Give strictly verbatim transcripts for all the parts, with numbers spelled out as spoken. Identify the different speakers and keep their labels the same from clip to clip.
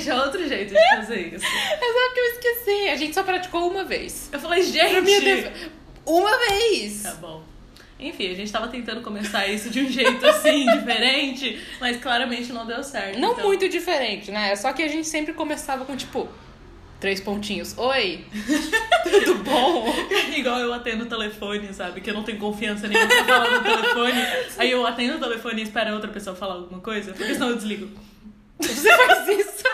Speaker 1: achar outro jeito de fazer isso.
Speaker 2: É só que eu esqueci. A gente só praticou uma vez.
Speaker 1: Eu falei, gente...
Speaker 2: Def... Uma vez!
Speaker 1: Tá bom. Enfim, a gente tava tentando começar isso de um jeito assim, diferente, mas claramente não deu certo.
Speaker 2: Não
Speaker 1: então...
Speaker 2: muito diferente, né? Só que a gente sempre começava com, tipo, três pontinhos. Oi! Tudo bom?
Speaker 1: Igual eu atendo o telefone, sabe? Que eu não tenho confiança nenhuma pra falar no telefone. Aí eu atendo o telefone e espero a outra pessoa falar alguma coisa, porque senão eu desligo.
Speaker 2: Você faz isso?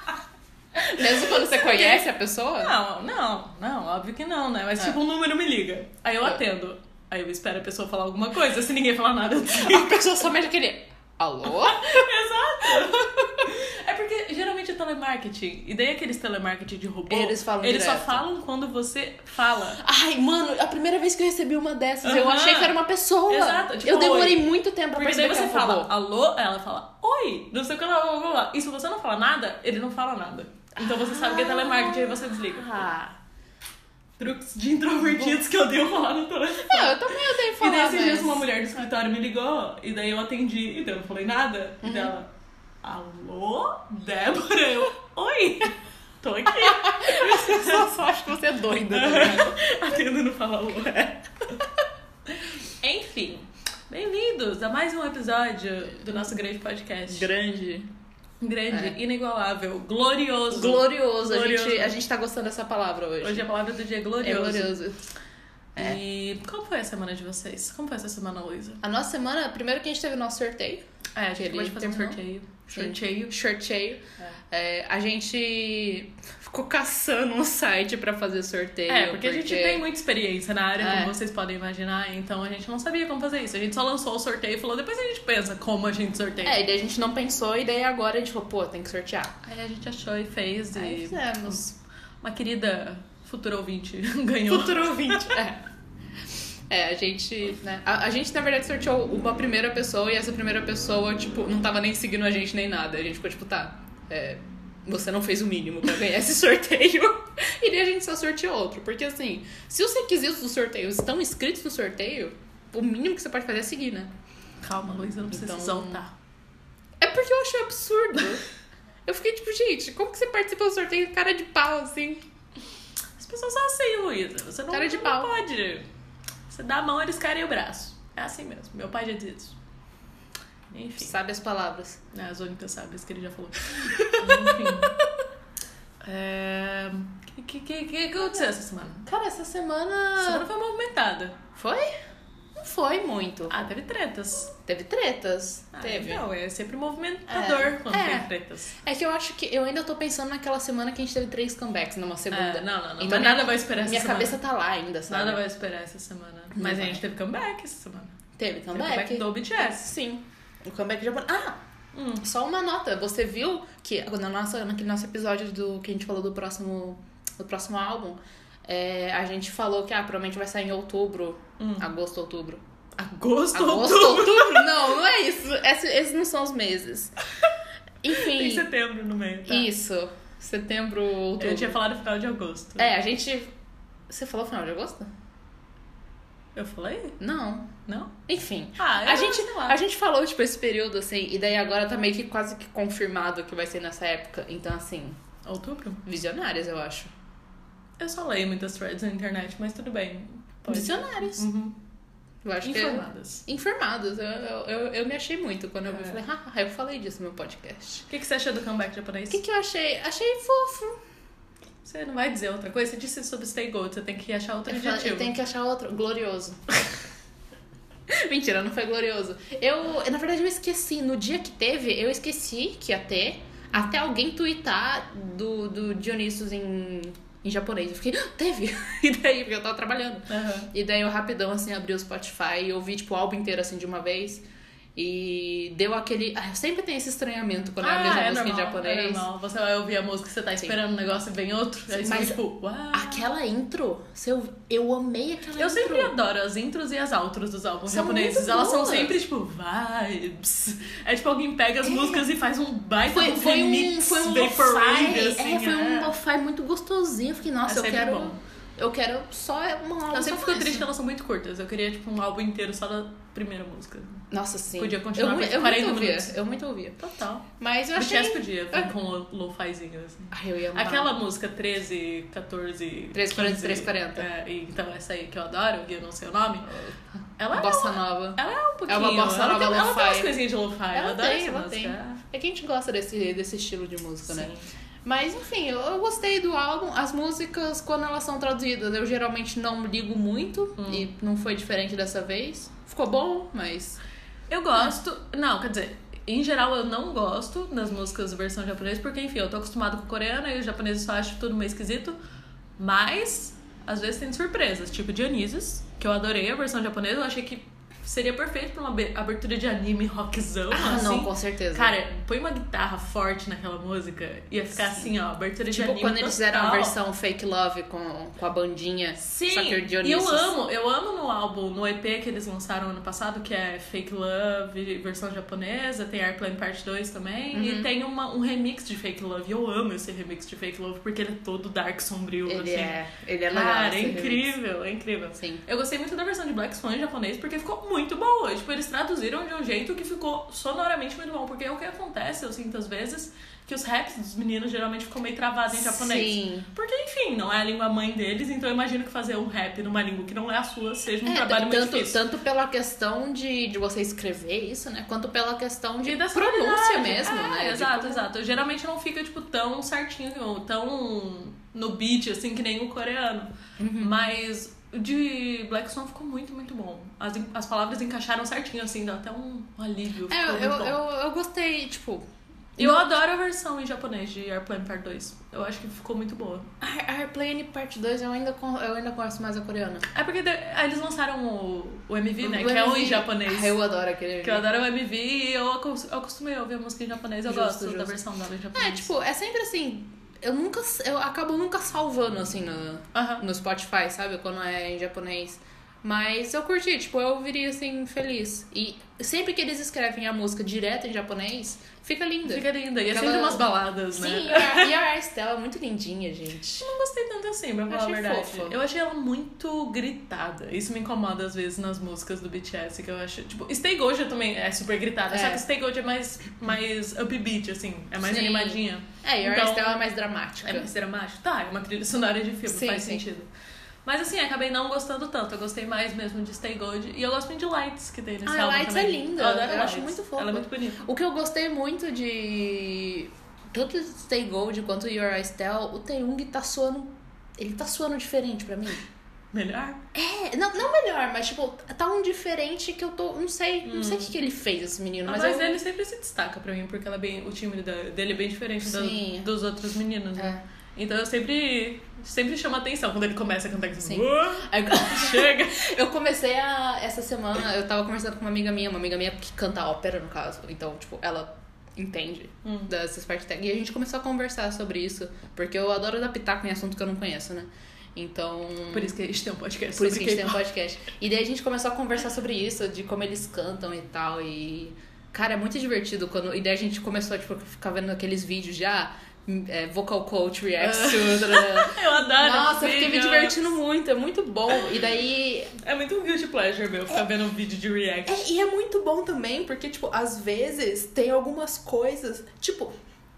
Speaker 2: Mesmo quando você conhece a pessoa?
Speaker 1: Não, não, não, óbvio que não, né? Mas
Speaker 2: é.
Speaker 1: tipo, um número me liga. Aí eu atendo. Aí eu espero a pessoa falar alguma coisa. Se ninguém falar nada, eu desligo.
Speaker 2: A pessoa só mexe aquele... Alô?
Speaker 1: Exato. É porque geralmente é telemarketing. E daí aqueles telemarketing de robô,
Speaker 2: eles falam
Speaker 1: eles
Speaker 2: direto.
Speaker 1: só falam quando você fala.
Speaker 2: Ai, mano, a primeira vez que eu recebi uma dessas,
Speaker 1: Uhum.
Speaker 2: eu achei que era uma pessoa.
Speaker 1: Exato. Tipo,
Speaker 2: eu demorei
Speaker 1: oi.
Speaker 2: muito tempo pra
Speaker 1: Porque daí
Speaker 2: perceber
Speaker 1: você
Speaker 2: que era um
Speaker 1: fala,
Speaker 2: robô.
Speaker 1: alô, ela fala, oi, não sei o que lá, lá, lá, lá. E se você não fala nada, ele não fala nada. Então você sabe que é telemarketing e você desliga.
Speaker 2: Ah.
Speaker 1: Truques de introvertidos que eu odeio falar no telefone.
Speaker 2: Não, eu também odeio
Speaker 1: E
Speaker 2: falar.
Speaker 1: daí esses
Speaker 2: mas...
Speaker 1: dias uma mulher do escritório me ligou, e daí eu atendi, e daí eu não falei nada.
Speaker 2: Uhum.
Speaker 1: E dela, alô, Débora? Eu, oi, tô aqui.
Speaker 2: Eu só, só acho que você é doida. Tá
Speaker 1: Atendo e não fala ué. Enfim, bem-vindos a mais um episódio do nosso grande podcast.
Speaker 2: Grande.
Speaker 1: Grande,
Speaker 2: É.
Speaker 1: inigualável, glorioso.
Speaker 2: Glorioso.
Speaker 1: Glorioso.
Speaker 2: A, gente, a gente tá gostando dessa palavra hoje.
Speaker 1: Hoje a palavra do dia é
Speaker 2: é
Speaker 1: glorioso.
Speaker 2: glorioso.
Speaker 1: E como foi a semana de vocês? Como foi essa semana, Luísa?
Speaker 2: A nossa semana, primeiro que a gente teve o nosso sorteio.
Speaker 1: É, a gente
Speaker 2: Ele
Speaker 1: pode fazer um
Speaker 2: terminou.
Speaker 1: sorteio.
Speaker 2: Sim.
Speaker 1: Sorteio.
Speaker 2: Sorteio. É. É, a gente ficou caçando um site pra fazer sorteio.
Speaker 1: É, porque, a gente tem muita experiência na área,
Speaker 2: É.
Speaker 1: como vocês podem imaginar, então a gente não sabia como fazer isso. A gente só lançou o sorteio e falou, depois a gente pensa como a gente sorteia.
Speaker 2: É, e daí a gente não pensou, e daí agora a gente falou, pô, tem que sortear.
Speaker 1: Aí a gente achou e fez,
Speaker 2: Aí
Speaker 1: e
Speaker 2: fizemos.
Speaker 1: uma querida futura ouvinte ganhou.
Speaker 2: Futuro ouvinte. É. É, a gente, né? A, a gente, na verdade, sorteou uma primeira pessoa e essa primeira pessoa, tipo, não tava nem seguindo a gente nem nada. A gente ficou tipo, tá, é, você não fez o mínimo pra ganhar esse sorteio. E daí a gente só sorteou outro. Porque, assim, se os requisitos do sorteio estão escritos no sorteio, o mínimo que você pode fazer é seguir, né?
Speaker 1: Calma, Luísa, não precisa
Speaker 2: Então-
Speaker 1: se soltar.
Speaker 2: É porque eu achei absurdo. Eu fiquei tipo, gente, como que você participa do sorteio cara de pau, assim?
Speaker 1: As pessoas são assim, Luísa. Você não,
Speaker 2: Cara de
Speaker 1: não
Speaker 2: pau.
Speaker 1: pode. Você dá a mão, eles querem o braço. É assim mesmo. Meu pai já diz isso. Enfim.
Speaker 2: Sabe as palavras.
Speaker 1: É, as únicas sábias que ele já falou. Enfim. É... O que, que, que, que aconteceu essa semana?
Speaker 2: Cara, essa semana...
Speaker 1: Essa semana foi movimentada.
Speaker 2: Foi? Não foi muito.
Speaker 1: Ah, teve tretas.
Speaker 2: Teve tretas.
Speaker 1: Ah,
Speaker 2: teve.
Speaker 1: Não, é sempre movimentador
Speaker 2: É.
Speaker 1: quando
Speaker 2: É.
Speaker 1: tem tretas.
Speaker 2: É que eu acho que eu ainda tô pensando naquela semana que a gente teve três comebacks numa segunda.
Speaker 1: É, não, não, não.
Speaker 2: Então
Speaker 1: Mas
Speaker 2: minha-
Speaker 1: nada vai esperar essa
Speaker 2: Minha
Speaker 1: semana.
Speaker 2: cabeça tá lá ainda, sabe?
Speaker 1: Nada vai esperar essa semana.
Speaker 2: Não
Speaker 1: Mas a
Speaker 2: vai.
Speaker 1: gente teve comeback essa semana.
Speaker 2: Teve
Speaker 1: Teve
Speaker 2: comeback.
Speaker 1: comeback do B T S.
Speaker 2: Sim. O comeback japonês. Ah!
Speaker 1: Hum.
Speaker 2: Só uma nota. Você viu que na nossa, naquele nosso episódio do que a gente falou do próximo, do próximo álbum, é, a gente falou que ah, provavelmente vai sair em outubro.
Speaker 1: Hum.
Speaker 2: Agosto, outubro.
Speaker 1: Agosto,
Speaker 2: Agosto,
Speaker 1: outubro.
Speaker 2: outubro? Não, não é isso. Esses, esses não são os meses. Enfim.
Speaker 1: Tem setembro no meio, tá?
Speaker 2: Isso. Setembro, outubro.
Speaker 1: Eu tinha falado final de agosto.
Speaker 2: É, a gente... Você falou final de agosto?
Speaker 1: Eu falei?
Speaker 2: Não.
Speaker 1: Não?
Speaker 2: Enfim.
Speaker 1: Ah, eu
Speaker 2: A gente,
Speaker 1: sei lá.
Speaker 2: a gente falou, tipo, esse período, assim, e daí agora tá meio que quase que confirmado que vai ser nessa época. Então, assim,
Speaker 1: Outubro?
Speaker 2: visionárias, eu acho.
Speaker 1: Eu só leio muitas threads na internet, mas tudo bem. Pode.
Speaker 2: Visionárias.
Speaker 1: Uhum.
Speaker 2: Eu acho
Speaker 1: Informadas.
Speaker 2: que... Informadas. Eu, eu, eu, eu me achei muito quando eu vi.
Speaker 1: É.
Speaker 2: Falei, ah, eu falei disso no meu podcast.
Speaker 1: O que, que você achou do comeback japonês?
Speaker 2: O que que eu achei? Achei fofo.
Speaker 1: Você não vai dizer outra coisa? Você disse sobre Stay Gold, você tem que achar outro
Speaker 2: Eu, falei,
Speaker 1: adjetivo.
Speaker 2: eu tenho que achar outro. Glorioso. Mentira, não foi glorioso. Eu, na verdade, eu esqueci. No dia que teve, eu esqueci que ia ter. Até alguém twittar do, do Dionysus em, em japonês. Eu fiquei, "Ah, teve!" E daí, porque eu tava trabalhando.
Speaker 1: Aham.
Speaker 2: E daí eu rapidão, assim, abri o Spotify e ouvi, tipo, o álbum inteiro, assim, de uma vez. E deu aquele... Ah, eu sempre tenho esse estranhamento quando eu abro
Speaker 1: Ah,
Speaker 2: a
Speaker 1: é
Speaker 2: música
Speaker 1: normal,
Speaker 2: em japonês.
Speaker 1: é normal. Você vai ouvir a música, você tá
Speaker 2: Sim.
Speaker 1: esperando um negócio e vem outro. Aí você
Speaker 2: Mas
Speaker 1: fica tipo, uau.
Speaker 2: Aquela intro, se eu, eu amei aquela
Speaker 1: Eu
Speaker 2: intro.
Speaker 1: sempre adoro as intros e as outros dos álbuns
Speaker 2: São
Speaker 1: japoneses.
Speaker 2: muito
Speaker 1: Elas são
Speaker 2: boas.
Speaker 1: sempre, tipo, vibes. É tipo, alguém pega as músicas e faz um baita
Speaker 2: Foi,
Speaker 1: um
Speaker 2: foi um,
Speaker 1: remix
Speaker 2: foi um
Speaker 1: vaporwave,
Speaker 2: lo-fi,
Speaker 1: assim.
Speaker 2: é, foi
Speaker 1: é.
Speaker 2: um lo-fi muito gostosinho. Eu fiquei, nossa,
Speaker 1: É
Speaker 2: eu
Speaker 1: sempre
Speaker 2: quero...
Speaker 1: bom.
Speaker 2: Eu quero só uma álbum.
Speaker 1: Eu sempre
Speaker 2: só
Speaker 1: fico
Speaker 2: com
Speaker 1: triste
Speaker 2: essa.
Speaker 1: que elas são muito curtas. Eu queria, tipo, um álbum inteiro só da primeira música.
Speaker 2: Nossa, sim.
Speaker 1: Podia continuar
Speaker 2: eu,
Speaker 1: por
Speaker 2: eu
Speaker 1: quarenta
Speaker 2: muito
Speaker 1: minutos.
Speaker 2: ouvia, eu muito ouvia.
Speaker 1: Total.
Speaker 2: Mas eu
Speaker 1: B T S
Speaker 2: achei...
Speaker 1: podia,
Speaker 2: Ah.
Speaker 1: com o lo-fizinho, assim.
Speaker 2: Ai, eu ia amar.
Speaker 1: Aquela música treze, quatorze,
Speaker 2: treze, quarenta,
Speaker 1: quinze,
Speaker 2: treze, quarenta.
Speaker 1: É, e então essa aí que eu adoro, que eu não sei o nome. Ela
Speaker 2: Bossa
Speaker 1: é uma,
Speaker 2: nova.
Speaker 1: Ela é um pouquinho.
Speaker 2: É uma bossa
Speaker 1: ela
Speaker 2: nova
Speaker 1: tem, ela tem
Speaker 2: lo-fi.
Speaker 1: umas coisinhas de lo-fi.
Speaker 2: Ela
Speaker 1: Ela adora
Speaker 2: tem,
Speaker 1: essa
Speaker 2: ela
Speaker 1: música.
Speaker 2: tem. É que a gente gosta desse, desse estilo de música, né?
Speaker 1: Sim.
Speaker 2: Mas, enfim, eu, eu gostei do álbum. As músicas, quando elas são traduzidas, eu geralmente não ligo muito.
Speaker 1: Hum.
Speaker 2: E não foi diferente dessa vez. Ficou bom, mas...
Speaker 1: Eu gosto. Não, quer dizer, em geral eu não gosto das músicas versão japonesa, porque, enfim, eu tô acostumado com coreano e os japoneses só acham tudo meio esquisito. Mas, às vezes tem surpresas, tipo Dionysus, que eu adorei a versão japonesa, eu achei que seria perfeito pra uma be- abertura de anime rockzão,
Speaker 2: Ah,
Speaker 1: assim.
Speaker 2: não, com certeza.
Speaker 1: Cara, põe uma guitarra forte naquela música, ia ficar
Speaker 2: Sim.
Speaker 1: assim, ó, abertura de
Speaker 2: Tipo,
Speaker 1: anime
Speaker 2: quando eles fizeram a
Speaker 1: total.
Speaker 2: versão Fake Love com, com a bandinha.
Speaker 1: Sim,
Speaker 2: Só que o
Speaker 1: e
Speaker 2: Dionysus...
Speaker 1: eu amo, eu amo no álbum, no E P que eles lançaram ano passado, que é Fake Love, versão japonesa, tem Airplane Part dois também,
Speaker 2: Uhum.
Speaker 1: e tem uma, um remix de Fake Love, eu amo esse remix de Fake Love, porque ele é todo dark, sombrio,
Speaker 2: Ele
Speaker 1: assim.
Speaker 2: é, ele é legal.
Speaker 1: Cara, é
Speaker 2: esse remix.
Speaker 1: incrível, é incrível.
Speaker 2: Sim.
Speaker 1: Eu gostei muito da versão de Black Swan em japonês, porque ficou muito boa, tipo, eles traduziram de um jeito que ficou sonoramente muito bom, porque é o que acontece, eu sinto às vezes, que os raps dos meninos geralmente ficam meio travados em japonês.
Speaker 2: Sim.
Speaker 1: Porque, enfim, não é a língua mãe deles, então eu imagino que fazer um rap numa língua que não é a sua seja um
Speaker 2: É,
Speaker 1: trabalho muito
Speaker 2: tanto,
Speaker 1: difícil.
Speaker 2: tanto pela questão de, de você escrever isso, né? Quanto pela questão de
Speaker 1: E da
Speaker 2: pronúncia
Speaker 1: sonoridade.
Speaker 2: mesmo,
Speaker 1: É,
Speaker 2: né?
Speaker 1: Exato,
Speaker 2: de como-
Speaker 1: exato. Geralmente não fica, tipo, tão certinho, ou tão no beat, assim, que nem o coreano.
Speaker 2: Uhum.
Speaker 1: Mas o de Black Swan ficou muito, muito bom. As, as palavras encaixaram certinho, assim, dá até um alívio.
Speaker 2: É,
Speaker 1: Ficou
Speaker 2: eu,
Speaker 1: muito
Speaker 2: eu,
Speaker 1: bom.
Speaker 2: eu, eu gostei, tipo...
Speaker 1: Eu
Speaker 2: não-
Speaker 1: adoro a versão em japonês de Airplane Part dois. Eu acho que ficou muito boa.
Speaker 2: A Airplane Part dois eu ainda, con- eu ainda gosto mais a coreana.
Speaker 1: É porque de- aí eles lançaram o, o M V, né?
Speaker 2: O
Speaker 1: que é o
Speaker 2: M V.
Speaker 1: em japonês.
Speaker 2: Ah, eu adoro aquele.
Speaker 1: Que eu adoro o M V e eu, acos- eu acostumei a ouvir a música em japonês. Eu
Speaker 2: Justo,
Speaker 1: gosto
Speaker 2: justo.
Speaker 1: da versão dela em japonês.
Speaker 2: É, tipo, é sempre assim. Eu nunca. Eu acabo nunca salvando, assim, no,
Speaker 1: Aham.
Speaker 2: no Spotify, sabe? Quando é em japonês. Mas eu curti, tipo, eu ouviria assim, feliz. E sempre que eles escrevem a música direto em japonês, fica linda.
Speaker 1: Fica linda. E é
Speaker 2: Aquela-
Speaker 1: sempre umas baladas, né?
Speaker 2: Sim, e a, e a Arstella é muito lindinha, gente.
Speaker 1: Eu não gostei tanto assim, pra falar a
Speaker 2: Achei
Speaker 1: verdade.
Speaker 2: fofa.
Speaker 1: Eu achei ela muito gritada. Isso me incomoda às vezes nas músicas do B T S, que eu acho. Tipo, Stay Gold também é super gritada.
Speaker 2: É.
Speaker 1: Só que Stay Gold é mais, mais upbeat, assim. É mais
Speaker 2: Sim.
Speaker 1: animadinha.
Speaker 2: É, e a
Speaker 1: Então,
Speaker 2: Arstella é mais dramática.
Speaker 1: É mais dramático? Tá, é uma trilha sonora de filme,
Speaker 2: Sim,
Speaker 1: faz
Speaker 2: sim.
Speaker 1: sentido. Mas assim, acabei não gostando tanto. Eu gostei mais mesmo de Stay Gold. E eu gosto muito de Lights, que tem nesse
Speaker 2: Ah,
Speaker 1: álbum
Speaker 2: Lights
Speaker 1: também.
Speaker 2: é linda.
Speaker 1: Eu, adoro
Speaker 2: Eu
Speaker 1: Lights.
Speaker 2: acho muito fofa.
Speaker 1: Ela é muito bonita.
Speaker 2: O que eu gostei muito de. Tanto de Stay Gold quanto Your Eyes Tell, o Taeyong tá suando. Ele tá suando diferente pra mim.
Speaker 1: Melhor?
Speaker 2: É, não, não melhor, mas tipo, tá um diferente que eu tô. Não sei. Não sei o que, que ele fez, esse menino.
Speaker 1: A
Speaker 2: Mas
Speaker 1: voz
Speaker 2: eu,
Speaker 1: dele sempre se destaca pra mim, porque ela é bem, o timbre da- dele é bem diferente do-
Speaker 2: Sim.
Speaker 1: dos outros meninos, né?
Speaker 2: É.
Speaker 1: Então eu sempre, sempre chamo a atenção quando ele começa a cantar assim.
Speaker 2: Sim.
Speaker 1: "Uah,
Speaker 2: Aí-
Speaker 1: chega!
Speaker 2: Eu comecei a. Essa semana eu tava conversando com uma amiga minha, uma amiga minha que canta ópera, no caso. Então, tipo, ela entende
Speaker 1: Hum.
Speaker 2: dessas partes técnicas. E a gente começou a conversar sobre isso, porque eu adoro dar pitaco em assunto que eu não conheço, né? Então.
Speaker 1: Por isso que a gente tem um podcast
Speaker 2: Por isso que
Speaker 1: sobre
Speaker 2: a gente tem um
Speaker 1: K-pop.
Speaker 2: podcast. E daí a gente começou a conversar sobre isso, de como eles cantam e tal. E. Cara, é muito divertido quando. E daí a gente começou, tipo, a ficar vendo aqueles vídeos já. É, vocal coach reacts to.
Speaker 1: Eu adoro
Speaker 2: Nossa, eu
Speaker 1: esse
Speaker 2: fiquei me
Speaker 1: vídeo.
Speaker 2: divertindo muito, é muito bom. E daí.
Speaker 1: É muito um guilty pleasure, meu, ficar vendo um vídeo de react.
Speaker 2: É, e é muito bom também, porque, tipo, às vezes tem algumas coisas. Tipo,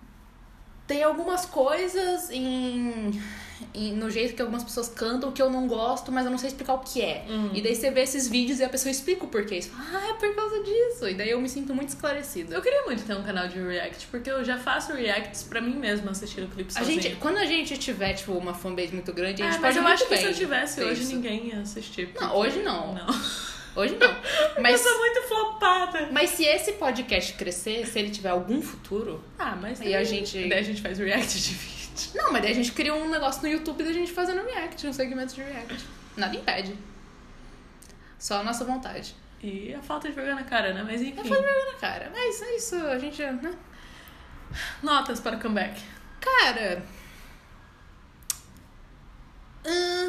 Speaker 2: tem algumas coisas em, em- no jeito que algumas pessoas cantam que eu não gosto, mas eu não sei explicar o que é.
Speaker 1: Uhum.
Speaker 2: E daí você vê esses vídeos e a pessoa explica o porquê. Você fala, ah, é por causa disso. E daí eu me sinto muito esclarecida.
Speaker 1: Eu queria muito ter um canal de react, porque eu já faço reacts pra mim mesma assistir o clipe
Speaker 2: A
Speaker 1: sozinha.
Speaker 2: gente, quando a gente tiver, tipo, uma fanbase muito grande, a
Speaker 1: É,
Speaker 2: gente
Speaker 1: mas
Speaker 2: pode
Speaker 1: eu
Speaker 2: muito
Speaker 1: acho que
Speaker 2: bem
Speaker 1: se eu tivesse
Speaker 2: ter
Speaker 1: hoje,
Speaker 2: isso.
Speaker 1: ninguém ia assistir.
Speaker 2: Não,
Speaker 1: porque-
Speaker 2: hoje não.
Speaker 1: Não.
Speaker 2: Hoje não. Mas,
Speaker 1: Eu sou muito flopada.
Speaker 2: mas se esse podcast crescer, se ele tiver algum futuro...
Speaker 1: Ah, mas
Speaker 2: E a gente-
Speaker 1: Daí a gente faz react de vídeo.
Speaker 2: Não, mas daí a gente cria um negócio no YouTube da gente fazendo react, um segmento de react. Nada impede. Só a nossa vontade.
Speaker 1: E a falta de vergonha na cara, né? Mas enfim.
Speaker 2: É fazer vergonha na cara. Mas é isso, a gente, né?
Speaker 1: Notas para o comeback.
Speaker 2: Cara... hum,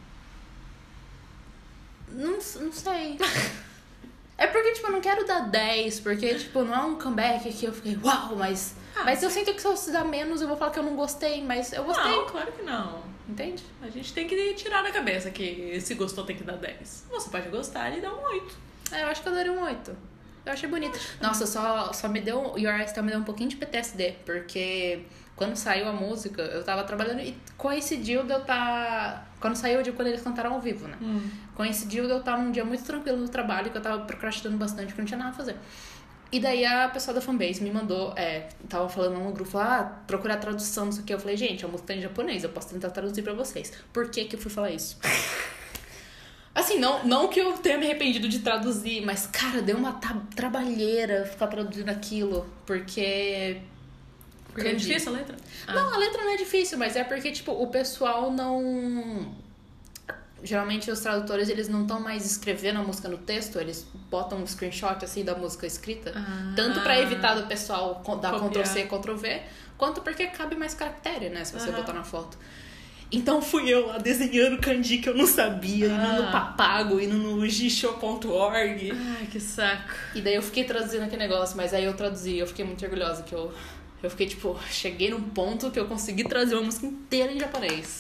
Speaker 2: não, não sei. É porque, tipo, eu não quero dar dez, porque, tipo, não é um comeback que eu fiquei, uau, mas...
Speaker 1: Ah,
Speaker 2: mas eu sinto que se eu dar menos, eu vou falar que eu não gostei, mas eu gostei.
Speaker 1: Não, claro que não.
Speaker 2: Entende?
Speaker 1: A gente tem que tirar da cabeça que se gostou tem que dar dez. Você pode gostar e dar um oito.
Speaker 2: É, eu acho que eu daria um oito. Eu achei bonito. Nossa, só, só me deu... Your Eyes Tell me deu um pouquinho de P T S D, porque quando saiu a música, eu tava trabalhando e coincidiu de eu estar... Quando saiu o dia quando eles cantaram ao vivo, né?
Speaker 1: Hum.
Speaker 2: Coincidiu de eu estar num dia muito tranquilo no trabalho, que eu tava procrastinando bastante, porque não tinha nada a fazer. E daí a pessoa da fanbase me mandou, é, tava falando no grupo, ah, procurar tradução, não sei o que. Eu falei, gente, a música tá em japonês, eu posso tentar traduzir pra vocês. Por que que eu fui falar isso? Assim, não, não que eu tenha me arrependido de traduzir, mas, cara, deu uma ta- trabalheira ficar traduzindo aquilo, porque...
Speaker 1: Porque é difícil a letra? Ah.
Speaker 2: Não, a letra não é difícil, mas é porque, tipo, o pessoal não... Geralmente os tradutores, eles não estão mais escrevendo a música no texto, eles botam um screenshot, assim, da música escrita.
Speaker 1: Ah.
Speaker 2: Tanto pra evitar do pessoal dar
Speaker 1: Copiar.
Speaker 2: control C, control V, quanto porque cabe mais caractere, né, se você
Speaker 1: Uhum.
Speaker 2: botar na foto. Então fui eu lá desenhando kanji que eu não sabia, indo
Speaker 1: Ah.
Speaker 2: no Papago, indo no jisho ponto org.
Speaker 1: Ai, que saco.
Speaker 2: E daí eu fiquei traduzindo aquele negócio, mas aí eu traduzi, eu fiquei muito orgulhosa que eu... Eu fiquei, tipo, cheguei num ponto que eu consegui trazer uma música inteira em japonês.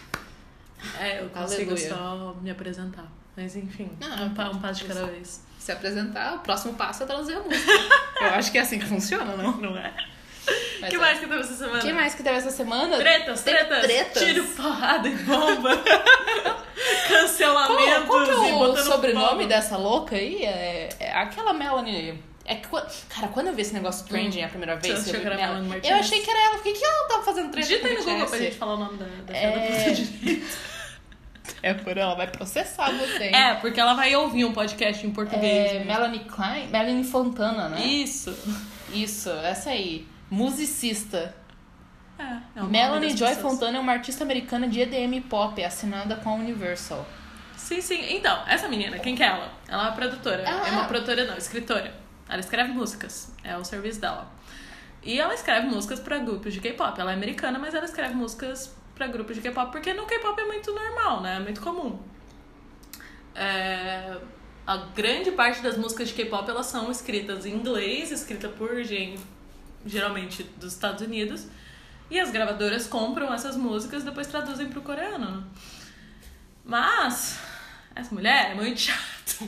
Speaker 1: É, eu consigo
Speaker 2: Aleluia.
Speaker 1: só me apresentar. Mas enfim,
Speaker 2: Ah,
Speaker 1: um, pa- um passo de cada vez.
Speaker 2: Se apresentar, o próximo passo é traduzir a música. Eu acho que é assim que funciona, não?
Speaker 1: Não é?
Speaker 2: Mas
Speaker 1: que
Speaker 2: é.
Speaker 1: mais que teve essa semana?
Speaker 2: O que mais que teve essa semana?
Speaker 1: Tretas,
Speaker 2: Teve
Speaker 1: tretas.
Speaker 2: tretas.
Speaker 1: Tiro, porrada e bomba. Cancelamentos
Speaker 2: Qual, qual que
Speaker 1: e
Speaker 2: é o
Speaker 1: botando
Speaker 2: sobrenome
Speaker 1: fogo.
Speaker 2: dessa louca aí? É, é aquela Melanie... É que, cara, quando eu vi esse negócio trending a primeira vez,
Speaker 1: Você achou
Speaker 2: eu,
Speaker 1: que era
Speaker 2: Melanie,
Speaker 1: Melanie
Speaker 2: eu
Speaker 1: Martinez?
Speaker 2: achei que era ela. Por que, que ela tava fazendo treta
Speaker 1: Digita aí
Speaker 2: com
Speaker 1: no
Speaker 2: o
Speaker 1: Google
Speaker 2: B T S?
Speaker 1: pra gente falar o nome da, da
Speaker 2: É...
Speaker 1: filha da puta direito.
Speaker 2: É por ela, vai processar você, hein?
Speaker 1: É, porque ela vai ouvir um podcast em português.
Speaker 2: É,
Speaker 1: né?
Speaker 2: Melanie Klein? Melanie Fontana, né?
Speaker 1: Isso.
Speaker 2: Isso, essa aí. Musicista.
Speaker 1: É, é o nome
Speaker 2: Melanie
Speaker 1: das
Speaker 2: Joy
Speaker 1: pessoas.
Speaker 2: Fontana é uma artista americana de E D M pop, assinada com a Universal.
Speaker 1: Sim, sim. Então, essa menina, quem que é ela? Ela é uma produtora.
Speaker 2: Ela
Speaker 1: é uma
Speaker 2: é.
Speaker 1: produtora, não, escritora. Ela escreve músicas. É o serviço dela. E ela escreve músicas pra grupos de K-pop. Ela é americana, mas ela escreve músicas pra grupos de K-pop porque no K-pop é muito normal, né? É muito comum. É... A grande parte das músicas de K-pop, elas são escritas em inglês, escrita por gente, geralmente dos Estados Unidos. E as gravadoras compram essas músicas e depois traduzem pro coreano, né? Mas essa mulher é muito chata.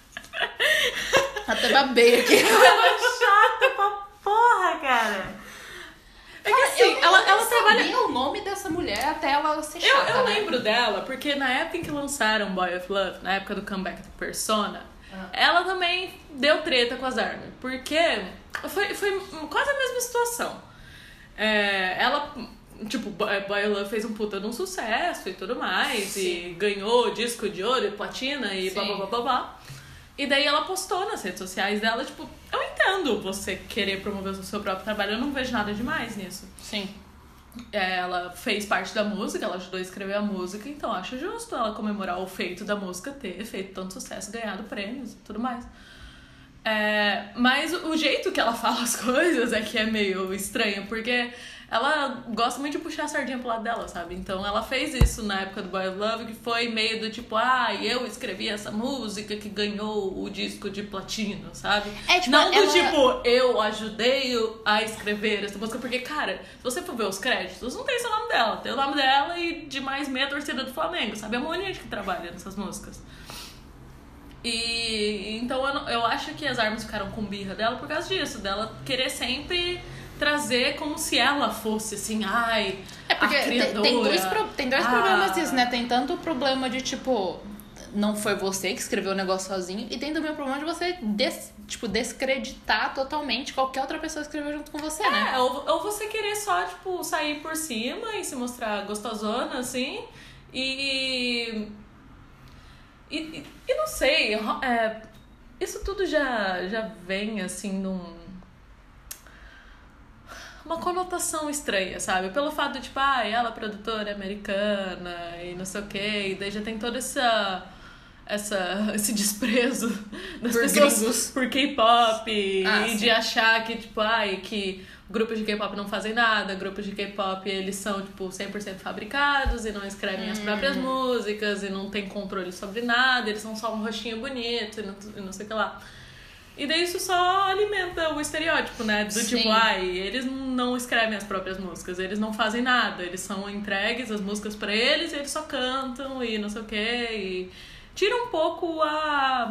Speaker 2: Até babei aqui.
Speaker 1: Ela é chata pra porra, cara. É que assim,
Speaker 2: eu
Speaker 1: ela,
Speaker 2: nem
Speaker 1: ela trabalha...
Speaker 2: sabia o nome dessa mulher até ela ser
Speaker 1: Eu,
Speaker 2: chata,
Speaker 1: eu
Speaker 2: né?
Speaker 1: lembro dela, porque na época em que lançaram Boy of Love, na época do comeback do Persona,
Speaker 2: Ah.
Speaker 1: ela também deu treta com as ARMY. Porque foi, foi quase a mesma situação. É, ela, tipo, Boy of Love fez um puta de um sucesso e tudo mais.
Speaker 2: Sim.
Speaker 1: E ganhou disco de ouro e platina e blá
Speaker 2: Sim.
Speaker 1: blá blá blá blá. E daí ela postou nas redes sociais dela, tipo, eu entendo você querer promover o seu próprio trabalho, eu não vejo nada demais nisso.
Speaker 2: Sim.
Speaker 1: É, ela fez parte da música, ela ajudou a escrever a música, então acho justo ela comemorar o feito da música, ter feito tanto sucesso, ganhado prêmios e tudo mais. É, mas o jeito que ela fala as coisas é que é meio estranho, porque ela gosta muito de puxar a sardinha pro lado dela, sabe? Então ela fez isso na época do Boy of Love, que foi meio do tipo, ah, eu escrevi essa música que ganhou o disco de platino, sabe?
Speaker 2: É, tipo,
Speaker 1: Não do
Speaker 2: ela-
Speaker 1: tipo, eu ajudei a escrever essa música, porque, cara, se você for ver os créditos, não tem só o nome dela, tem o nome dela e de mais meia torcida do Flamengo, sabe? É um monte de gente que trabalha nessas músicas. E então eu, não- eu acho que as armas ficaram com birra dela por causa disso, dela querer sempre trazer como se ela fosse assim, ai,
Speaker 2: É porque
Speaker 1: a
Speaker 2: tem,
Speaker 1: criadora.
Speaker 2: tem dois, pro- tem dois
Speaker 1: ah,
Speaker 2: problemas disso, né? Tem tanto o problema de, tipo, não foi você que escreveu o negócio sozinho, e tem também o problema de você, des, tipo, descreditar totalmente qualquer outra pessoa que escreveu junto com você, né?
Speaker 1: É, ou, ou você querer só, tipo, sair por cima e se mostrar gostosona, assim, e... E, e, e não sei, é, isso tudo já, já vem, assim, num... uma conotação estranha, sabe? Pelo fato de, tipo, ah, ela é produtora americana e não sei o quê, e daí já tem toda essa... Essa, esse desprezo das
Speaker 2: Por
Speaker 1: pessoas
Speaker 2: gringos.
Speaker 1: por K-pop
Speaker 2: Ah,
Speaker 1: e
Speaker 2: sim.
Speaker 1: de achar que, tipo, ai, que grupos de K-pop não fazem nada, grupos de K-pop eles são, tipo, cem por cento fabricados e não escrevem as próprias músicas e não tem controle sobre nada, eles são só um rostinho bonito e não, e não sei o que lá. E daí isso só alimenta o estereótipo, né? Do
Speaker 2: Sim.
Speaker 1: tipo, ai, eles não escrevem as próprias músicas, eles não fazem nada, eles são entregues as músicas pra eles e eles só cantam e não sei o quê. E tira um pouco a,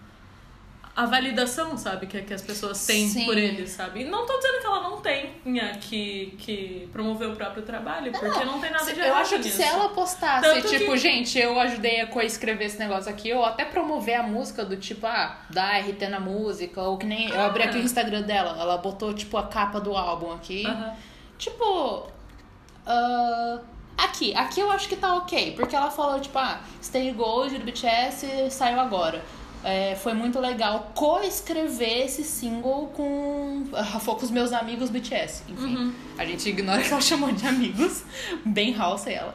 Speaker 1: a validação, sabe? Que, que as pessoas têm
Speaker 2: Sim.
Speaker 1: por eles, sabe? E não tô dizendo que ela não tenha que, que promover o próprio trabalho, porque não, tem nada de errado
Speaker 2: Eu acho que
Speaker 1: nisso.
Speaker 2: se ela postasse,
Speaker 1: Tanto
Speaker 2: tipo,
Speaker 1: que-
Speaker 2: gente, eu ajudei a coescrever esse negócio aqui, ou até promover a música do tipo, ah, dá R T na música, ou que nem. Eu abri aqui o Instagram dela, ela botou, tipo, a capa do álbum aqui.
Speaker 1: Aham.
Speaker 2: Tipo. ah, aqui, aqui eu acho que tá ok, porque ela falou, tipo, ah, Stay Gold do B T S saiu agora. É, foi muito legal coescrever esse single com, foi com os meus amigos B T S. Enfim,
Speaker 1: Uhum.
Speaker 2: a gente ignora que ela chamou de amigos. Bem house ela.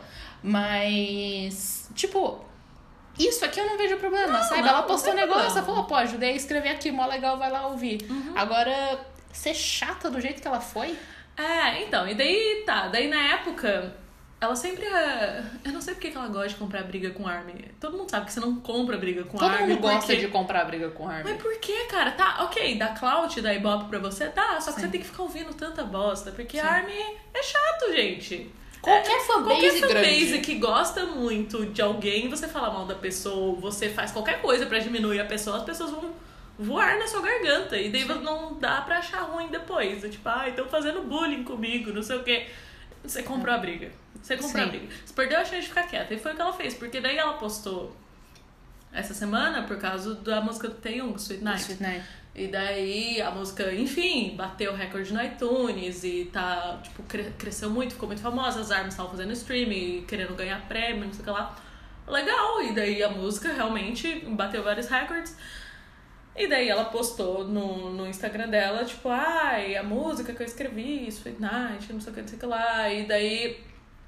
Speaker 2: Mas, tipo, isso aqui eu não vejo problema,
Speaker 1: Não,
Speaker 2: sabe?
Speaker 1: não,
Speaker 2: ela
Speaker 1: não
Speaker 2: postou um
Speaker 1: tem
Speaker 2: negócio,
Speaker 1: problema.
Speaker 2: ela falou, pô, ajudei a escrever aqui, mó legal, vai lá ouvir.
Speaker 1: Uhum.
Speaker 2: Agora, ser chata do jeito que ela foi...
Speaker 1: É, então, e daí tá, daí na época, ela sempre. é, Eu não sei porque que ela gosta de comprar briga com Army. Todo mundo sabe que você não compra briga com
Speaker 2: Todo
Speaker 1: Army.
Speaker 2: mundo gosta
Speaker 1: porque...
Speaker 2: de comprar briga com Armin.
Speaker 1: Mas por que, cara? Tá, ok, dá clout, dá ibope pra você, tá, só que
Speaker 2: Sim.
Speaker 1: você tem que ficar ouvindo tanta bosta, porque
Speaker 2: Sim.
Speaker 1: Army é chato, gente.
Speaker 2: Qualquer
Speaker 1: É,
Speaker 2: fanbase
Speaker 1: qualquer fanbase
Speaker 2: grande.
Speaker 1: que gosta muito de alguém, você fala mal da pessoa, você faz qualquer coisa pra diminuir a pessoa, as pessoas vão voar na sua garganta. E daí não dá pra achar ruim depois. Tipo, ah, estão fazendo bullying comigo, não sei o quê. Você comprou a briga. Você comprou
Speaker 2: Sim.
Speaker 1: a briga. Você perdeu a chance de ficar quieta. E foi o que ela fez. Porque daí ela postou essa semana por causa da música do Taeyong, Sweet Night.
Speaker 2: Sweet Night.
Speaker 1: E daí a música, enfim, bateu o recorde no iTunes e tá, tipo, cre- cresceu muito, ficou muito famosa. As Armas estavam fazendo stream e querendo ganhar prêmio, não sei o que lá. Legal, e daí a música realmente bateu vários recordes. E daí ela postou no, no Instagram dela, tipo, ai, a música que eu escrevi, Sweet Night, não sei o que, não sei o que lá. E daí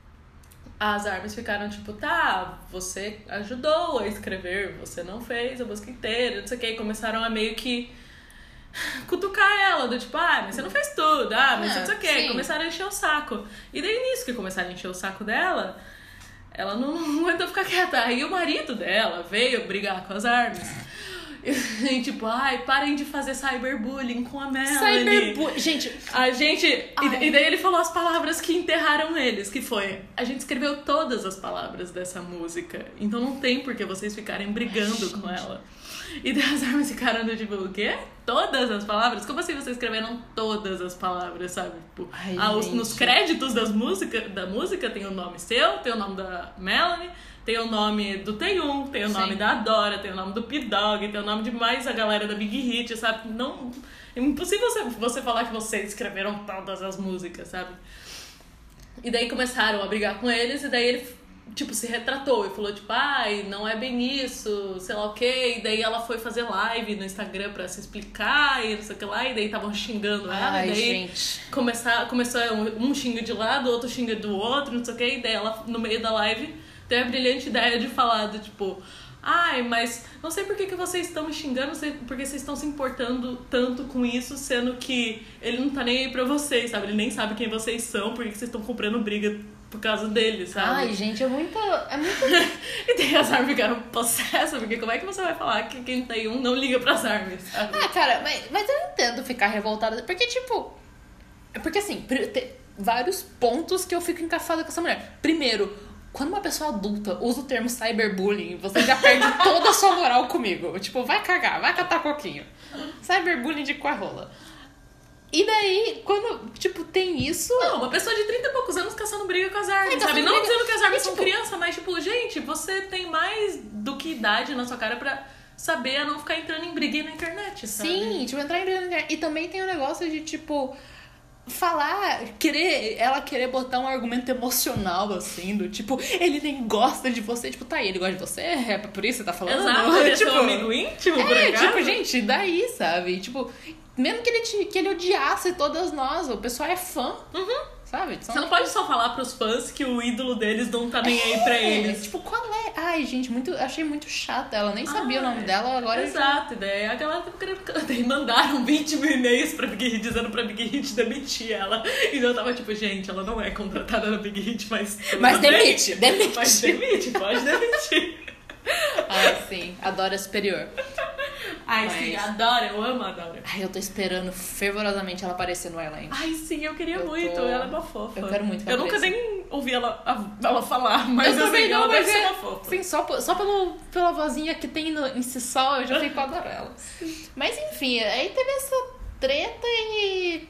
Speaker 1: as Armas ficaram tipo, tá, você ajudou a escrever, você não fez a música inteira, não sei o que. E começaram a meio que cutucar ela, do tipo, ah, mas você não fez tudo, ah, mas
Speaker 2: Ah,
Speaker 1: não sei o que.
Speaker 2: sim.
Speaker 1: Começaram a encher o saco. E daí nisso que começaram a encher o saco dela, ela não, não aguentou ficar quieta. Aí o marido dela veio brigar com as Armas. E tipo, ai, parem de fazer cyberbullying com a Melanie.
Speaker 2: Cyberbullying. Gente,
Speaker 1: A gente. E,
Speaker 2: Ai.
Speaker 1: e daí ele falou as palavras que enterraram eles, que foi: a gente escreveu todas as palavras dessa música. Então não tem por que vocês ficarem brigando
Speaker 2: Ai,
Speaker 1: com
Speaker 2: gente.
Speaker 1: ela. E daí as armas ficaram do tipo, o quê? Todas as palavras? Como assim vocês escreveram todas as palavras, sabe? Tipo,
Speaker 2: Ai,
Speaker 1: ah, os-
Speaker 2: gente.
Speaker 1: nos créditos das música, da música tem o nome seu, tem o nome da Melanie, tem o nome do Taeyong, tem o
Speaker 2: Sim.
Speaker 1: nome da Adora, tem o nome do P-Dog, tem o nome de mais a galera da Big Hit, sabe? Não, é impossível você, você falar que vocês escreveram todas as músicas, sabe? E daí começaram a brigar com eles, e daí ele, tipo, se retratou e falou, tipo, ai, não é bem isso, sei lá o quê. E daí ela foi fazer live no Instagram pra se explicar e não sei o que lá, e daí estavam xingando ela,
Speaker 2: ai,
Speaker 1: e daí
Speaker 2: gente.
Speaker 1: começar, começou um, um xinga de lado, outro xinga do outro, não sei o que, e daí ela, no meio da live, teve a brilhante ideia de falar do tipo, ai, mas não sei por que, que vocês estão me xingando, não sei por que vocês estão se importando tanto com isso, sendo que ele não tá nem aí pra vocês, sabe? Ele nem sabe quem vocês são, por que que vocês estão comprando briga por causa dele, sabe?
Speaker 2: Ai, gente, é muito. É muito.
Speaker 1: E daí as armas ficaram possessas, porque como é que você vai falar que quem tem um não liga pras armas, sabe?
Speaker 2: Ah, cara, mas, mas eu entendo ficar revoltada. Porque, tipo. Porque assim, pri- tem vários pontos que eu fico encafada com essa mulher. Primeiro, quando uma pessoa adulta usa o termo cyberbullying, você já perde toda a sua moral comigo. Tipo, vai cagar, vai catar coquinho. Cyberbullying de coarrola. E daí, quando, tipo, tem isso.
Speaker 1: Não, uma pessoa de trinta e poucos anos caçando briga com as armas,
Speaker 2: É,
Speaker 1: sabe?
Speaker 2: caçando
Speaker 1: Não
Speaker 2: briga.
Speaker 1: dizendo que as armas
Speaker 2: E,
Speaker 1: são
Speaker 2: tipo-
Speaker 1: criança, mas tipo, gente, você tem mais do que idade na sua cara pra saber a não ficar entrando em briga na internet, sabe?
Speaker 2: Sim, tipo, entrar em briga na internet. E também tem o negócio de, tipo, falar, querer, ela querer botar um argumento emocional, assim, do tipo, ele nem gosta de você. Tipo, tá aí, ele gosta de você? É por isso que você tá falando?
Speaker 1: Exato, ele é
Speaker 2: tipo,
Speaker 1: seu amigo íntimo, por
Speaker 2: É,
Speaker 1: acaso?
Speaker 2: tipo, gente, daí, sabe? Tipo, mesmo que ele, te, que ele odiasse todas nós, o pessoal é fã, sabe? São-
Speaker 1: Você não pode só falar pros fãs que o ídolo deles não tá nem aí pra
Speaker 2: É,
Speaker 1: eles.
Speaker 2: Tipo, qual é? Ai, gente, muito, achei muito chata. Ela nem sabia
Speaker 1: Ah,
Speaker 2: o nome dela, agora eu já-
Speaker 1: Exato, e daí a galera tá querendo. Daí mandaram vinte mil e-mails pra Big Hit dizendo pra Big Hit demitir ela. E eu tava tipo, gente, ela não é contratada na Big Hit, mas. tudo
Speaker 2: Mas
Speaker 1: bem.
Speaker 2: demite, demite.
Speaker 1: Mas demite, pode demitir.
Speaker 2: Ai, sim, adoro a superior.
Speaker 1: Ai,
Speaker 2: Mas-
Speaker 1: sim, adoro, eu amo a Dora.
Speaker 2: Ai, eu tô esperando fervorosamente ela aparecer no Island.
Speaker 1: Ai, sim, eu queria
Speaker 2: Eu
Speaker 1: muito,
Speaker 2: tô-
Speaker 1: ela é uma fofa.
Speaker 2: eu quero muito que
Speaker 1: Eu
Speaker 2: ela
Speaker 1: nunca
Speaker 2: apareça.
Speaker 1: nem ouvi ela, a- ela falar, mas
Speaker 2: eu também
Speaker 1: assim,
Speaker 2: não,
Speaker 1: ela
Speaker 2: mas
Speaker 1: deve ser
Speaker 2: é,
Speaker 1: uma fofa.
Speaker 2: sim, só, po- só pelo, pela vozinha que tem no, em si só, eu já fico adorando ela. Mas enfim, aí teve essa treta e...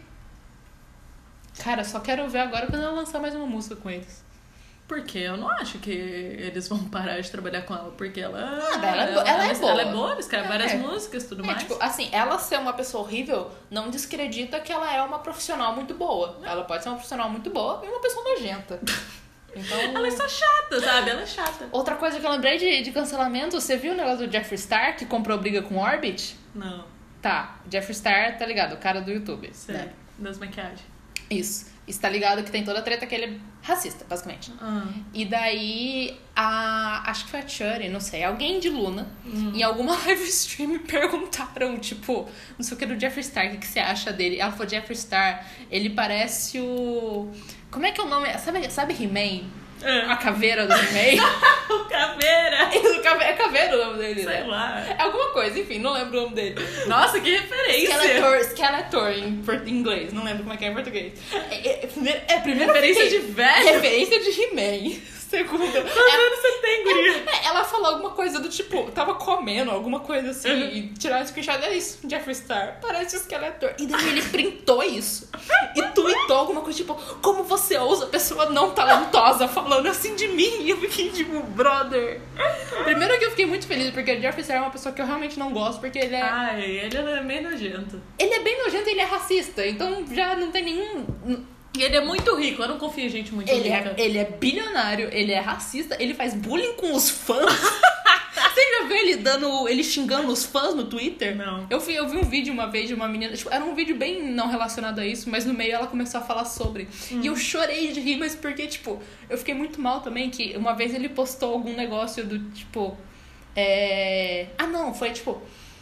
Speaker 2: Cara, só quero ver agora quando ela lançar mais uma música com eles.
Speaker 1: Porque eu não acho que eles vão parar de trabalhar com ela, porque ela...
Speaker 2: Nada, ela é bo- ela é boa.
Speaker 1: Ela é boa, ela escreve
Speaker 2: É.
Speaker 1: várias músicas e tudo
Speaker 2: É,
Speaker 1: mais.
Speaker 2: tipo, assim, ela ser uma pessoa horrível não descredita que ela é uma profissional muito boa. Ela pode ser uma profissional muito boa e uma pessoa nojenta. Então...
Speaker 1: Ela é só chata, sabe? Ela é chata.
Speaker 2: Outra coisa que eu lembrei de, de cancelamento, você viu o negócio do Jeffree Star que comprou briga com o Orbit?
Speaker 1: Não,
Speaker 2: Tá, Jeffree Star, tá ligado? O cara do YouTube,
Speaker 1: sério.
Speaker 2: né?
Speaker 1: Das maquiagens.
Speaker 2: Isso. Está ligado que tem toda a treta que ele é racista, basicamente.
Speaker 1: Ah.
Speaker 2: E daí, a, acho que foi a Churi, não sei, alguém de Luna, em alguma live stream perguntaram, tipo, não sei o que do Jeffree Star, o que, que você acha dele? Ela falou, Jeffree Star, ele parece o... Como é que é o nome? Sabe, sabe He-Man? A caveira do He-Man?
Speaker 1: O Caveira!
Speaker 2: O cave- É caveira o nome dele,
Speaker 1: Sei
Speaker 2: né?
Speaker 1: lá.
Speaker 2: É alguma coisa, enfim, não lembro o nome dele.
Speaker 1: Nossa, que referência!
Speaker 2: Skeletor, Skeletor em, por- em inglês, não lembro como é que é em português. É, é, primeiro- é primeira
Speaker 1: Referência de velho?
Speaker 2: Referência de He-Man. Segundo.
Speaker 1: Quantos anos você tem, guria?
Speaker 2: É, ela falou alguma coisa do tipo, tava comendo, alguma coisa assim,
Speaker 1: Uhum.
Speaker 2: e tiraram o screenshot, é isso, Jeffree Star, parece o Skeletor. E daí ele printou isso e tweetou alguma coisa tipo, como você ousa pessoa não talentosa falando assim de mim? E eu fiquei tipo, brother. Primeiro que eu fiquei muito feliz, porque o Jeffree Star é uma pessoa que eu realmente não gosto, porque ele é...
Speaker 1: Ai, ele é meio nojento.
Speaker 2: Ele é bem nojento e ele é racista, então já não tem nenhum...
Speaker 1: E ele é muito rico, eu não confio em gente muito
Speaker 2: Ele
Speaker 1: rica.
Speaker 2: é, ele é bilionário, ele é racista, ele faz bullying com os fãs. Você já viu ele dando. Ele xingando os fãs no Twitter?
Speaker 1: Não.
Speaker 2: Eu vi, eu vi um vídeo uma vez de uma menina. Tipo, era um vídeo bem não relacionado a isso, mas no meio ela começou a falar sobre.
Speaker 1: Hum.
Speaker 2: E eu chorei de rir, mas porque, tipo, eu fiquei muito mal também, que uma vez ele postou algum negócio do tipo. É... Ah, não, foi tipo.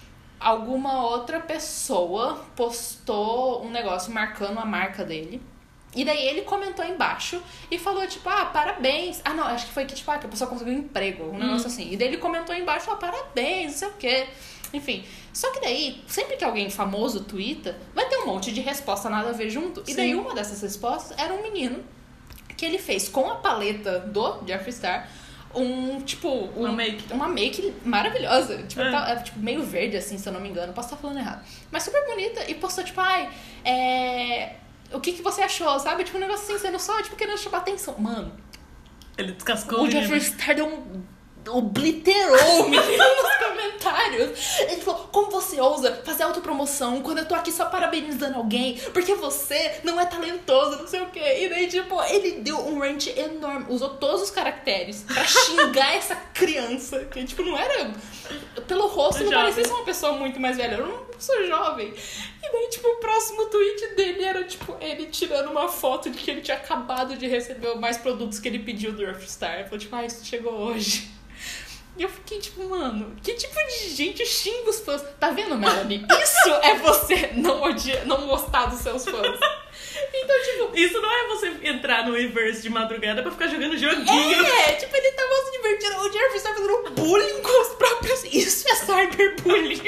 Speaker 2: Alguma outra pessoa postou um negócio marcando a marca dele. E daí ele comentou embaixo e falou, tipo, ah, parabéns. Ah, não, acho que foi que, tipo, ah, que a pessoa conseguiu um emprego, um negócio assim. E daí ele comentou embaixo, ah, parabéns, não sei o quê. Enfim. Só que daí, sempre que alguém famoso twitta, vai ter um monte de resposta nada a ver junto. E daí
Speaker 1: Sim.
Speaker 2: uma dessas respostas era um menino que ele fez com a paleta do Jeffree Star um, tipo... Um,
Speaker 1: Uma make.
Speaker 2: Uma make maravilhosa. Tipo,
Speaker 1: É.
Speaker 2: tá- é, tipo, meio verde, assim, se eu não me engano. Posso estar falando errado. Mas super bonita. E postou, tipo, ai, é... O que, que você achou, sabe? Tipo, um negócio assim, sendo só, tipo, querendo chamar atenção. Mano,
Speaker 1: Ele descascou
Speaker 2: o
Speaker 1: o
Speaker 2: Jeffree
Speaker 1: menino.
Speaker 2: Star deu um... Obliterou o menino nos comentários. Ele falou, como você ousa fazer autopromoção quando eu tô aqui só parabenizando alguém? Porque você não é talentoso, não sei o quê. E daí, tipo, ele deu um rant enorme. Usou todos os caracteres pra xingar essa criança. Que, tipo, não era... Pelo rosto, não
Speaker 1: Jovem.
Speaker 2: parecia ser uma pessoa muito mais velha. Eu não sou jovem. E daí, tipo, o próximo tweet dele era, tipo, ele tirando uma foto de que ele tinha acabado de receber mais produtos que ele pediu do Jeffree Star. Ele falou, tipo, ah, isso chegou hoje. E eu fiquei tipo, mano, que tipo de gente xinga os fãs? Tá vendo, Melanie? Isso é você não odiar, não gostar dos seus fãs. Então, tipo...
Speaker 1: Isso não é você entrar no Reverse de madrugada pra ficar jogando joguinho.
Speaker 2: É, tipo, ele tava se divertindo. O Jeffree Star fazendo bullying com os próprios... Isso é cyberbullying.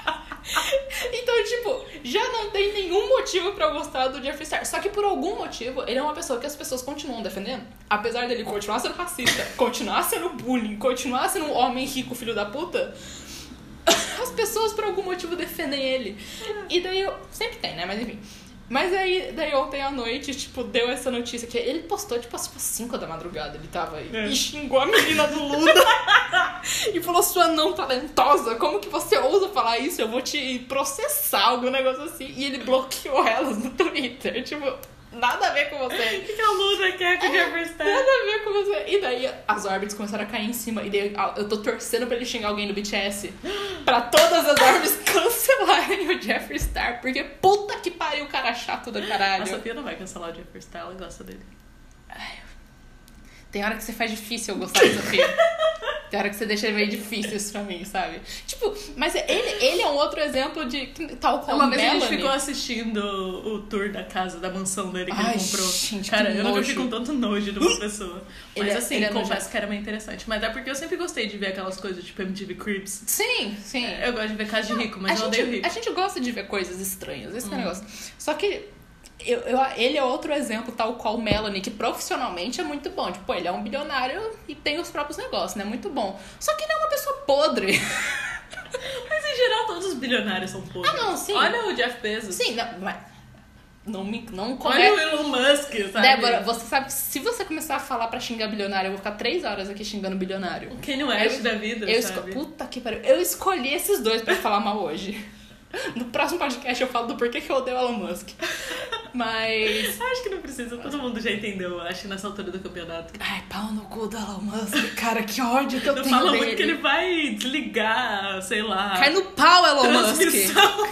Speaker 2: Então, tipo, já não tem nenhum motivo pra eu gostar do Jeffree Star. Só que por algum motivo, ele é uma pessoa que as pessoas continuam defendendo. Apesar dele continuar sendo racista, continuar sendo bullying, continuar sendo um homem rico filho da puta, as pessoas por algum motivo defendem ele. E daí eu... Sempre tem, né? Mas enfim... Mas aí, daí ontem à noite, tipo, deu essa notícia que ele postou, tipo, às cinco da madrugada, ele tava aí.
Speaker 1: É.
Speaker 2: E xingou a menina do Lula. E falou, sua não talentosa, como que você ousa falar isso? Eu vou te processar, algum negócio assim. E ele bloqueou elas no Twitter, tipo... Nada a ver com você.
Speaker 1: O que, que a Luna quer com o Jeffree Star?
Speaker 2: Nada a ver com você. E daí as Orbits começaram a cair em cima. E daí eu tô torcendo pra ele xingar alguém do B T S. Pra todas as Orbits cancelarem o Jeffree Star. Porque puta que pariu, cara chato do caralho.
Speaker 1: A Sofia não vai cancelar o Jeffree Star, ela gosta dele.
Speaker 2: Tem hora que você faz difícil eu gostar da Sofia. Tem hora que você deixa meio difícil isso pra mim, sabe? Tipo, mas ele, ele é um outro exemplo de tal qual
Speaker 1: Uma vez
Speaker 2: Melanie.
Speaker 1: a gente ficou assistindo o tour da casa, da mansão dele que
Speaker 2: Ai,
Speaker 1: ele comprou.
Speaker 2: gente,
Speaker 1: Cara,
Speaker 2: que
Speaker 1: eu nunca
Speaker 2: nojo.
Speaker 1: fiquei com tanto nojo de uma pessoa. Mas
Speaker 2: Ele é-
Speaker 1: assim,
Speaker 2: ele é
Speaker 1: confesso
Speaker 2: nojento.
Speaker 1: que era meio interessante. Mas é porque eu sempre gostei de ver aquelas coisas tipo M T V Cribs.
Speaker 2: Sim, sim.
Speaker 1: Eu gosto de ver casa de rico, mas
Speaker 2: a
Speaker 1: eu
Speaker 2: gente,
Speaker 1: odeio rico.
Speaker 2: A gente gosta de ver coisas estranhas, esse é o negócio. Só que eu, eu, ele é outro exemplo, tal qual Melanie, que profissionalmente é muito bom. Tipo, ele é um bilionário e tem os próprios negócios, né? Muito bom. Só que ele é uma pessoa podre.
Speaker 1: Mas em geral todos os bilionários são podres.
Speaker 2: Ah, não, sim.
Speaker 1: Olha o Jeff Bezos.
Speaker 2: Sim, não, mas não me não
Speaker 1: Olha
Speaker 2: come...
Speaker 1: o Elon Musk, sabe?
Speaker 2: Débora, você sabe que se você começar a falar pra xingar bilionário, eu vou ficar três horas aqui xingando bilionário.
Speaker 1: O Kanye West
Speaker 2: Eu-
Speaker 1: da vida,
Speaker 2: Eu
Speaker 1: sabe?
Speaker 2: esco... Puta que pariu. Eu escolhi esses dois pra falar mal hoje. No próximo podcast eu falo do porquê que eu odeio o Elon Musk. Mas...
Speaker 1: Acho que não precisa, todo mundo já entendeu, eu acho, nessa altura do campeonato.
Speaker 2: Ai, pau no cu do Elon Musk. Cara, que ódio que eu
Speaker 1: Não
Speaker 2: tenho
Speaker 1: fala
Speaker 2: dele.
Speaker 1: muito que ele vai desligar, sei lá.
Speaker 2: Cai no pau, Elon Musk.
Speaker 1: transmissão.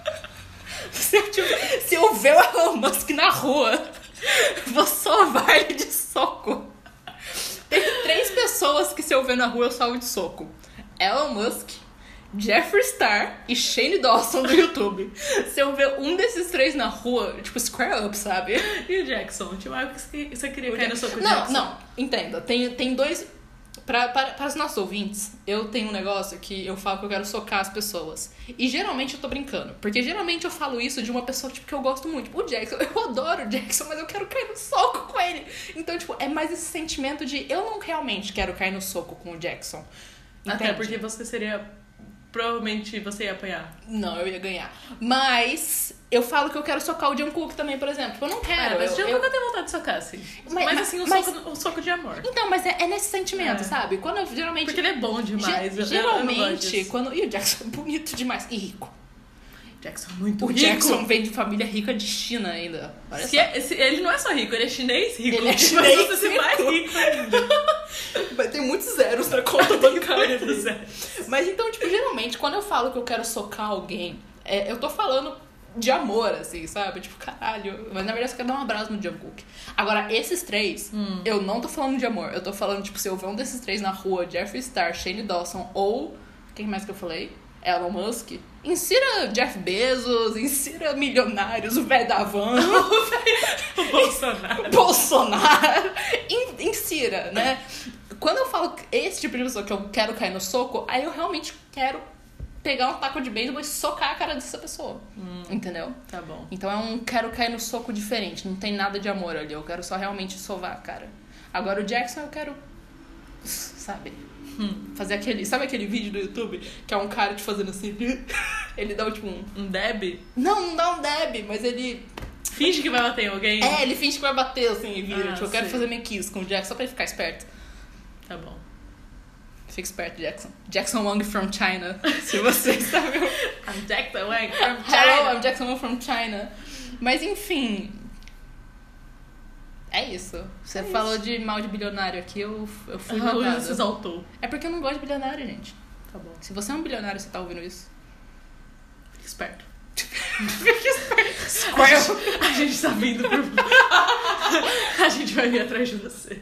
Speaker 2: Se eu, tiver- se eu ver o Elon Musk na rua, vou sovar ele de soco. Tem três pessoas que se eu ver na rua eu salvo de soco. Elon Musk, Jeffree Star e Shane Dawson do YouTube. Se eu ver um desses três na rua, tipo, square up, sabe?
Speaker 1: E o Jackson? Tipo, ah, você você queria cair no soco do
Speaker 2: Não,
Speaker 1: Jackson?
Speaker 2: não, entenda. Tem, tem dois... Pra, para, para os nossos ouvintes, eu tenho um negócio que eu falo que eu quero socar as pessoas. E geralmente eu tô brincando. Porque geralmente eu falo isso de uma pessoa tipo, que eu gosto muito. Tipo, o Jackson, eu adoro o Jackson, mas eu quero cair no soco com ele. Então, tipo, é mais esse sentimento de eu não realmente quero cair no soco com o Jackson.
Speaker 1: Até
Speaker 2: Entende?
Speaker 1: porque você seria... Provavelmente você ia apanhar.
Speaker 2: Não, eu ia ganhar. Mas eu falo que eu quero socar o Jungkook também, por exemplo. Tipo, eu não quero.
Speaker 1: É, mas
Speaker 2: eu,
Speaker 1: eu,
Speaker 2: eu...
Speaker 1: nunca tenho vontade de socar, assim.
Speaker 2: Mas-
Speaker 1: Mas,
Speaker 2: mas-
Speaker 1: assim, um,
Speaker 2: mas-
Speaker 1: soco, um soco de amor.
Speaker 2: Então, mas é, é nesse sentimento,
Speaker 1: É.
Speaker 2: sabe? Quando eu geralmente...
Speaker 1: Porque ele é bom demais.
Speaker 2: Ge-
Speaker 1: eu- eu- eu não gosto
Speaker 2: geralmente,
Speaker 1: disso.
Speaker 2: quando... E o Jackson é bonito demais e rico.
Speaker 1: Jackson é muito
Speaker 2: O
Speaker 1: rico.
Speaker 2: Jackson vem de família rica de China ainda. Olha
Speaker 1: Se
Speaker 2: só.
Speaker 1: é- se- ele não é só rico, ele é chinês rico.
Speaker 2: Ele é
Speaker 1: Mas
Speaker 2: chinês
Speaker 1: você ser mais
Speaker 2: rico.
Speaker 1: rico ainda.
Speaker 2: Vai ter muitos zeros na conta bancária
Speaker 1: Muito
Speaker 2: dele.
Speaker 1: zero.
Speaker 2: Mas então, tipo, geralmente, quando eu falo que eu quero socar alguém, é, eu tô falando de amor, assim, sabe? Tipo, caralho. Mas na verdade eu quero dar um abraço no Jungkook. Agora, esses três,
Speaker 1: Hum.
Speaker 2: eu não tô falando de amor. Eu tô falando, tipo, se eu ver um desses três na rua, Jeffree Star, Shane Dawson ou... Quem mais que eu falei? Elon Musk. Insira Jeff Bezos, insira milionários, o velho da van.
Speaker 1: O Bolsonaro.
Speaker 2: Bolsonaro. In- Insira, né? Quando eu falo que esse tipo de pessoa que eu quero cair no soco, aí eu realmente quero pegar um taco de beisebol e socar a cara dessa pessoa. Entendeu?
Speaker 1: Tá bom.
Speaker 2: Então é um quero cair no soco diferente. Não tem nada de amor ali. Eu quero só realmente sovar a cara. Agora o Jackson eu quero... Sabe?
Speaker 1: Hum.
Speaker 2: Fazer aquele... Sabe aquele vídeo do YouTube? Que é um cara te fazendo assim... Ele dá tipo um...
Speaker 1: Um deb?
Speaker 2: Não, não dá um deb, mas ele...
Speaker 1: Finge que vai bater em alguém.
Speaker 2: É, ele finge que vai bater assim e vira.
Speaker 1: Ah,
Speaker 2: tipo, eu quero
Speaker 1: sei.
Speaker 2: fazer meio kiss com o Jackson só pra ele ficar esperto.
Speaker 1: Tá bom.
Speaker 2: Fica esperto, Jackson. Jackson Wang from China. Se você está vendo.
Speaker 1: I'm Jackson Wang from
Speaker 2: Hello,
Speaker 1: China.
Speaker 2: I'm Jackson Wang from China. Mas enfim. É isso. Você
Speaker 1: É
Speaker 2: falou de mal de bilionário aqui, eu, eu fui
Speaker 1: Ah, o Will se
Speaker 2: jogada.
Speaker 1: exaltou.
Speaker 2: É porque eu não gosto de bilionário, gente.
Speaker 1: Tá bom.
Speaker 2: Se você é um bilionário e você tá ouvindo isso.
Speaker 1: Fica esperto.
Speaker 2: Fica esperto.
Speaker 1: Squirrel. A gente tá vindo por... A gente vai vir atrás de você.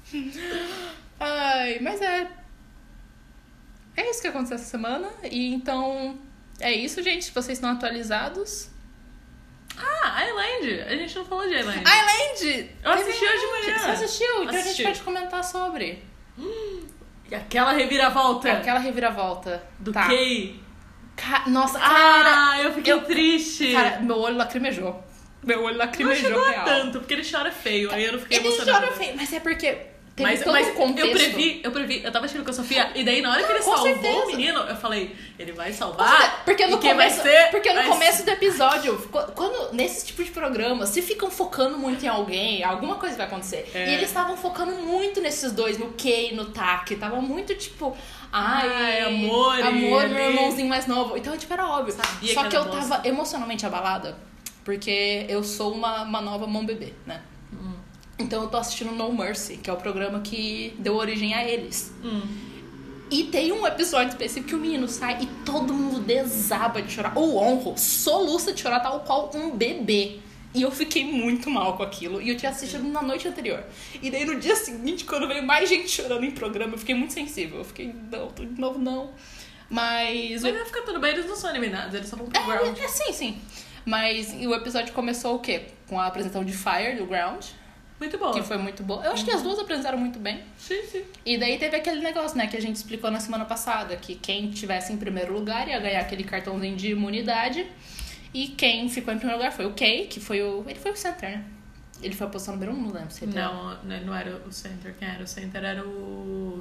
Speaker 2: Ai, mas é. É isso que aconteceu essa semana. E então. É isso, gente. Vocês estão atualizados.
Speaker 1: Ah, Island. A gente não falou de Island.
Speaker 2: Island!
Speaker 1: Eu assisti hoje de manhã.
Speaker 2: Você assistiu? Então a
Speaker 1: Assisti.
Speaker 2: gente pode comentar sobre.
Speaker 1: E aquela reviravolta
Speaker 2: Aquela reviravolta.
Speaker 1: do
Speaker 2: tá.
Speaker 1: Kay.
Speaker 2: Ca- Nossa, cara.
Speaker 1: Ah, eu fiquei
Speaker 2: eu-
Speaker 1: triste.
Speaker 2: Cara, meu olho lacrimejou. Meu olho
Speaker 1: não
Speaker 2: lacrimejou
Speaker 1: chegou a
Speaker 2: real.
Speaker 1: tanto, porque ele chora feio. Aí eu não fiquei
Speaker 2: Ele
Speaker 1: emocionada.
Speaker 2: chora feio, mas é porque teve
Speaker 1: Mas,
Speaker 2: todo
Speaker 1: mas
Speaker 2: um contexto.
Speaker 1: eu previ, eu previ, eu tava assistindo com a Sofia, e daí na hora que ele
Speaker 2: com
Speaker 1: salvou
Speaker 2: certeza.
Speaker 1: o menino, eu falei, ele vai
Speaker 2: Com
Speaker 1: salvar.
Speaker 2: certeza, Porque no
Speaker 1: e quem
Speaker 2: começo,
Speaker 1: vai ser,
Speaker 2: porque no
Speaker 1: vai
Speaker 2: começo
Speaker 1: ser-
Speaker 2: do episódio, qu- quando nesse tipo de programa, se ficam focando muito em alguém, alguma coisa vai acontecer.
Speaker 1: É.
Speaker 2: E eles estavam focando muito nesses dois, no Kay e no Tak. Tava muito tipo, ai,
Speaker 1: Ai, amor,
Speaker 2: amor,
Speaker 1: ele-
Speaker 2: meu irmãozinho mais novo. Então, tipo, era óbvio.
Speaker 1: Sabia
Speaker 2: Só
Speaker 1: que
Speaker 2: que
Speaker 1: era
Speaker 2: eu
Speaker 1: bosta.
Speaker 2: tava emocionalmente abalada, porque eu sou uma, uma nova mão bebê, né?
Speaker 1: Hum.
Speaker 2: Então eu tô assistindo No Mercy, que é o programa que deu origem a eles.
Speaker 1: Hum.
Speaker 2: E tem um episódio específico que o menino sai e todo mundo desaba de chorar. O Honro soluça de chorar tal qual um bebê. E eu fiquei muito mal com aquilo. E eu tinha assistido na noite anterior. E daí no dia seguinte, quando veio mais gente chorando em programa, eu fiquei muito sensível. Eu fiquei, não, de novo não. Mas...
Speaker 1: Mas vai ficar tudo bem, eles não são eliminados, eles só vão pro
Speaker 2: é,
Speaker 1: ground.
Speaker 2: É, sim, sim. Mas o episódio começou o quê? Com a apresentação de Fire, do ground.
Speaker 1: Muito boa.
Speaker 2: Que foi muito boa. Eu acho que as duas apresentaram muito bem.
Speaker 1: Sim, sim.
Speaker 2: E daí teve aquele negócio, né, que a gente explicou na semana passada. Que quem tivesse em primeiro lugar ia ganhar aquele cartãozinho de imunidade. E quem ficou em primeiro lugar foi o Kay, que foi o... Ele foi o center, né? Ele foi a posição número um, não lembro se ele
Speaker 1: Não, era. não era o center. Quem era o center era o...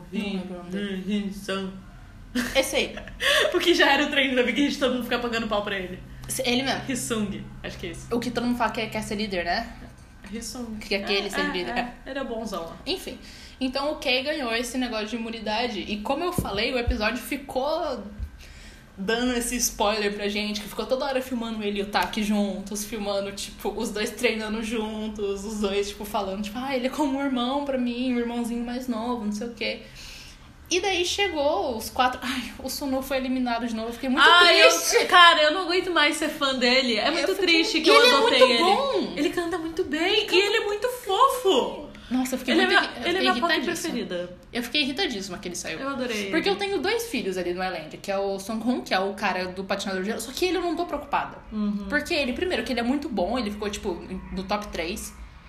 Speaker 2: Não esse aí.
Speaker 1: O que já era o treino da Big Hit, todo mundo ficar pagando pau pra ele.
Speaker 2: Ele mesmo.
Speaker 1: Hissung, acho que é isso.
Speaker 2: O que todo mundo fala que é, quer ser líder, né?
Speaker 1: Hissung.
Speaker 2: Que é aquele
Speaker 1: é,
Speaker 2: ser
Speaker 1: é,
Speaker 2: líder.
Speaker 1: É. Era bonzão lá.
Speaker 2: Enfim. Então o Kay ganhou esse negócio de imunidade. E como eu falei, o episódio ficou dando esse spoiler pra gente, que ficou toda hora filmando ele e o Taki juntos, filmando, tipo, os dois treinando juntos, os dois, tipo, falando, tipo, ah, ele é como um irmão pra mim, um irmãozinho mais novo, não sei o quê. E daí chegou os quatro... Ai, o Sunu foi eliminado de novo, eu fiquei muito
Speaker 1: Ai,
Speaker 2: triste.
Speaker 1: Eu, cara, eu não aguento mais ser fã dele. É muito
Speaker 2: eu fiquei...
Speaker 1: triste que
Speaker 2: e
Speaker 1: eu
Speaker 2: ele
Speaker 1: adotei
Speaker 2: é muito
Speaker 1: ele.
Speaker 2: Bom.
Speaker 1: Ele canta muito bem e ele é muito fofo.
Speaker 2: Nossa, eu fiquei
Speaker 1: ele
Speaker 2: muito
Speaker 1: é minha, Ele é minha pop preferida.
Speaker 2: Eu fiquei irritadíssima que ele saiu.
Speaker 1: Eu adorei.
Speaker 2: Porque
Speaker 1: ele.
Speaker 2: eu tenho dois filhos ali no Island, que é o Song-hoon, que é o cara do patinador de gelo. Só que ele eu não tô preocupada.
Speaker 1: Uhum.
Speaker 2: Porque ele, primeiro, que ele é muito bom, ele ficou, tipo, no top três.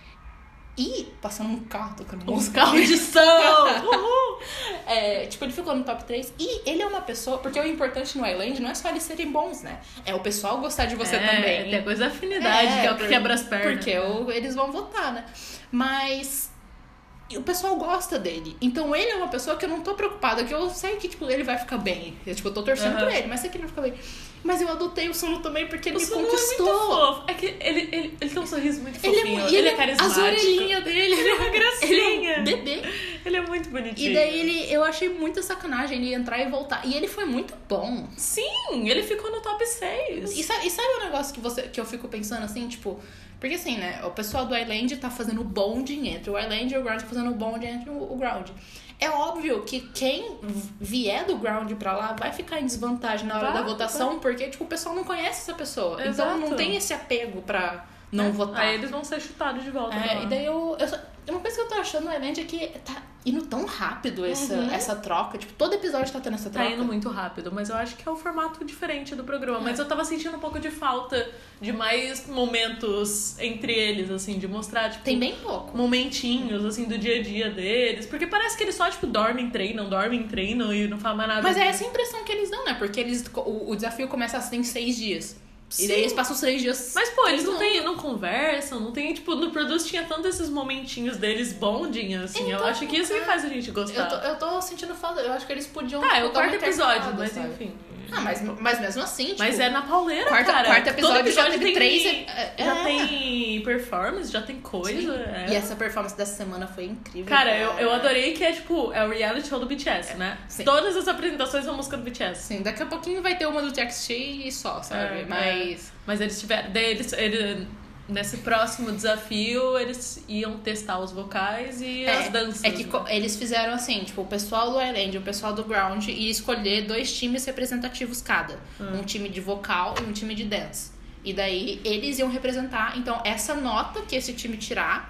Speaker 2: E passando um carro, tocando
Speaker 1: Uns carros de som! Uhul!
Speaker 2: É, tipo, ele ficou no top três. E ele é uma pessoa... Porque o importante no Island não é só eles serem bons, né? É o pessoal gostar de você
Speaker 1: é,
Speaker 2: também.
Speaker 1: Tem coisa de afinidade,
Speaker 2: é,
Speaker 1: que é o que
Speaker 2: por,
Speaker 1: quebra as pernas.
Speaker 2: Porque o, eles vão votar, né? Mas... E o pessoal gosta dele. Então ele é uma pessoa que eu não tô preocupada, que eu sei que, tipo, ele vai ficar bem. Eu, tipo, eu tô torcendo uhum. por ele, mas sei que ele vai ficar bem. Mas eu adotei o Sunu também porque ele
Speaker 1: o
Speaker 2: me
Speaker 1: Sunu
Speaker 2: conquistou.
Speaker 1: É muito fofo. É que ele, ele, ele tem um sorriso muito
Speaker 2: ele
Speaker 1: fofinho.
Speaker 2: É,
Speaker 1: ele, ele é,
Speaker 2: é
Speaker 1: carismático.
Speaker 2: As orelhinhas dele.
Speaker 1: Ele é uma gracinha.
Speaker 2: Ele é um bebê.
Speaker 1: Ele é muito bonitinho.
Speaker 2: E daí ele, eu achei muita sacanagem ele entrar e voltar. E ele foi muito bom.
Speaker 1: Sim, ele ficou no top seis.
Speaker 2: E sabe, e sabe um negócio que, você, que eu fico pensando assim, tipo... Porque assim, né, o pessoal do Island tá fazendo bonding entre o Island e o Ground tá fazendo bonding entre o, o Ground. É óbvio que quem vier do Ground pra lá vai ficar em desvantagem na hora vai, da votação, vai. Porque, tipo, o pessoal não conhece essa pessoa. Exato. Então não tem esse apego pra não
Speaker 1: é.
Speaker 2: votar.
Speaker 1: Aí eles vão ser chutados de volta.
Speaker 2: É, e daí eu, eu... Uma coisa que eu tô achando no Island é que tá indo tão rápido essa, uhum. essa troca. Tipo, todo episódio tá tendo essa troca.
Speaker 1: Tá indo muito rápido, mas eu acho que é o formato diferente do programa. É. Mas eu tava sentindo um pouco de falta de mais momentos entre eles, assim, de mostrar, tipo...
Speaker 2: Tem bem pouco.
Speaker 1: Momentinhos, assim, do dia a dia deles. Porque parece que eles só, tipo, dormem, treinam, dormem, treinam e não falam mais nada.
Speaker 2: Mas é essa impressão que eles dão, né? Porque eles, o, o desafio começa assim em seis dias. Sim. E daí eles passam seis dias.
Speaker 1: Mas, pô, eles não, tem, não conversam, não tem, tipo, no Produce tinha tanto esses momentinhos deles bonding, assim. Então, eu acho que isso que faz a gente gostar.
Speaker 2: Eu tô, eu tô sentindo falta, eu acho que eles podiam.
Speaker 1: Tá, é o quarto episódio, mas
Speaker 2: sabe?
Speaker 1: enfim.
Speaker 2: Ah, mas, mas mesmo assim, tipo...
Speaker 1: Mas é na pauleira,
Speaker 2: quarto,
Speaker 1: cara.
Speaker 2: Quarto episódio, episódio já teve
Speaker 1: tem,
Speaker 2: três...
Speaker 1: É, já é. tem performance, já tem coisa. É.
Speaker 2: E essa performance dessa semana foi incrível.
Speaker 1: Cara, eu, eu adorei que é, tipo, é o reality show do B T S, é. né?
Speaker 2: Sim.
Speaker 1: Todas as apresentações são música do B T S.
Speaker 2: Sim, daqui a pouquinho vai ter uma do T X T e só, sabe?
Speaker 1: É,
Speaker 2: mas...
Speaker 1: É. Mas eles tiveram... Daí eles... eles nesse próximo desafio, eles iam testar os vocais e
Speaker 2: é,
Speaker 1: as danças.
Speaker 2: É que
Speaker 1: né?
Speaker 2: eles fizeram assim, tipo, o pessoal do Island e o pessoal do Ground ia escolher dois times representativos cada. Hum. Um time de vocal e um time de dance. E daí eles iam representar. Então, essa nota que esse time tirar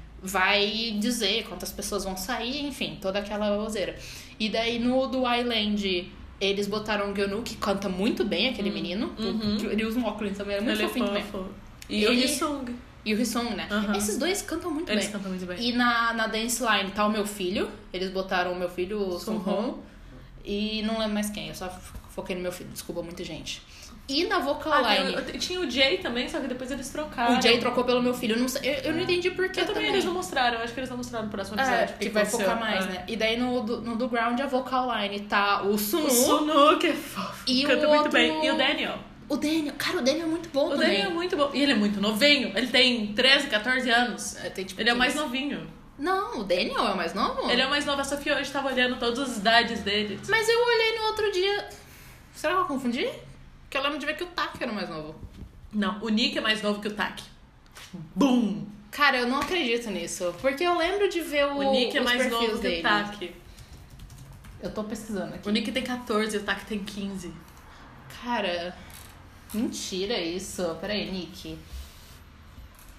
Speaker 2: vai dizer quantas pessoas vão sair, enfim, toda aquela oseira. E daí no do Island... Eles botaram o Gyonu, que canta muito bem, aquele hum. menino.
Speaker 1: Uhum.
Speaker 2: Ele usa um óculos também, é muito
Speaker 1: ele
Speaker 2: fofinho
Speaker 1: é
Speaker 2: também.
Speaker 1: E ele... o Hissung.
Speaker 2: E o Hissung, né?
Speaker 1: Uhum.
Speaker 2: Esses dois cantam muito
Speaker 1: Eles
Speaker 2: bem.
Speaker 1: Eles cantam muito bem.
Speaker 2: E na, na dance line tá o meu filho. Eles botaram o meu filho, o Sung-hoon. E não lembro mais quem, eu só foquei no meu filho. Desculpa, muita gente. E na vocal
Speaker 1: ah,
Speaker 2: line...
Speaker 1: Eu, eu, tinha o Jay também, só que depois eles trocaram.
Speaker 2: O Jay trocou pelo meu filho. Eu não, eu, eu não entendi por que
Speaker 1: eu também.
Speaker 2: também.
Speaker 1: Eles não mostraram. Eu acho que eles vão mostrar no próximo episódio.
Speaker 2: É, que vai focar mais, é. né? E daí no do, no do Ground, a vocal line tá o Sunu.
Speaker 1: O Sunu, que é fofo.
Speaker 2: E
Speaker 1: canta
Speaker 2: o
Speaker 1: muito
Speaker 2: outro...
Speaker 1: bem. E o Daniel.
Speaker 2: O Daniel. Cara, o Daniel é muito bom
Speaker 1: o
Speaker 2: também.
Speaker 1: O Daniel é muito bom. E ele é muito novinho. Ele tem treze, catorze anos.
Speaker 2: É, tem, tipo,
Speaker 1: ele é o mais novinho.
Speaker 2: Não, o Daniel é o mais novo?
Speaker 1: Ele é o mais novo. A Sofia hoje tava olhando todas as idades dele.
Speaker 2: Mas eu olhei no outro dia... Será que eu confundi? Porque eu lembro de ver que o Taki era o mais novo.
Speaker 1: Não, o Nick é mais novo que o Taki. Bum!
Speaker 2: Cara, eu não acredito nisso. Porque eu lembro de ver o,
Speaker 1: o Nick é
Speaker 2: os
Speaker 1: mais novo
Speaker 2: dele.
Speaker 1: que o Taki.
Speaker 2: Eu tô pesquisando aqui.
Speaker 1: O Nick tem catorze e o Taki tem quinze.
Speaker 2: Cara, mentira isso. Peraí, Nick.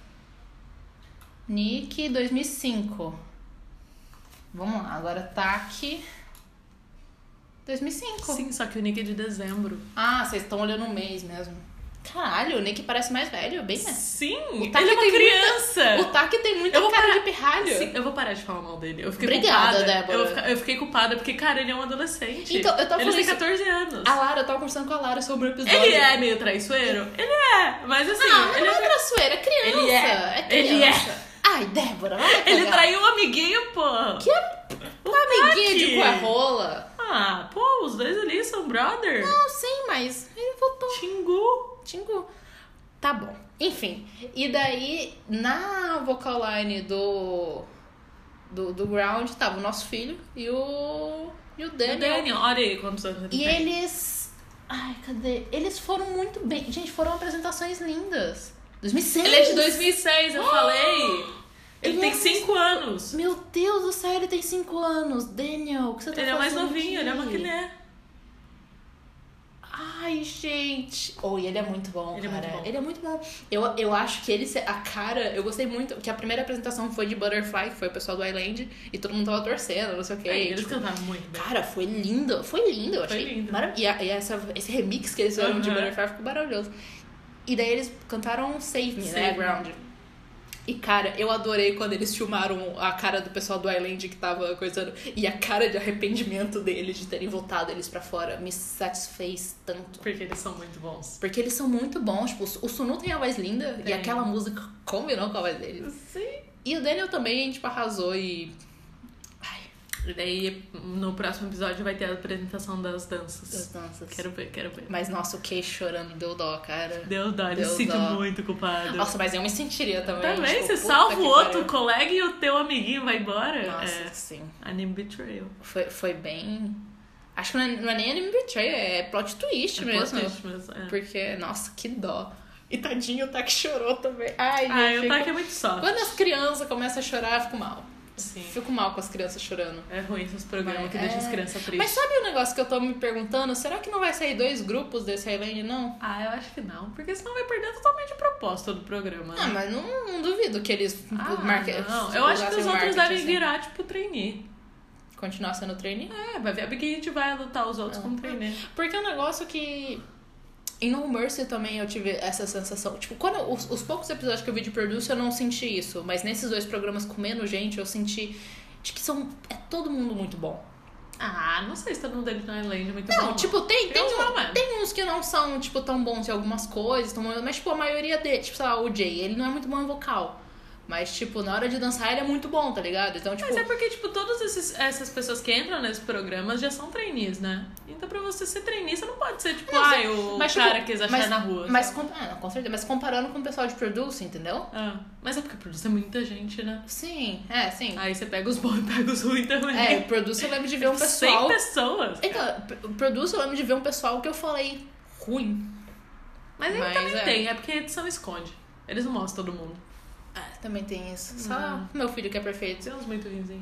Speaker 2: Nick, dois mil e cinco. Vamos lá, agora Taki. dois mil e cinco.
Speaker 1: Sim, só que o Nick é de dezembro.
Speaker 2: Ah, vocês estão olhando o mês mesmo. Caralho, o Nick parece mais velho, bem, né?
Speaker 1: Sim,
Speaker 2: O
Speaker 1: ele
Speaker 2: Taki
Speaker 1: é uma
Speaker 2: tem
Speaker 1: criança.
Speaker 2: Muita, o Taki tem muita
Speaker 1: Eu vou
Speaker 2: cara
Speaker 1: parar-
Speaker 2: de pirralho.
Speaker 1: Sim, eu vou parar de falar mal dele. Eu fiquei
Speaker 2: Obrigada,
Speaker 1: culpada.
Speaker 2: Débora.
Speaker 1: Eu, fica- eu fiquei culpada porque, cara, ele é um adolescente.
Speaker 2: Então, eu tava
Speaker 1: ele tem
Speaker 2: falando
Speaker 1: catorze anos.
Speaker 2: A Lara, eu tava conversando com a Lara sobre o episódio.
Speaker 1: Ele é meio traiçoeiro? Ele é, mas assim...
Speaker 2: Não,
Speaker 1: ele
Speaker 2: não é
Speaker 1: é...
Speaker 2: traiçoeira, é criança.
Speaker 1: Ele é.
Speaker 2: É criança.
Speaker 1: Ele é.
Speaker 2: Ai, Débora, vai
Speaker 1: Ele
Speaker 2: cagar.
Speaker 1: traiu um amiguinho, pô.
Speaker 2: Que amiguinho
Speaker 1: Taki.
Speaker 2: de coerrola.
Speaker 1: Ah, pô, os dois ali são brother.
Speaker 2: Não, sim, mas ele voltou.
Speaker 1: Xingu.
Speaker 2: Tingu. Tá bom. Enfim. E daí, na vocal line do, do, do Ground, tava o nosso filho e o, e o
Speaker 1: O
Speaker 2: Daniel.
Speaker 1: Daniel, olha aí quantos anos ele
Speaker 2: E
Speaker 1: tem.
Speaker 2: eles... Ai, cadê? Eles foram muito bem. Gente, foram apresentações lindas. dois mil e seis.
Speaker 1: Ele é de dois mil e seis, eu falei. Ele,
Speaker 2: Ele
Speaker 1: tem
Speaker 2: é-
Speaker 1: cinco anos.
Speaker 2: Meu Deus do céu, ele tem cinco anos. Daniel, o que você tá
Speaker 1: Ele é mais
Speaker 2: fazendo
Speaker 1: novinho, ele é
Speaker 2: aqui?
Speaker 1: maquiné.
Speaker 2: Ai, gente. Oh, e ele é muito bom,
Speaker 1: Ele é
Speaker 2: cara.
Speaker 1: muito bom.
Speaker 2: Ele é muito bom. Eu, eu acho que ele... se- A cara... Eu gostei muito... Que a primeira apresentação foi de Butterfly, que foi o pessoal do Island. E todo mundo tava torcendo, não sei o quê.
Speaker 1: É, eles
Speaker 2: tipo,
Speaker 1: cantaram muito bem.
Speaker 2: Cara, foi lindo. Foi lindo, eu
Speaker 1: Foi
Speaker 2: achei.
Speaker 1: lindo.
Speaker 2: Marav- E, a- e essa, esse remix que eles fizeram de
Speaker 1: Uhum.
Speaker 2: Butterfly ficou maravilhoso. E daí eles cantaram Save Me,
Speaker 1: Save
Speaker 2: né?
Speaker 1: Me.
Speaker 2: Ground. E, cara, eu adorei quando eles filmaram a cara do pessoal do Island que tava coisando. E a cara de arrependimento deles de terem voltado eles pra fora me satisfez tanto.
Speaker 1: Porque eles são muito bons.
Speaker 2: Porque eles são muito bons. Tipo, o Sunu tem a voz linda e
Speaker 1: Tem.
Speaker 2: aquela música combinou com a voz dele.
Speaker 1: Sim.
Speaker 2: E o Daniel também, tipo, arrasou e... Ai,
Speaker 1: E daí, no próximo episódio, vai ter a apresentação das danças.
Speaker 2: das danças.
Speaker 1: Quero ver, quero ver.
Speaker 2: Mas, nossa, o queixo chorando deu dó, cara.
Speaker 1: Deu dó, ele
Speaker 2: Deu
Speaker 1: se sente
Speaker 2: dó.
Speaker 1: muito culpado.
Speaker 2: Nossa, mas eu me sentiria também.
Speaker 1: Também,
Speaker 2: tipo,
Speaker 1: você
Speaker 2: puta
Speaker 1: salva
Speaker 2: que
Speaker 1: o outro
Speaker 2: pariu.
Speaker 1: colega e o teu amiguinho vai embora.
Speaker 2: Nossa,
Speaker 1: É,
Speaker 2: sim.
Speaker 1: anime betrayal.
Speaker 2: Foi, foi bem... Acho que não é, não é nem anime betrayal, é plot twist
Speaker 1: É
Speaker 2: mesmo.
Speaker 1: plot twist mesmo, é.
Speaker 2: Porque, nossa, que dó. E tadinho, o Taki chorou também. Ai,
Speaker 1: Ah,
Speaker 2: gente,
Speaker 1: o
Speaker 2: fico-
Speaker 1: Taki é muito soft.
Speaker 2: Quando as crianças começam a chorar, eu fico mal.
Speaker 1: Sim.
Speaker 2: Fico mal com as crianças chorando.
Speaker 1: É ruim esses programas
Speaker 2: Mas
Speaker 1: que deixam
Speaker 2: é-
Speaker 1: as crianças tristes.
Speaker 2: Mas sabe o negócio que eu tô me perguntando? Será que não vai sair dois grupos desse Island, não?
Speaker 1: Ah, eu acho que não, porque senão vai perder totalmente a proposta do programa. Né?
Speaker 2: Ah, mas não, não duvido que eles
Speaker 1: Ah,
Speaker 2: marque-
Speaker 1: não. Eu acho que
Speaker 2: usassem
Speaker 1: os outros
Speaker 2: marketing,
Speaker 1: devem
Speaker 2: assim.
Speaker 1: virar, tipo, trainee.
Speaker 2: Continuar sendo trainee?
Speaker 1: É, vai ver porque a gente vai adotar os outros
Speaker 2: Ah.
Speaker 1: como trainee.
Speaker 2: Porque é um negócio que... Em No Mercy também eu tive essa sensação. Tipo, quando os, os poucos episódios que eu vi de Produce eu não senti isso. Mas nesses dois programas com menos gente eu senti de que são, é todo mundo muito bom.
Speaker 1: Ah, não sei se todo mundo dele no Island é muito bom.
Speaker 2: Não, tipo, tem,
Speaker 1: Tem
Speaker 2: tem,
Speaker 1: uns
Speaker 2: um-
Speaker 1: pelo menos.
Speaker 2: tem uns que não são, tipo, tão bons em algumas coisas, tão bons, mas, tipo, a maioria deles, tipo, sei lá, o Jay, ele não é muito bom em vocal. Mas, tipo, na hora de dançar ele é muito bom, tá ligado? Então, tipo...
Speaker 1: Mas é porque, tipo, todas esses, essas pessoas que entram nesses programas já são trainees, né? Então, pra você ser trainee, você não pode ser, tipo,
Speaker 2: Não,
Speaker 1: ai,
Speaker 2: sim,
Speaker 1: o
Speaker 2: mas,
Speaker 1: cara
Speaker 2: tipo,
Speaker 1: que eles
Speaker 2: mas-
Speaker 1: acharam na rua.
Speaker 2: Mas,
Speaker 1: sabe?
Speaker 2: com, ah, não, com certeza, mas comparando com o pessoal de Produce, entendeu?
Speaker 1: Ah, mas é porque produz é muita gente, né?
Speaker 2: Sim, é, sim.
Speaker 1: Aí você pega os bons e pega os ruins também.
Speaker 2: É, o Produce eu lembro de ver um
Speaker 1: cem
Speaker 2: pessoal...
Speaker 1: pessoas.
Speaker 2: Então, o Produce eu lembro de ver um pessoal que eu falei ruim.
Speaker 1: Mas ele
Speaker 2: Mas
Speaker 1: também
Speaker 2: é.
Speaker 1: tem, é porque a edição esconde. Eles não mostram todo mundo.
Speaker 2: Ah, também tem isso. Só
Speaker 1: Não.
Speaker 2: meu filho que é perfeito.
Speaker 1: Tem uns muito ruinzinhos.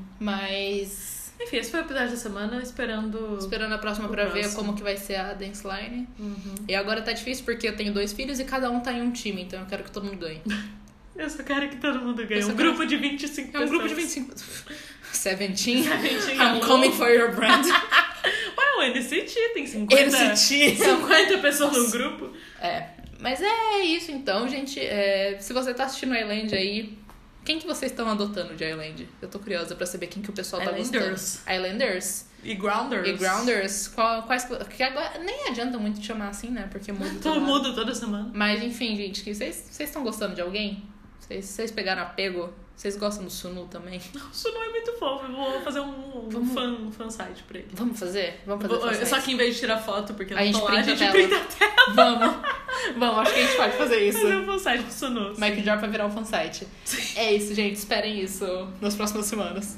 Speaker 2: Mas...
Speaker 1: Enfim, esse foi o episódio da semana, esperando...
Speaker 2: Esperando a próxima
Speaker 1: O
Speaker 2: pra ver
Speaker 1: próximo.
Speaker 2: como que vai ser a dance line.
Speaker 1: Uhum.
Speaker 2: E agora tá difícil porque eu tenho dois filhos e cada um tá em um time, então eu quero que todo mundo ganhe.
Speaker 1: Eu só quero que todo mundo ganhe.
Speaker 2: Eu só
Speaker 1: Um
Speaker 2: quero-
Speaker 1: grupo de vinte e cinco
Speaker 2: É
Speaker 1: pessoas.
Speaker 2: um grupo de vinte e cinco. Seventeen.
Speaker 1: Seventeen,
Speaker 2: I'm
Speaker 1: alô?
Speaker 2: coming for your brand.
Speaker 1: Ué, o N C T tem cinquenta...
Speaker 2: N C T.
Speaker 1: cinquenta pessoas no grupo.
Speaker 2: É. Mas é isso então, gente. É, se você tá assistindo Island aí, quem que vocês estão adotando de Island? Eu tô curiosa pra saber quem que o pessoal tá
Speaker 1: Islanders.
Speaker 2: gostando. Islanders.
Speaker 1: E Grounders.
Speaker 2: E Grounders. Qual, quais, que agora nem adianta muito chamar assim, né? Porque muda
Speaker 1: Todo
Speaker 2: toda hora.
Speaker 1: mundo toda semana.
Speaker 2: Mas enfim, gente, que vocês vocês estão gostando de alguém? Vocês, vocês pegaram apego? Vocês gostam do Sunu também?
Speaker 1: Isso não é muito fofo. Eu vou fazer um, um
Speaker 2: Vamos-
Speaker 1: fan, um fan site pra ele.
Speaker 2: Vamos fazer? Vamos
Speaker 1: Vou-
Speaker 2: fazer
Speaker 1: só que em vez de tirar foto, porque eu
Speaker 2: A
Speaker 1: não
Speaker 2: gente
Speaker 1: tô lá, a
Speaker 2: printa a
Speaker 1: gente
Speaker 2: tela.
Speaker 1: printa a tela.
Speaker 2: Vamos. Vamos, acho que a gente pode fazer isso.
Speaker 1: Fazer um fan site do Sonu.
Speaker 2: Mic Drop vai virar um fansite. É isso, gente. Esperem isso nas próximas semanas.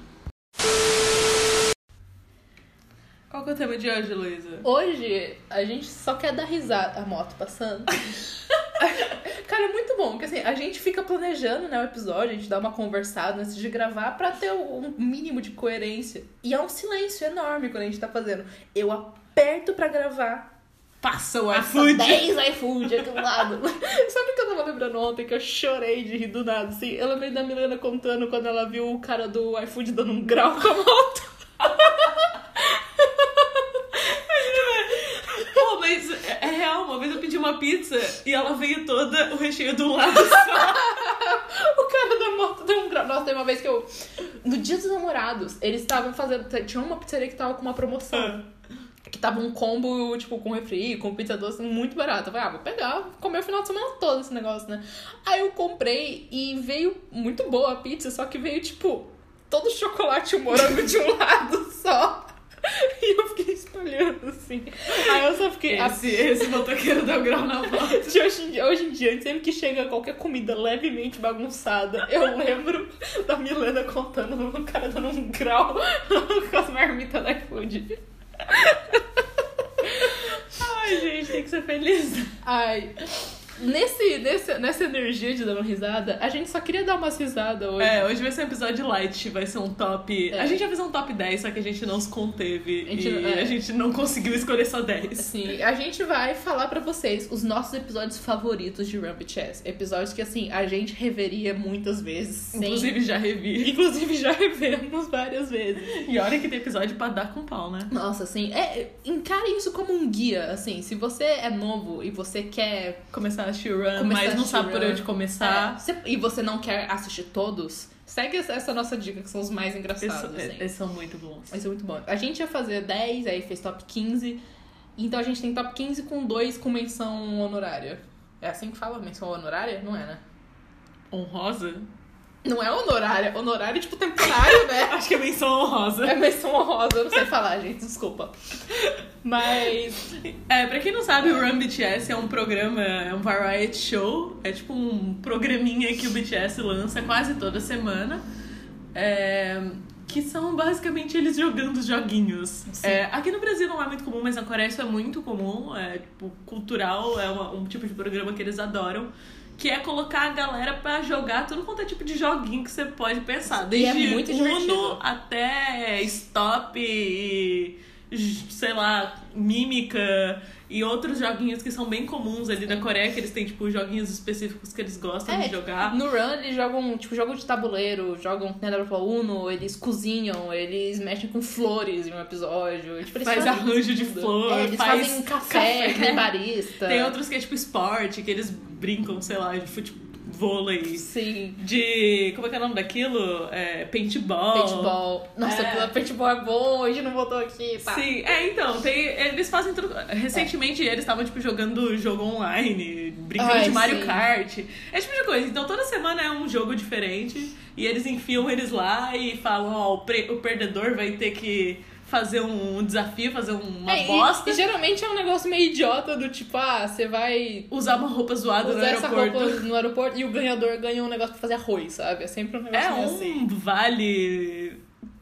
Speaker 1: Qual que é o tema de hoje, Luísa?
Speaker 2: Hoje, a gente só quer dar risada. A moto passando. Cara, é muito bom, porque assim, a gente fica planejando, né, o episódio, a gente dá uma conversada antes de gravar pra ter um mínimo de coerência. E é um silêncio enorme quando a gente tá fazendo. Eu aperto pra gravar,
Speaker 1: passa o
Speaker 2: Passa
Speaker 1: iFood.
Speaker 2: dez iFood aqui do lado. Sabe o que eu tava lembrando ontem? Que eu chorei de rir do nada, assim. Eu lembrei da Milena contando quando ela viu o cara do iFood dando um grau com a moto.
Speaker 1: Pô, mas é, é real, uma vez eu pedi uma pizza e ela veio toda o recheio do lado só.
Speaker 2: O cara da moto deu um grau. Nossa, tem uma vez que eu... No dia dos namorados, eles estavam fazendo... Tinha uma pizzaria que tava com uma promoção.
Speaker 1: Ah.
Speaker 2: Que tava um combo, tipo, com refri, com pizza doce, muito barato. Eu falei, ah, vou pegar, vou comer o final de semana todo esse negócio, né? Aí eu comprei e veio muito boa a pizza, só que veio, tipo, todo chocolate e o morango de um lado só. E eu fiquei espalhando, assim. Aí eu só fiquei...
Speaker 1: Esse, esse motoqueiro deu grau na moto.
Speaker 2: De hoje, em dia, hoje em dia, sempre que chega qualquer comida levemente bagunçada, eu lembro da Milena contando o cara dando um grau com as marmitas da iFood.
Speaker 1: Ai, gente, tem que ser feliz.
Speaker 2: Ai... Nesse, nesse, nessa energia de dando risada, a gente só queria dar umas risadas hoje.
Speaker 1: É, hoje vai ser um episódio light, vai ser um top...
Speaker 2: É.
Speaker 1: A gente ia fazer um top dez, só que a gente não se conteve.
Speaker 2: A gente-
Speaker 1: e
Speaker 2: é.
Speaker 1: a gente não conseguiu escolher só dez.
Speaker 2: Assim, a gente vai falar pra vocês os nossos episódios favoritos de Rumble Chess. Episódios que, assim, a gente reveria muitas vezes. Sem...
Speaker 1: Inclusive, já revi.
Speaker 2: Inclusive, já revemos várias vezes.
Speaker 1: E olha que tem episódio pra dar com pau, né?
Speaker 2: Nossa, assim, é, encare isso como um guia, assim. Se você é novo e você quer...
Speaker 1: Começar a assistir o Run,
Speaker 2: Começar
Speaker 1: mas
Speaker 2: a
Speaker 1: não
Speaker 2: assistir
Speaker 1: sabe por
Speaker 2: Run.
Speaker 1: onde começar.
Speaker 2: É, se- e você não quer assistir todos, segue essa essa nossa dica, que são os mais engraçados,
Speaker 1: Eles,
Speaker 2: assim.
Speaker 1: eles são muito bons.
Speaker 2: Vai ser muito bom. A gente ia fazer dez, aí fez top quinze. Então a gente tem top quinze com dois com menção honorária. É assim que fala? Menção honorária? Não é, né?
Speaker 1: Honrosa?
Speaker 2: Não é honorária. Honorário, tipo, temporário, né?
Speaker 1: Acho que é menção honrosa.
Speaker 2: É menção honrosa. Eu não sei falar, gente. Desculpa. Mas...
Speaker 1: É, pra quem não sabe, o Run B T S é um programa, é um variety show. É tipo um programinha que o B T S lança quase toda semana. É, que são basicamente eles jogando os joguinhos. É, aqui no Brasil não é muito comum, mas na Coreia isso é muito comum. É tipo, cultural, é uma- um tipo de programa que eles adoram. Que é colocar a galera pra jogar tudo quanto é tipo de joguinho que você pode pensar.
Speaker 2: E é
Speaker 1: Desde
Speaker 2: muito
Speaker 1: Uno
Speaker 2: divertido.
Speaker 1: até Stop e, sei lá, Mímica e outros joguinhos que são bem comuns ali da Coreia, que eles têm, tipo, joguinhos específicos que eles gostam de jogar.
Speaker 2: No Run, eles jogam, tipo, jogam de tabuleiro, jogam, né, da Uno, eles cozinham, eles mexem com flores em um episódio. Tipo, eles
Speaker 1: Faz
Speaker 2: fazem
Speaker 1: arranjo de
Speaker 2: tudo.
Speaker 1: flor,
Speaker 2: É, eles
Speaker 1: faz
Speaker 2: fazem café, que nem barista.
Speaker 1: Tem outros que é tipo esporte, que eles brincam, sei lá, de futebol, vôlei,
Speaker 2: Sim.
Speaker 1: de... como é que é o nome daquilo? É, paintball.
Speaker 2: Paintball. Nossa,
Speaker 1: É.
Speaker 2: o paintball é bom, hoje não botou aqui, tá?
Speaker 1: Sim, é, então, tem, eles fazem tudo. Recentemente eles estavam, tipo, jogando jogo online, brincando
Speaker 2: Ai,
Speaker 1: de Mario
Speaker 2: sim.
Speaker 1: Kart. É esse tipo de coisa. Então toda semana é um jogo diferente. E eles enfiam eles lá e falam, ó, o, pre- o perdedor vai ter que fazer um desafio, fazer uma
Speaker 2: É, e-
Speaker 1: bosta.
Speaker 2: E, geralmente é um negócio meio idiota do tipo, ah, você vai
Speaker 1: Usar uma roupa zoada no
Speaker 2: usar essa
Speaker 1: aeroporto.
Speaker 2: roupa no aeroporto e o ganhador ganha um negócio pra fazer arroz, sabe? É sempre um negócio
Speaker 1: É
Speaker 2: meio
Speaker 1: um
Speaker 2: assim.
Speaker 1: vale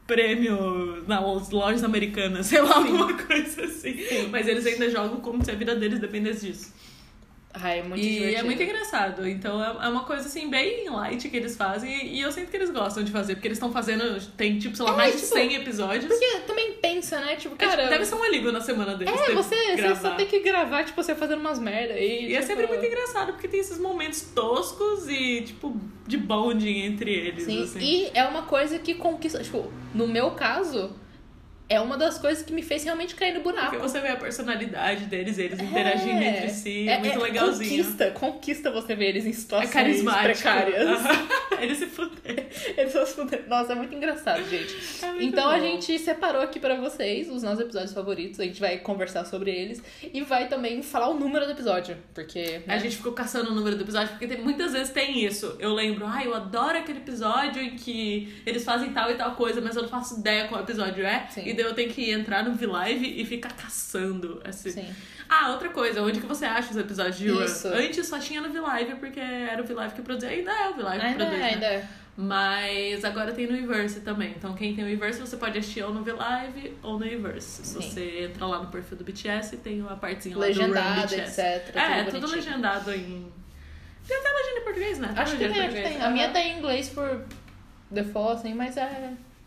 Speaker 1: prêmio nas lojas americanas, sei lá, alguma coisa assim. Mas eles ainda jogam como se a vida deles dependesse disso.
Speaker 2: Ai, é muito
Speaker 1: E
Speaker 2: divertido.
Speaker 1: é muito engraçado. Então é é uma coisa assim, bem light que eles fazem. E eu sinto que eles gostam de fazer, porque eles estão fazendo. Tem, tipo, sei lá,
Speaker 2: É,
Speaker 1: mais de
Speaker 2: tipo,
Speaker 1: cem episódios.
Speaker 2: Porque também pensa, né? Tipo,
Speaker 1: É,
Speaker 2: cara...
Speaker 1: tipo, deve ser um alívio na semana deles.
Speaker 2: É,
Speaker 1: ter-
Speaker 2: você, você
Speaker 1: gravar.
Speaker 2: só tem que gravar, tipo, você fazendo umas merda. E,
Speaker 1: E é
Speaker 2: tipo,
Speaker 1: sempre muito engraçado, porque tem esses momentos toscos e, tipo, de bonding entre eles.
Speaker 2: Sim,
Speaker 1: assim.
Speaker 2: e é uma coisa que conquista... Tipo, no meu caso, é uma das coisas que me fez realmente cair no buraco.
Speaker 1: Porque você vê a personalidade deles, eles interagindo entre si, é, muito legalzinho.
Speaker 2: Conquista, conquista você ver eles em
Speaker 1: É
Speaker 2: situações
Speaker 1: carismático.
Speaker 2: precárias.
Speaker 1: Eles se fuderam.
Speaker 2: Eles só se fuderam. Nossa, é muito engraçado, gente.
Speaker 1: É muito
Speaker 2: Então a
Speaker 1: bom.
Speaker 2: gente separou aqui pra vocês os nossos episódios favoritos. A gente vai conversar sobre eles e vai também falar o número do episódio. Porque. né?
Speaker 1: A gente ficou caçando o número do episódio, porque tem, muitas vezes tem isso. Eu lembro, ai, eu adoro aquele episódio em que eles fazem tal e tal coisa, mas eu não faço ideia qual episódio é.
Speaker 2: Sim.
Speaker 1: E daí eu tenho que entrar no V-Live e ficar caçando. Assim.
Speaker 2: Sim.
Speaker 1: Ah, outra coisa, onde que você acha os episódios de Run?
Speaker 2: Isso.
Speaker 1: Antes só tinha no V-Live, porque era o V-Live que produzia. Ainda é o V-Live que
Speaker 2: Ainda
Speaker 1: produz,
Speaker 2: é,
Speaker 1: né?
Speaker 2: ainda é.
Speaker 1: Mas agora tem no Iverse também. Então quem tem o Iverse você pode assistir ou no V-Live ou no Iverse. Se
Speaker 2: Sim.
Speaker 1: você entrar lá no perfil do B T S, tem uma partezinha lá do Run
Speaker 2: Legendado,
Speaker 1: B T S.
Speaker 2: etcétera.
Speaker 1: É,
Speaker 2: tudo
Speaker 1: tudo
Speaker 2: bonitinho.
Speaker 1: legendado em... Tem até legenda em português, né?
Speaker 2: Acho que
Speaker 1: legenda
Speaker 2: tem,
Speaker 1: em
Speaker 2: acho que
Speaker 1: português.
Speaker 2: tem. A minha
Speaker 1: Aham.
Speaker 2: tá em inglês por default, assim, mas é.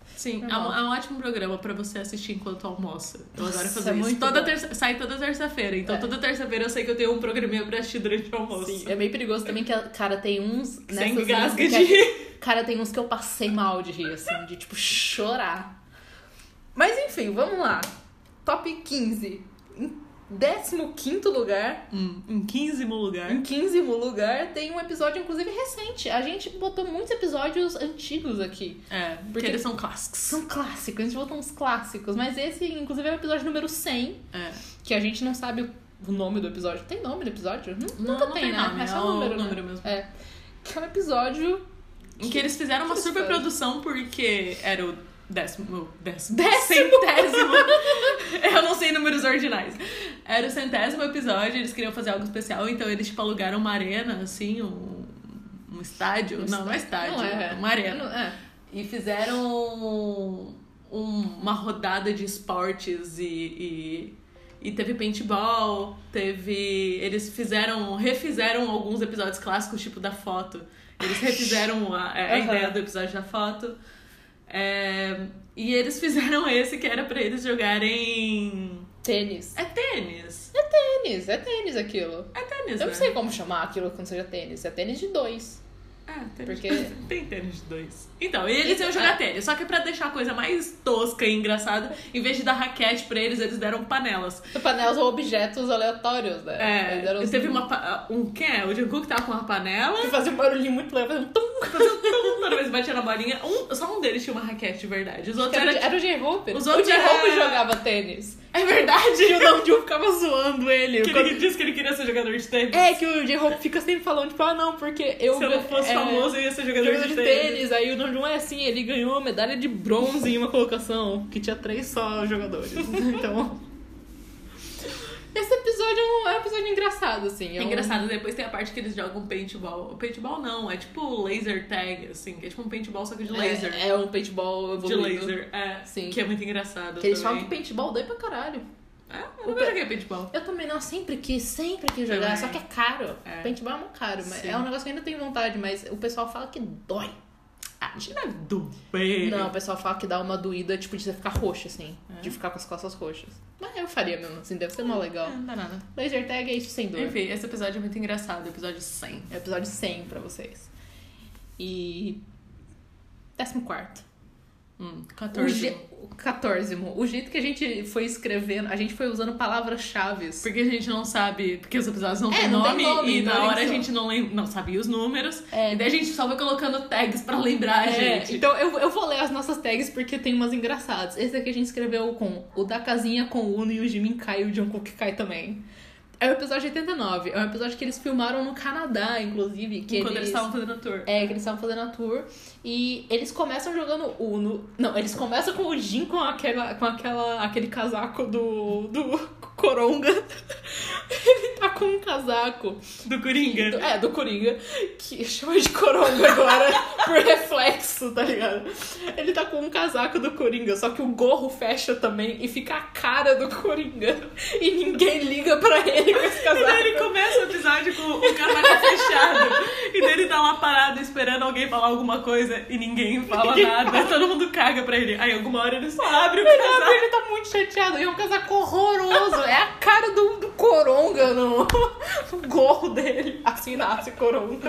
Speaker 1: Sim, é um, é um ótimo programa pra você assistir enquanto almoça. Eu adoro fazer
Speaker 2: é
Speaker 1: isso. Toda
Speaker 2: bom.
Speaker 1: terça, sai toda terça-feira. Então,
Speaker 2: É.
Speaker 1: toda terça-feira eu sei que eu tenho um programinha pra assistir durante o almoço.
Speaker 2: Sim, é meio perigoso também que, cara, tem uns...
Speaker 1: Sem
Speaker 2: nessas
Speaker 1: gasga
Speaker 2: que-
Speaker 1: de rir.
Speaker 2: Cara, tem uns que eu passei mal de rir, assim, de, tipo, chorar. Mas, enfim, vamos lá. Top quinze. Em décimo quinto lugar,
Speaker 1: Hum, em quinzimo lugar.
Speaker 2: em quinzimo lugar, tem um episódio, inclusive, recente. A gente botou muitos episódios antigos aqui.
Speaker 1: É, porque
Speaker 2: Porque-
Speaker 1: eles são clássicos.
Speaker 2: São clássicos, a gente botou uns clássicos. Mas esse, inclusive, é o episódio número cem,
Speaker 1: É.
Speaker 2: que a gente não sabe o nome do episódio. Tem nome do episódio? Hum,
Speaker 1: Não,
Speaker 2: Nunca
Speaker 1: não
Speaker 2: tem,
Speaker 1: tem
Speaker 2: né?
Speaker 1: nome,
Speaker 2: É só
Speaker 1: é
Speaker 2: o
Speaker 1: o
Speaker 2: número, né?
Speaker 1: número mesmo.
Speaker 2: É. Que é um episódio...
Speaker 1: Em que eles fizeram uma
Speaker 2: que
Speaker 1: super
Speaker 2: história.
Speaker 1: produção porque era o décimo. Décimo.
Speaker 2: Décimo!
Speaker 1: Centésimo. Eu não sei números ordinais. Era o centésimo episódio, eles queriam fazer algo especial, então eles tipo alugaram uma arena, assim, um, um estádio.
Speaker 2: Um
Speaker 1: não, não é
Speaker 2: estádio.
Speaker 1: estádio,
Speaker 2: Não, é.
Speaker 1: uma arena.
Speaker 2: Não, é.
Speaker 1: E fizeram um- uma rodada de esportes e, e, e teve paintball, teve. Eles fizeram. Refizeram alguns episódios clássicos, tipo da foto. Eles refizeram a, a
Speaker 2: Uhum.
Speaker 1: ideia do episódio da foto. É, e eles fizeram esse que era pra eles jogarem.
Speaker 2: Tênis.
Speaker 1: É tênis.
Speaker 2: É tênis, é tênis aquilo.
Speaker 1: É tênis,
Speaker 2: Eu
Speaker 1: né?
Speaker 2: não sei como chamar aquilo quando seja tênis. É tênis de dois.
Speaker 1: É, tênis.
Speaker 2: Porque-
Speaker 1: Tem tênis de dois. Então, e eles iam jogar
Speaker 2: É.
Speaker 1: tênis. Só que pra deixar a coisa mais tosca e engraçada, em vez de dar raquete pra eles, eles deram panelas.
Speaker 2: Panelas ou objetos aleatórios, né?
Speaker 1: É,
Speaker 2: Eles deram
Speaker 1: e teve uma. pa- Um quem é? O Jungkook tava com uma panela.
Speaker 2: Que fazia um barulhinho muito leve, fazia um tum.
Speaker 1: Fazendo tum, toda vez que batia na bolinha. Um, só um deles tinha uma raquete de verdade. Os outros
Speaker 2: Era,
Speaker 1: eram.
Speaker 2: era o J-Hope.
Speaker 1: Os
Speaker 2: O
Speaker 1: outros
Speaker 2: J-Hope
Speaker 1: era-
Speaker 2: jogava tênis.
Speaker 1: É verdade!
Speaker 2: E o Namjoon ficava zoando ele.
Speaker 1: Que
Speaker 2: Quando-
Speaker 1: ele disse que ele queria ser jogador de tênis.
Speaker 2: É, que o J-Hope fica sempre falando, tipo, ah, não, porque eu...
Speaker 1: Se eu não fosse
Speaker 2: é,
Speaker 1: famoso, eu ia ser jogador,
Speaker 2: jogador de tênis. Aí o Namjoon é assim, ele ganhou medalha de bronze em uma colocação, que tinha três só jogadores. Então... Esse episódio é um, é um episódio engraçado, assim.
Speaker 1: É
Speaker 2: um-
Speaker 1: engraçado, depois tem a parte que eles jogam paintball. O paintball não, é tipo laser tag, assim, que é tipo um paintball só que de laser.
Speaker 2: É, é um paintball
Speaker 1: De
Speaker 2: evoluído.
Speaker 1: laser, é.
Speaker 2: Sim.
Speaker 1: Que é muito engraçado.
Speaker 2: Que eles
Speaker 1: também.
Speaker 2: falam que paintball dói pra caralho.
Speaker 1: É, eu
Speaker 2: O
Speaker 1: nunca
Speaker 2: pe-
Speaker 1: joguei paintball.
Speaker 2: Eu também não, sempre quis, sempre quis jogar,
Speaker 1: Também.
Speaker 2: só que é caro.
Speaker 1: É.
Speaker 2: Paintball é muito caro, mas
Speaker 1: Sim.
Speaker 2: é um negócio que eu ainda tenho vontade, mas o pessoal fala que dói.
Speaker 1: Ah, não é do bem.
Speaker 2: Não, o pessoal fala que dá uma doída, tipo, de você ficar roxo, assim.
Speaker 1: É?
Speaker 2: De ficar com as costas roxas. Mas eu faria mesmo, assim, deve ser mó legal.
Speaker 1: É, não dá nada.
Speaker 2: Laser tag é isso sem dor.
Speaker 1: Enfim, esse episódio é muito engraçado, episódio cem.
Speaker 2: É o episódio cem pra vocês. E... Décimo quarto.
Speaker 1: Hum,
Speaker 2: O,
Speaker 1: quatorze.
Speaker 2: je... o quatorzimo. O jeito que a gente foi escrevendo, a gente foi usando palavras-chave.
Speaker 1: Porque a gente não sabe, porque os episódios não
Speaker 2: É,
Speaker 1: têm
Speaker 2: não tem
Speaker 1: nome,
Speaker 2: nome,
Speaker 1: e
Speaker 2: então
Speaker 1: na
Speaker 2: eles
Speaker 1: hora a
Speaker 2: são-
Speaker 1: gente não, lem... não sabia os números.
Speaker 2: É.
Speaker 1: E daí a gente só foi colocando tags pra lembrar a
Speaker 2: É,
Speaker 1: gente.
Speaker 2: então eu, eu vou ler as nossas tags porque tem umas engraçadas. Esse daqui a gente escreveu com o da casinha com o Uno e o Jimin cai e o Jungkook cai também. É o episódio oitenta e nove. É um episódio que eles filmaram no Canadá, inclusive. Que
Speaker 1: Quando eles estavam fazendo a tour.
Speaker 2: É, que eles estavam fazendo a tour. E eles começam jogando Uno. Não, eles começam com o Jin com, aquela, com aquela, aquele casaco do, do Coronga. Ele tá com um casaco.
Speaker 1: Do Coringa.
Speaker 2: Do- é, do Coringa. Que chama de Coronga agora por reflexo, tá ligado? Ele tá com um casaco do Coringa, só que o gorro fecha também e fica a cara do Coringa. E ninguém liga pra ele com esse
Speaker 1: E
Speaker 2: casaco.
Speaker 1: daí ele começa o episódio com o casaco fechado. E daí ele tá lá parado esperando alguém falar alguma coisa e ninguém fala nada. Todo mundo caga pra ele. Aí alguma hora ele só abre o
Speaker 2: Ele,
Speaker 1: casaco.
Speaker 2: abre, ele tá muito chateado. E é um casaco horroroso. É a cara do, do Coronga no, no gorro dele. Assim nasce Coronga.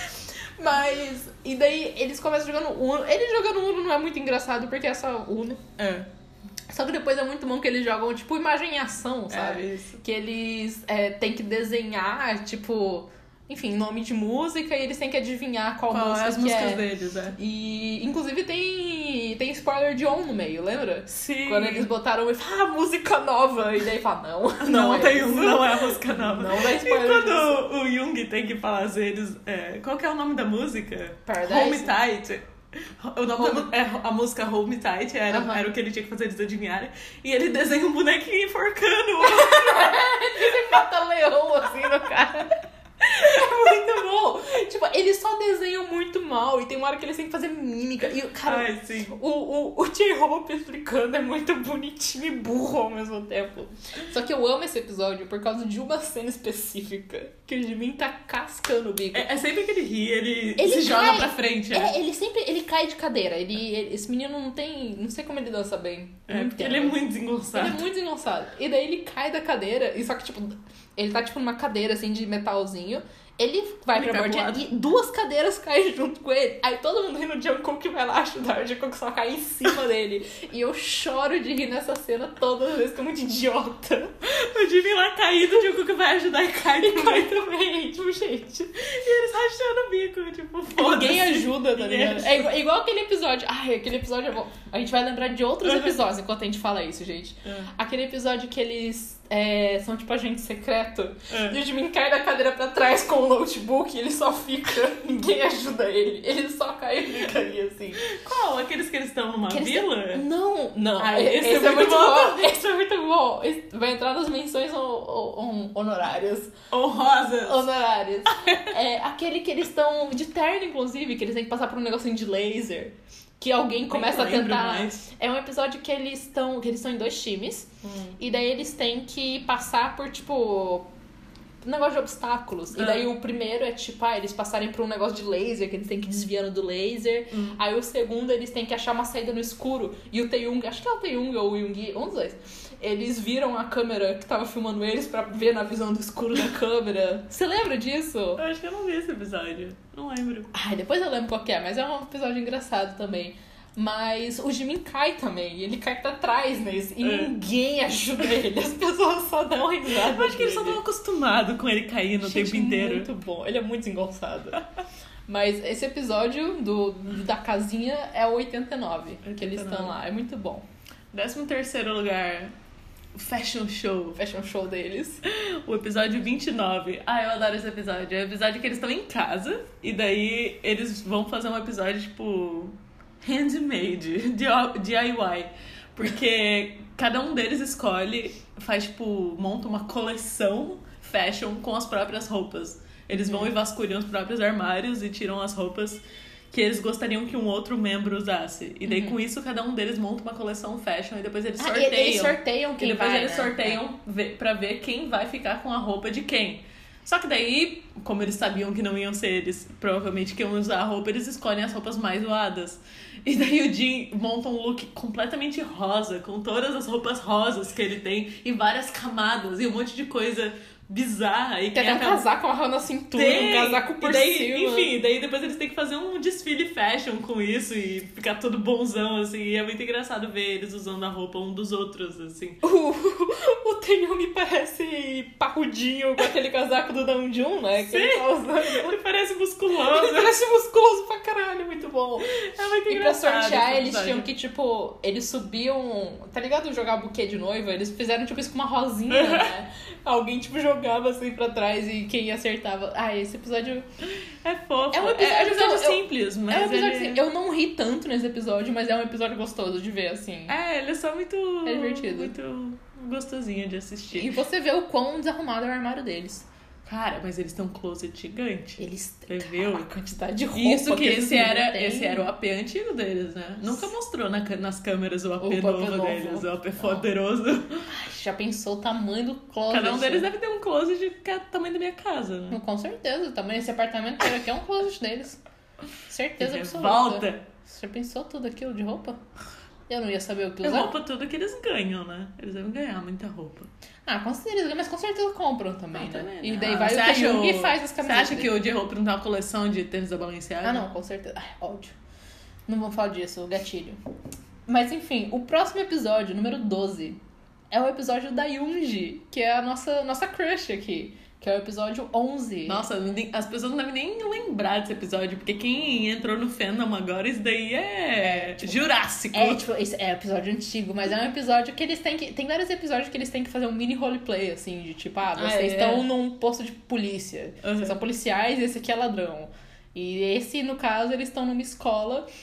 Speaker 2: Mas... E daí eles começam jogando Uno. Ele jogando Uno não é muito engraçado porque é só Uno.
Speaker 1: É.
Speaker 2: Só que depois é muito bom que eles jogam, tipo, imagem em ação, sabe?
Speaker 1: É, isso.
Speaker 2: Que eles é, têm que desenhar, tipo... Enfim, nome de música e eles têm que adivinhar qual,
Speaker 1: Qual
Speaker 2: música
Speaker 1: é as
Speaker 2: que
Speaker 1: músicas
Speaker 2: é.
Speaker 1: deles, é.
Speaker 2: E, inclusive, tem, tem spoiler de On no meio, lembra?
Speaker 1: Sim.
Speaker 2: Quando eles botaram e falaram, ah, música nova. E daí fala, não, não,
Speaker 1: Não,
Speaker 2: é
Speaker 1: tem
Speaker 2: isso.
Speaker 1: um, não é a música nova.
Speaker 2: Não dá
Speaker 1: E
Speaker 2: spoiler
Speaker 1: quando
Speaker 2: disso.
Speaker 1: o Jung tem que falar às vezes, é, qual que é o nome da música?
Speaker 2: Paradise?
Speaker 1: Home Tight. O nome da mu- é, a música Home Tight era,
Speaker 2: Aham.
Speaker 1: era o que ele tinha que fazer eles adivinharem. E ele desenha um bonequinho enforcando.
Speaker 2: Ele mata leão, assim, no cara. É muito bom. Tipo, eles só desenham muito mal. E tem uma hora que eles têm que fazer mímica. E, cara,
Speaker 1: Ai, sim.
Speaker 2: o, o, o J-Hope explicando é muito bonitinho e burro ao mesmo tempo. Só que eu amo esse episódio por causa de uma cena específica. Que o Jimin tá cascando o bico.
Speaker 1: É, é sempre que ele ri, ele,
Speaker 2: Ele
Speaker 1: se
Speaker 2: cai-
Speaker 1: joga pra frente.
Speaker 2: É, ele sempre ele cai de cadeira. Ele, ele- esse menino não tem... Não sei como ele dança bem.
Speaker 1: É,
Speaker 2: Não
Speaker 1: porque
Speaker 2: entendo.
Speaker 1: ele é muito
Speaker 2: Ele
Speaker 1: desengonçado.
Speaker 2: é muito desengonçado. E daí ele cai da cadeira, e só que, tipo, ele tá, tipo, numa cadeira, assim, de metalzinho. Ele vai
Speaker 1: Ele
Speaker 2: pra
Speaker 1: cai pro
Speaker 2: bordinha
Speaker 1: lado.
Speaker 2: e duas cadeiras caem junto com ele. Aí todo mundo ri no Jungkook que vai lá ajudar. O Jungkook só cai em cima dele. E eu choro de rir nessa cena todas as vezes, que é muito idiota.
Speaker 1: O Jimmy lá caído, o Jungkook vai ajudar e cai
Speaker 2: E
Speaker 1: também.
Speaker 2: cai também, tipo, gente.
Speaker 1: E eles rachando o bico, tipo, foda-se.
Speaker 2: Ninguém ajuda, tá
Speaker 1: Ninguém
Speaker 2: ligado?
Speaker 1: ajuda.
Speaker 2: É igual, é igual aquele episódio. Ai, aquele episódio é bom. A gente vai lembrar de outros
Speaker 1: Uhum.
Speaker 2: episódios enquanto a gente fala isso, gente.
Speaker 1: É.
Speaker 2: Aquele episódio que eles é, são tipo agente secreto.
Speaker 1: É.
Speaker 2: E o Jimin cai da cadeira pra trás com o notebook e ele só fica. Ninguém ajuda ele. Ele só cai e fica ali assim.
Speaker 1: Qual? Aqueles que eles estão numa
Speaker 2: Que eles-
Speaker 1: vila?
Speaker 2: Não, não.
Speaker 1: Ah,
Speaker 2: esse,
Speaker 1: esse
Speaker 2: é,
Speaker 1: é
Speaker 2: muito
Speaker 1: muito bom.
Speaker 2: bom. Esse é muito bom. Esse vai entrar nas menções hon- hon- honorárias.
Speaker 1: Honrosas.
Speaker 2: Honorárias. É aquele que eles estão de terno, inclusive, que eles têm que passar por um negocinho de laser. Que alguém começa a
Speaker 1: lembro
Speaker 2: tentar.
Speaker 1: mais.
Speaker 2: É um episódio que eles estão. Que eles estão em dois times. E daí eles têm que passar por, tipo. Um negócio de obstáculos. E
Speaker 1: Ah.
Speaker 2: daí o primeiro é tipo, ah, eles passarem por um negócio de laser, que eles têm que ir desviando do laser.
Speaker 1: Hum.
Speaker 2: Aí o segundo, eles têm que achar uma saída no escuro. E o Taeyong, acho que é o Taeyong ou o Yoongi, um dos dois. Eles viram a câmera que tava filmando eles pra ver na visão do escuro da câmera. Você lembra disso?
Speaker 1: Eu acho que eu não vi esse episódio. Não lembro.
Speaker 2: Ai, depois eu lembro qual que é, mas é um episódio engraçado também. Mas o Jimin cai também, e ele cai pra trás nesse, e
Speaker 1: É.
Speaker 2: ninguém ajuda ele, as pessoas só dão risada.
Speaker 1: Eu acho que eles só
Speaker 2: dele.
Speaker 1: estão acostumados com ele caindo o
Speaker 2: Gente,
Speaker 1: tempo inteiro.
Speaker 2: muito bom, ele é muito desengonçado. Mas esse episódio do, da casinha é o oitenta e nove, que eles
Speaker 1: oitenta e nove.
Speaker 2: estão lá, é muito bom.
Speaker 1: Décimo terceiro lugar, o Fashion Show.
Speaker 2: O fashion show deles.
Speaker 1: O episódio vinte e nove. Ah, eu adoro esse episódio. É o episódio que eles estão em casa e daí eles vão fazer um episódio, tipo, handmade, D I Y. Porque cada um deles escolhe, faz, tipo, monta uma coleção fashion com as próprias roupas. Eles vão e vasculham os próprios armários e tiram as roupas que eles gostariam que um outro membro usasse. E daí, com isso, cada um deles monta uma coleção fashion e depois eles
Speaker 2: Ah,
Speaker 1: sorteiam.
Speaker 2: e- eles sorteiam
Speaker 1: E
Speaker 2: quem
Speaker 1: depois
Speaker 2: vai,
Speaker 1: eles
Speaker 2: né?
Speaker 1: sorteiam ver, pra ver quem vai ficar com a roupa de quem. Só que daí, como eles sabiam que não iam ser eles, provavelmente que iam usar a roupa, eles escolhem as roupas mais zoadas. E daí o Jin monta um look completamente rosa, com todas as roupas rosas que ele tem, e várias camadas, e um monte de coisa bizarra. E
Speaker 2: Tem
Speaker 1: que
Speaker 2: até um
Speaker 1: acaba-
Speaker 2: casaco amarrando na cintura,
Speaker 1: Tem.
Speaker 2: um casaco por
Speaker 1: E daí,
Speaker 2: cima.
Speaker 1: enfim, daí depois eles têm que fazer um desfile fashion com isso e ficar todo bonzão, assim. E é muito engraçado ver eles usando a roupa um dos outros, assim.
Speaker 2: O, o Taeyong parece parrudinho com aquele casaco do Namjoon, né? Que ele
Speaker 1: Sim.
Speaker 2: tá usando.
Speaker 1: Ele parece
Speaker 2: Ele
Speaker 1: musculoso.
Speaker 2: parece musculoso pra caralho, muito bom.
Speaker 1: É muito
Speaker 2: E pra
Speaker 1: engraçado.
Speaker 2: sortear,
Speaker 1: esse
Speaker 2: eles
Speaker 1: episódio.
Speaker 2: tinham que, tipo, eles subiam. Tá ligado? Jogar buquê de noiva? Eles fizeram, tipo, isso com uma rosinha, né? Alguém, tipo, jogava assim pra trás e quem acertava. Ah, esse episódio.
Speaker 1: É fofo.
Speaker 2: É um
Speaker 1: É
Speaker 2: episódio
Speaker 1: é um episódio
Speaker 2: que eu-
Speaker 1: simples, mas
Speaker 2: é um episódio
Speaker 1: ele...
Speaker 2: assim. Eu não ri tanto nesse episódio, mas é um episódio gostoso de ver, assim.
Speaker 1: É, ele é só muito...
Speaker 2: É divertido.
Speaker 1: Muito gostosinho de assistir.
Speaker 2: E você vê o quão desarrumado é o armário deles.
Speaker 1: Cara, mas eles têm um closet gigante.
Speaker 2: Eles
Speaker 1: Você viu?
Speaker 2: a quantidade de roupa
Speaker 1: Isso que
Speaker 2: esses
Speaker 1: esse era,
Speaker 2: meninos têm.
Speaker 1: esse era o A P antigo deles, né? Nunca mostrou na, ca- nas câmeras o A P
Speaker 2: O A P
Speaker 1: novo,
Speaker 2: novo.
Speaker 1: deles, o A P
Speaker 2: Não.
Speaker 1: poderoso.
Speaker 2: Ai, já pensou o tamanho do closet?
Speaker 1: Cada um deles deve ter um closet que é o tamanho da minha casa, né?
Speaker 2: Com certeza, o tamanho desse apartamento inteiro aqui é um closet deles. Certeza
Speaker 1: Que
Speaker 2: absoluta.
Speaker 1: revolta.
Speaker 2: Você já pensou tudo aquilo de roupa? Eu não ia saber o que
Speaker 1: É
Speaker 2: usar.
Speaker 1: roupa tudo que eles ganham, né? Eles devem ganhar muita roupa.
Speaker 2: Ah, com certeza, mas com certeza compram também,
Speaker 1: Ah,
Speaker 2: né?
Speaker 1: também,
Speaker 2: E
Speaker 1: né?
Speaker 2: daí
Speaker 1: Ah,
Speaker 2: vai
Speaker 1: você
Speaker 2: o
Speaker 1: acha
Speaker 2: Taeyong
Speaker 1: o-
Speaker 2: e faz as
Speaker 1: Você
Speaker 2: camisetas.
Speaker 1: acha que o J-Hope não tem uma coleção de tênis da Balenciaga?
Speaker 2: Ah, não, com certeza. Ai, ódio. Não vamos falar disso, gatilho. Mas enfim, o próximo episódio, número doze, é o episódio da Yoongi, que é a nossa, nossa crush aqui. Que é o episódio onze.
Speaker 1: Nossa, nem- as pessoas não devem nem lembrar desse episódio, porque quem entrou no fandom agora, isso daí é, Jurássico.
Speaker 2: É, tipo, esse é episódio antigo, mas é um episódio que eles têm que... Tem vários episódios que eles têm que fazer um mini roleplay, assim, de tipo, ah,
Speaker 1: Ah,
Speaker 2: vocês
Speaker 1: é.
Speaker 2: estão num posto de polícia.
Speaker 1: Uhum.
Speaker 2: Vocês são policiais e esse aqui é ladrão. E esse, no caso, eles estão numa escola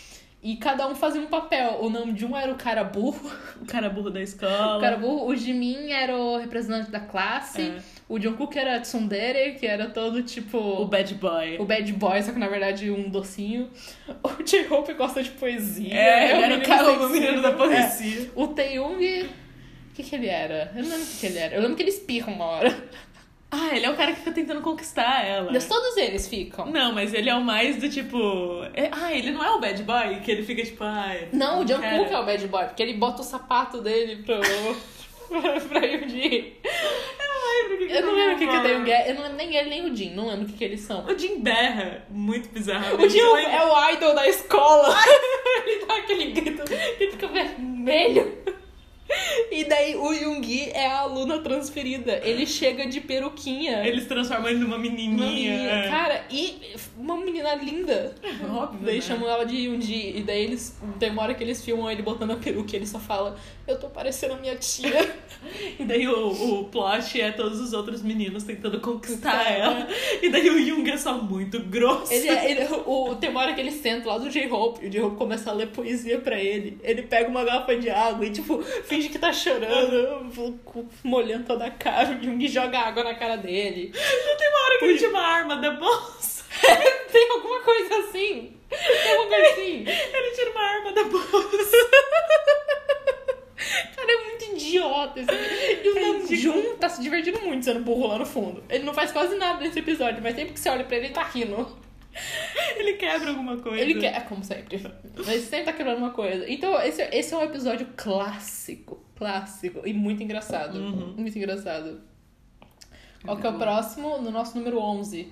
Speaker 2: E cada um fazia um papel. O Namjoon era o cara burro.
Speaker 1: O cara burro da escola.
Speaker 2: O cara burro. O Jimin era o representante da classe.
Speaker 1: É.
Speaker 2: O Jungkook era tsundere, que era todo tipo...
Speaker 1: O bad boy.
Speaker 2: O bad boy, só que na verdade um docinho. O J-Hope gosta de poesia.
Speaker 1: É, ele era o cara, o
Speaker 2: sensível.
Speaker 1: menino da poesia.
Speaker 2: É. O Taeyong... O que que ele era? Eu não lembro o que que ele era. Eu lembro que ele espirra uma hora.
Speaker 1: Ah, ele é o cara que fica tentando conquistar ela.
Speaker 2: Mas todos eles ficam.
Speaker 1: Não, mas ele é o mais do tipo... é- Ah, ele não é o bad boy? Que ele fica tipo... Ai,
Speaker 2: Não, o Jungkook
Speaker 1: cara.
Speaker 2: é o bad boy, porque ele bota o sapato dele pro... pra Yuji.
Speaker 1: Eu não lembro o que que
Speaker 2: Eu não
Speaker 1: ele
Speaker 2: lembro o que que
Speaker 1: fala.
Speaker 2: o Taeyong é. Eu não lembro nem ele nem o Jin. Não lembro o que que eles são.
Speaker 1: O Jin berra. Muito bizarro.
Speaker 2: O Jin é o idol da escola. Ele dá aquele grito que fica vermelho. E daí o Yoongi é a aluna transferida. Ele chega de peruquinha.
Speaker 1: Eles transformam ele numa menininha.
Speaker 2: Uma menina.
Speaker 1: é.
Speaker 2: Cara, e uma menina linda.
Speaker 1: Óbvio,
Speaker 2: Daí
Speaker 1: né?
Speaker 2: chamam ela de Yoongi. E daí eles. Tem uma hora que eles filmam ele botando a peruca e ele só fala: eu tô parecendo a minha tia.
Speaker 1: E daí o, o plot é todos os outros meninos tentando conquistar
Speaker 2: Conquistar,
Speaker 1: ela. E daí o Jung é só muito grosso.
Speaker 2: Ele, é- ele, o, tem uma hora que ele senta lá do J-Hope e o J-Hope começa a ler poesia pra ele. Ele pega uma garrafa de água e, tipo, finge que tá chorando, molhando toda a cara. O Jung joga água na cara dele.
Speaker 1: Não tem uma hora que ele tira uma arma da bolsa.
Speaker 2: Tem alguma coisa assim. Tem alguma coisa assim.
Speaker 1: Ele tira uma arma da bolsa.
Speaker 2: Cara, é muito idiota esse. E o Namjoon tá se divertindo muito sendo burro lá no fundo. Ele não faz quase nada nesse episódio, mas sempre que você olha pra ele, ele tá rindo.
Speaker 1: Ele quebra alguma coisa.
Speaker 2: Ele quer, é como sempre. Mas sempre tá quebrando uma coisa. Então, esse, esse é um episódio clássico. Clássico. E muito engraçado.
Speaker 1: Uhum.
Speaker 2: Muito engraçado. Qual que é o próximo? No nosso número onze.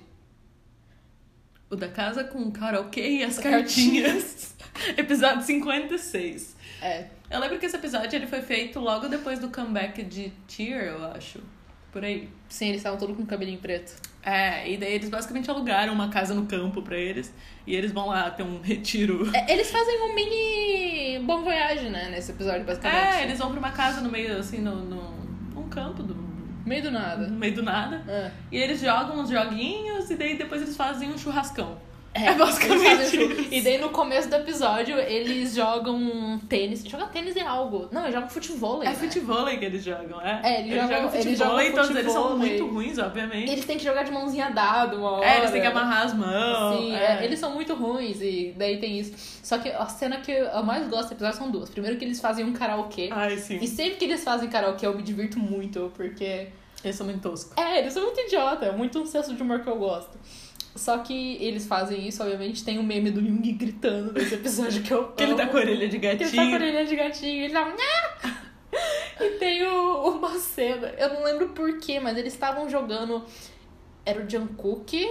Speaker 1: O da casa com o karaokê e as
Speaker 2: Cartinhas.
Speaker 1: cartinhas. Episódio cinquenta e seis.
Speaker 2: É.
Speaker 1: Eu lembro que esse episódio ele foi feito logo depois do comeback de Tear, eu acho. Por aí.
Speaker 2: Sim, eles estavam todos com cabelinho preto.
Speaker 1: É, e daí eles basicamente alugaram uma casa no campo pra eles. E eles vão lá ter um retiro.
Speaker 2: É, eles fazem um mini Bom Voyage, né? Nesse episódio, basicamente.
Speaker 1: É, eles vão pra uma casa no meio, assim, no, no um campo do,
Speaker 2: Meio do nada.
Speaker 1: no meio do nada.
Speaker 2: É.
Speaker 1: E eles jogam uns joguinhos e daí depois eles fazem um churrascão.
Speaker 2: É,
Speaker 1: É basicamente
Speaker 2: eles fazem
Speaker 1: isso.
Speaker 2: isso. E daí no começo do episódio eles jogam tênis. Jogar tênis é algo. Não, eles jogam futebol.
Speaker 1: É
Speaker 2: né?
Speaker 1: futebol que eles jogam, é?
Speaker 2: É, eles jogam-
Speaker 1: jogam
Speaker 2: eles
Speaker 1: futebol
Speaker 2: jogam
Speaker 1: e todos eles são
Speaker 2: futevôlei.
Speaker 1: muito ruins, obviamente.
Speaker 2: Eles têm que jogar de mãozinha dada uma hora.
Speaker 1: É, eles têm que amarrar as mãos.
Speaker 2: Sim,
Speaker 1: é.
Speaker 2: é, eles são muito ruins e daí tem isso. Só que a cena que eu mais gosto do episódio são duas. Primeiro que eles fazem um karaokê.
Speaker 1: Ai, sim.
Speaker 2: E sempre que eles fazem karaokê eu me divirto muito, porque...
Speaker 1: Eles são muito toscos.
Speaker 2: É, eles são muito idiota, é muito um senso de humor que eu gosto. Só que eles fazem isso, obviamente, tem o meme do Jung gritando nesse episódio que eu
Speaker 1: Que ele tá
Speaker 2: amo.
Speaker 1: com a orelha de
Speaker 2: Que ele tá com a
Speaker 1: gatinho.
Speaker 2: orelha de gatinho, ele tá... "Nha!" E tem o, uma cena, eu não lembro porquê, mas eles estavam jogando... Era o Jungkook,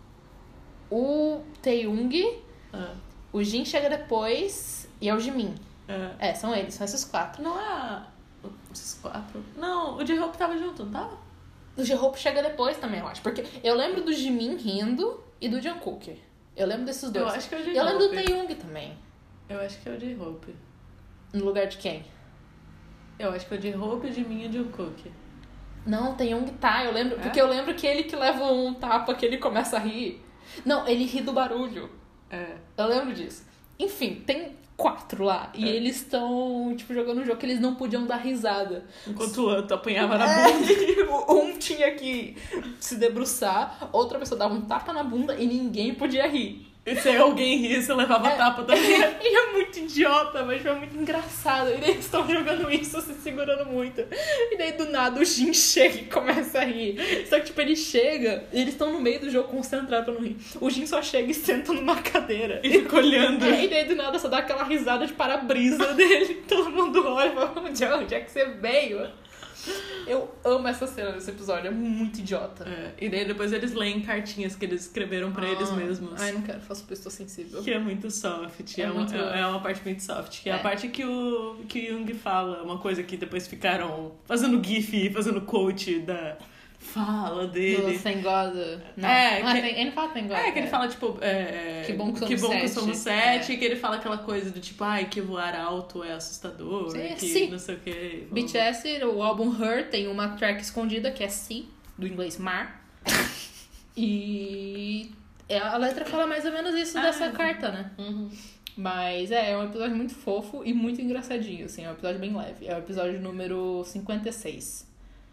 Speaker 2: o Taeyong,
Speaker 1: Ah,
Speaker 2: o Jin chega depois e é o Jimin.
Speaker 1: é.
Speaker 2: É, são eles, são esses quatro.
Speaker 1: Não é a... esses quatro? Não, o J-Hope tava junto, não tava?
Speaker 2: O J-Hope chega depois também, eu acho. Porque eu lembro do Jimin rindo e do Jungkook. Eu lembro desses dois.
Speaker 1: Eu acho que é o J-Hope.
Speaker 2: Eu lembro do Taeyong também.
Speaker 1: Eu acho que é o J-Hope.
Speaker 2: No lugar de quem?
Speaker 1: Eu acho que é o J-Hope, o Jimin e o Jungkook.
Speaker 2: Não, o Taeyong tá. Eu lembro,
Speaker 1: É?
Speaker 2: porque eu lembro que ele que leva um tapa que ele começa a rir. Não, ele ri do barulho.
Speaker 1: É.
Speaker 2: Eu lembro disso. Enfim, tem quatro lá. E
Speaker 1: É.
Speaker 2: eles estão, tipo, jogando um jogo que eles não podiam dar risada.
Speaker 1: Enquanto o outro apanhava na
Speaker 2: É,
Speaker 1: bunda.
Speaker 2: um tinha que se debruçar, outra pessoa dava um tapa na bunda e ninguém podia rir.
Speaker 1: E se alguém ria, você levava tapa também.
Speaker 2: E é muito idiota, mas foi muito engraçado. E daí eles estão jogando isso, se segurando muito. E daí do nada o Jin chega e começa a rir. Só que tipo, ele chega e eles estão no meio do jogo concentrados pra não rir. O Jin só chega e senta numa cadeira.
Speaker 1: E fica olhando.
Speaker 2: É, e daí do nada só dá aquela risada de para-brisa dele. Todo mundo olha e fala, onde é, onde é que você veio? Eu amo essa cena desse episódio, é muito idiota.
Speaker 1: É, e daí depois eles leem cartinhas que eles escreveram pra eles
Speaker 2: Ah,
Speaker 1: mesmos.
Speaker 2: Ai, não quero, faço porque estou sensível.
Speaker 1: Que é muito soft.
Speaker 2: É
Speaker 1: É, uma,
Speaker 2: muito-
Speaker 1: é é uma parte muito soft. Que é,
Speaker 2: É.
Speaker 1: a parte que o, que o Jung fala. Uma coisa que depois ficaram fazendo gif, fazendo quote da fala
Speaker 2: Do
Speaker 1: dele.
Speaker 2: Thank God. Não,
Speaker 1: É,
Speaker 2: não
Speaker 1: que-
Speaker 2: ele não fala Thank God.
Speaker 1: É, que ele fala, tipo... é,
Speaker 2: Que bom que somos
Speaker 1: que bom que
Speaker 2: sete.
Speaker 1: somos sete.
Speaker 2: É.
Speaker 1: E que ele fala aquela coisa do tipo... Ai, que voar alto é assustador.
Speaker 2: Sim,
Speaker 1: que
Speaker 2: sim.
Speaker 1: não sei o que.
Speaker 2: B T S, o álbum Her, tem uma track escondida que é Sea, do inglês mar. E é, a letra fala mais ou menos isso
Speaker 1: Ah,
Speaker 2: dessa
Speaker 1: sim.
Speaker 2: carta, né?
Speaker 1: Uhum.
Speaker 2: Mas é, é um episódio muito fofo e muito engraçadinho, assim. É um episódio bem leve. É o episódio número cinquenta e seis.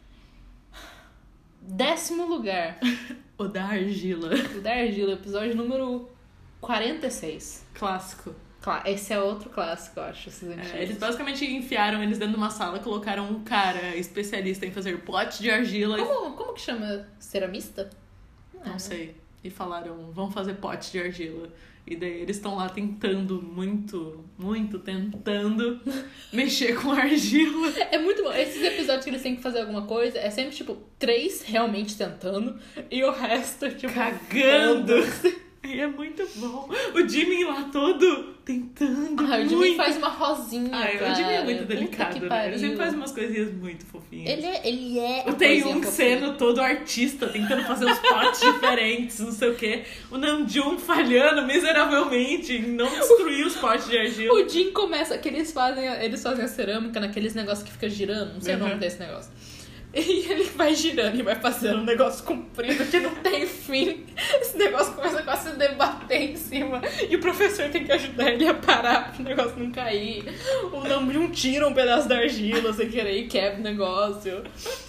Speaker 2: Décimo lugar.
Speaker 1: O da argila.
Speaker 2: O da argila, episódio número quarenta e seis.
Speaker 1: Clássico.
Speaker 2: Esse é outro clássico, eu acho. Esses antigos.
Speaker 1: É, eles basicamente enfiaram eles dentro de uma sala, colocaram um cara especialista em fazer pote de argila.
Speaker 2: Como, como que chama? Ceramista?
Speaker 1: Não, Não sei. E falaram, vamos fazer pote de argila. E daí eles estão lá tentando muito, muito tentando mexer com argila.
Speaker 2: É muito bom. Esses episódios que eles têm que fazer alguma coisa, é sempre, tipo, três realmente tentando e o resto, tipo...
Speaker 1: cagando. E é muito bom. O Jimmy lá todo tentando.
Speaker 2: Ah, o Jimmy
Speaker 1: muito.
Speaker 2: faz uma rosinha.
Speaker 1: Ah,
Speaker 2: cara.
Speaker 1: o Jimmy é muito delicado, né?
Speaker 2: Pariu.
Speaker 1: Ele sempre faz umas coisinhas muito fofinhas.
Speaker 2: Ele é. Ele é
Speaker 1: o Taeyong sendo todo artista, tentando fazer uns potes diferentes, não sei o quê. O Namjoon falhando miseravelmente em não destruir os potes de argila.
Speaker 2: O Jin começa, que eles fazem, eles fazem a cerâmica naqueles negócios que fica girando, não sei uhum. o nome desse negócio. E ele vai girando e vai fazendo um negócio comprido que não tem fim. Esse negócio começa a quase se debater em cima. E o professor tem que ajudar ele a parar pro negócio não cair. O Namjoon tira um pedaço da argila sem querer e quebra o negócio.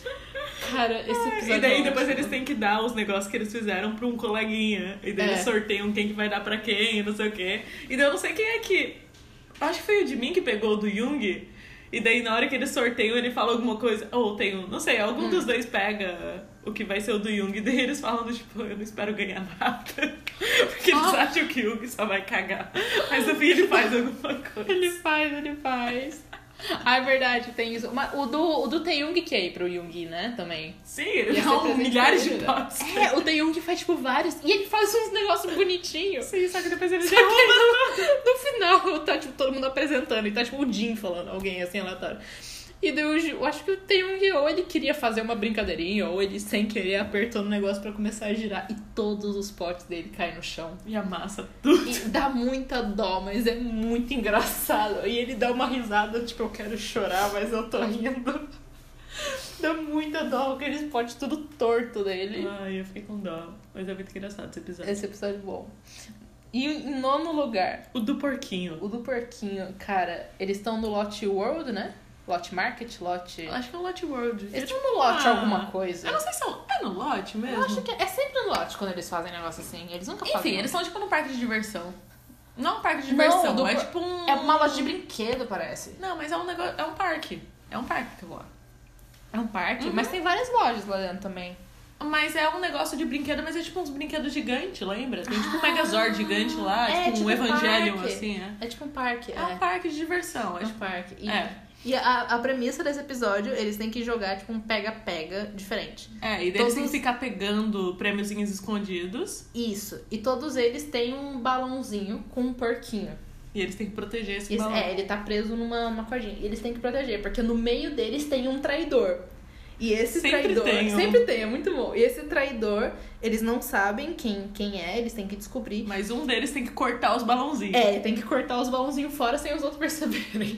Speaker 2: Cara, esse episódio.
Speaker 1: E daí
Speaker 2: é
Speaker 1: depois eles têm que dar os negócios que eles fizeram pra um coleguinha. E daí é. eles sorteiam quem que vai dar pra quem e não sei o quê. E daí eu não sei quem é que... Acho que foi o de mim que pegou o do Jung. E daí, na hora que eles sorteiam, ele fala alguma coisa. Ou tem um, não sei, algum hum. dos dois pega o que vai ser o do Jung. E daí eles falam, tipo, eu não espero ganhar nada. Porque eles oh. acham que o Jung só vai cagar. Mas no fim ele faz alguma coisa.
Speaker 2: Ele faz, ele faz. Ah, é verdade, tem isso. Mas o do, o do Taeyong que é ir pro Jung, né, também.
Speaker 1: Sim, ele dá milhares de potes.
Speaker 2: É, o Taeyong faz, tipo, vários. E ele faz uns negócios bonitinhos.
Speaker 1: Sim, só que depois ele
Speaker 2: derruba tudo. No final, tá, tipo, todo mundo apresentando. E tá, tipo, o Jin falando, alguém assim, aleatório. E daí eu, eu acho que o Taeyong, ou ele queria fazer uma brincadeirinha, ou ele, sem querer, apertou no negócio pra começar a girar. E todos os potes dele caem no chão.
Speaker 1: E amassa tudo.
Speaker 2: E dá muita dó, mas é muito engraçado. E ele dá uma risada, tipo, eu quero chorar, mas eu tô rindo. Dá muita dó, aqueles potes tudo torto dele.
Speaker 1: Ai, eu fiquei com dó. Mas é muito engraçado esse episódio.
Speaker 2: Esse episódio é bom. E em nono lugar...
Speaker 1: O do porquinho.
Speaker 2: O do porquinho, cara, eles estão no Lot World, né? Lot Market, Lot...
Speaker 1: Acho que é o Lot World.
Speaker 2: Eles estão no Lot ah, alguma coisa.
Speaker 1: Eu não sei se é, é no Lot mesmo.
Speaker 2: Eu acho que é, é sempre no Lot quando eles fazem negócio assim. Eles nunca fazem.
Speaker 1: Enfim, eles estão tipo no parque de diversão. Não é um parque de diversão, não, do... é tipo um...
Speaker 2: É uma loja de brinquedo, parece.
Speaker 1: Não, mas é um negócio... É um parque. É um parque que eu vou lá.
Speaker 2: É um parque?
Speaker 1: Uhum.
Speaker 2: Mas tem várias lojas lá dentro também.
Speaker 1: Mas é um negócio de brinquedo, mas é tipo uns brinquedos gigantes, lembra? Tem tipo um Megazord gigante lá,
Speaker 2: é,
Speaker 1: tipo, tipo um Evangelion,
Speaker 2: parque.
Speaker 1: assim, é.
Speaker 2: É tipo um parque.
Speaker 1: É,
Speaker 2: é.
Speaker 1: um parque de diversão.
Speaker 2: É
Speaker 1: é
Speaker 2: um parque. E,
Speaker 1: é.
Speaker 2: e a, a premissa desse episódio, eles têm que jogar tipo um pega-pega diferente.
Speaker 1: É, e daí todos... eles têm que ficar pegando prêmiozinhos escondidos.
Speaker 2: Isso. E todos eles têm um balãozinho com um porquinho.
Speaker 1: E eles têm que proteger esse
Speaker 2: Isso,
Speaker 1: balão.
Speaker 2: É, ele tá preso numa, numa cordinha. E eles têm que proteger, porque no meio deles tem um traidor. E esse
Speaker 1: sempre
Speaker 2: traidor...
Speaker 1: Tem um...
Speaker 2: Sempre tem, é muito bom. E esse traidor, eles não sabem quem, quem é, eles têm que descobrir.
Speaker 1: Mas um deles tem que cortar os balãozinhos.
Speaker 2: É, tem que cortar os balãozinhos fora sem os outros perceberem.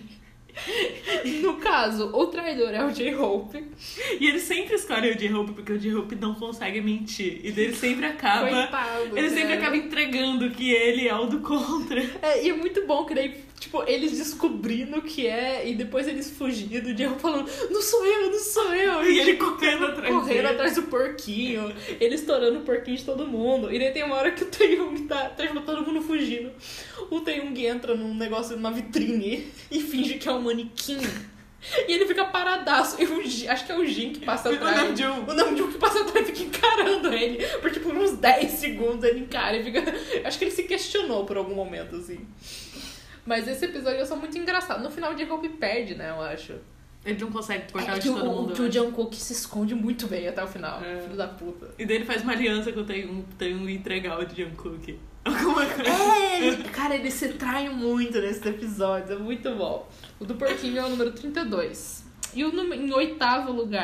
Speaker 2: No caso, o traidor é o J-Hope.
Speaker 1: E ele sempre escolhe o J-Hope porque o J-Hope não consegue mentir. E ele sempre acaba...
Speaker 2: Coitado,
Speaker 1: ele
Speaker 2: cara.
Speaker 1: sempre acaba entregando que ele é o do contra.
Speaker 2: É, e é muito bom que daí, tipo, eles descobrindo o que é e depois eles fugindo, o J-Hope falando, não sou eu, não sou eu.
Speaker 1: E, e ele correndo atrás
Speaker 2: Correndo
Speaker 1: dele.
Speaker 2: atrás do porquinho. Ele estourando o porquinho de todo mundo. E daí tem uma hora que o Taeyong tá, tá tipo, todo mundo fugindo. O Taeyong entra num negócio, numa vitrine e finge que é um manequim. E ele fica paradaço. E o Jin, acho que é o Jin que passa atrás.
Speaker 1: O Namjoon.
Speaker 2: O Namjoon que passa atrás e fica encarando ele. Por tipo uns dez segundos ele encara e fica... Acho que ele se questionou por algum momento, assim. Mas esse episódio é só muito engraçado. No final o J-Hope perde, né, eu acho.
Speaker 1: Ele não consegue cortar
Speaker 2: é
Speaker 1: de todo
Speaker 2: o,
Speaker 1: mundo.
Speaker 2: Que o Jungkook se esconde muito bem até o final.
Speaker 1: É.
Speaker 2: Filho da puta.
Speaker 1: E daí ele faz uma aliança que eu tenho, tenho entregar o Jungkook. Alguma coisa.
Speaker 2: É, ele, cara, eles se traem muito nesse episódio. É muito bom. O do porquinho é o número trinta e dois. E o, em oitavo lugar...